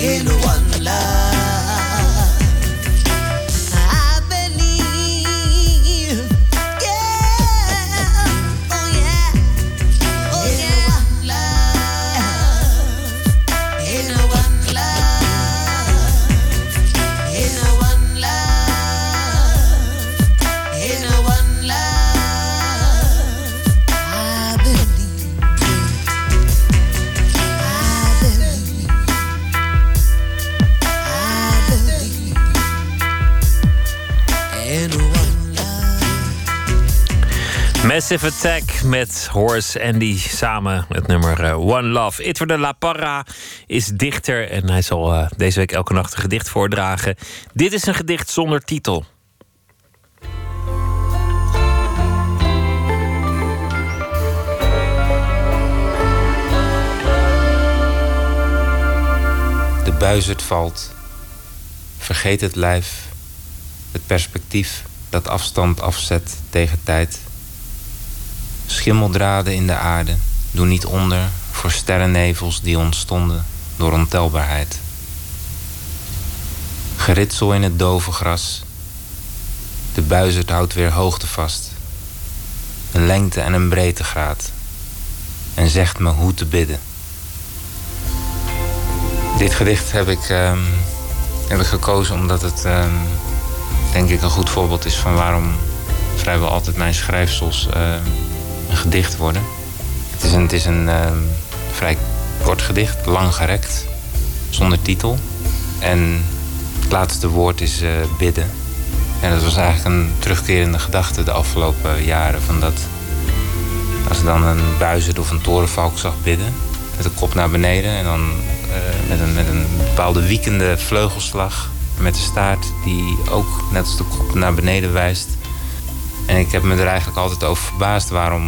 in one love. I believe, yeah, oh yeah, oh yeah, in one love, in one love, in one love. I believe, in one love. Massive Attack met Horace Andy samen het nummer One Love. Itwer de La Parra is dichter en hij zal deze week elke nacht een gedicht voordragen. Dit is een gedicht zonder titel. De buizerd valt. Vergeet het lijf. Het perspectief dat afstand afzet tegen tijd. Schimmeldraden in de aarde. Doe niet onder voor sterrennevels die ontstonden door ontelbaarheid. Geritsel in het dove gras. De buizerd houdt weer hoogte vast. Een lengte en een breedtegraad. En zegt me hoe te bidden. Dit gedicht heb ik gekozen omdat het denk ik een goed voorbeeld is van waarom vrijwel altijd mijn schrijfsels een gedicht worden. Het is een vrij kort gedicht, lang gerekt, zonder titel. En het laatste woord is bidden. En dat was eigenlijk een terugkerende gedachte de afgelopen jaren. Van dat als ik dan een buizerd of een torenvalk zag bidden, met de kop naar beneden en dan met een bepaalde wiekende vleugelslag, met de staart die ook net als de kop naar beneden wijst. En ik heb me er eigenlijk altijd over verbaasd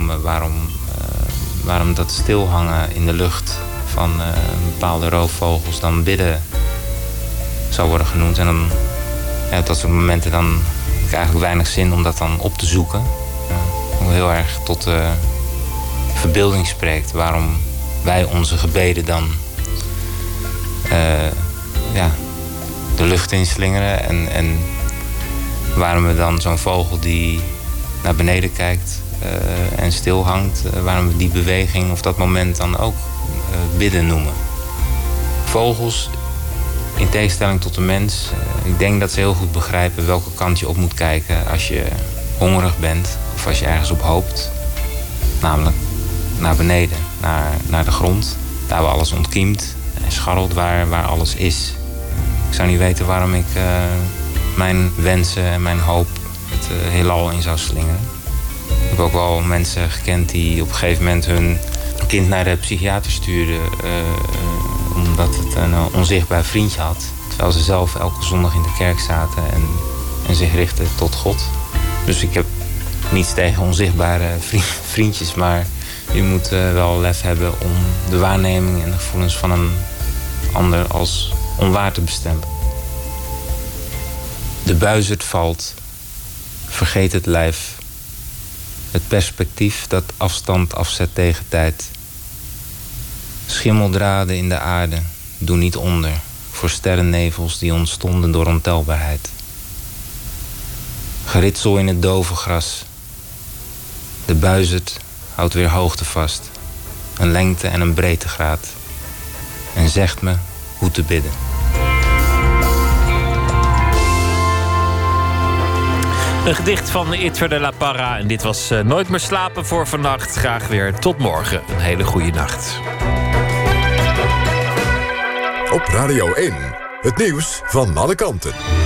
waarom dat stilhangen in de lucht van bepaalde roofvogels dan bidden zou worden genoemd. En dan, op dat soort momenten dan heb ik eigenlijk weinig zin om dat dan op te zoeken. Hoe heel erg tot de verbeelding spreekt waarom wij onze gebeden dan de lucht inslingeren. En waarom we dan zo'n vogel die naar beneden kijkt en stilhangt, waarom we die beweging of dat moment dan ook bidden noemen. Vogels, in tegenstelling tot de mens, ik denk dat ze heel goed begrijpen welke kant je op moet kijken als je hongerig bent of als je ergens op hoopt. Namelijk naar beneden, naar de grond, daar waar alles ontkiemt en scharrelt, waar alles is. Ik zou niet weten waarom ik mijn wensen en mijn hoop het heelal in zou slingeren. Ik heb ook wel mensen gekend die op een gegeven moment hun kind naar de psychiater stuurden omdat het een onzichtbaar vriendje had. Terwijl ze zelf elke zondag in de kerk zaten en zich richten tot God. Dus ik heb niets tegen onzichtbare vriendjes, maar je moet wel lef hebben om de waarneming en de gevoelens van een ander als onwaar te bestempelen. De buizerd valt. Vergeet het lijf. Het perspectief dat afstand afzet tegen tijd. Schimmeldraden in de aarde. Doe niet onder voor sterrennevels die ontstonden door ontelbaarheid. Geritsel in het dove gras. De buizerd houdt weer hoogte vast. Een lengte en een breedtegraad. En zegt me hoe te bidden. Een gedicht van Itwer de La Parra. En dit was Nooit meer slapen voor vannacht. Graag weer tot morgen. Een hele goede nacht. Op Radio 1, het nieuws van alle kanten.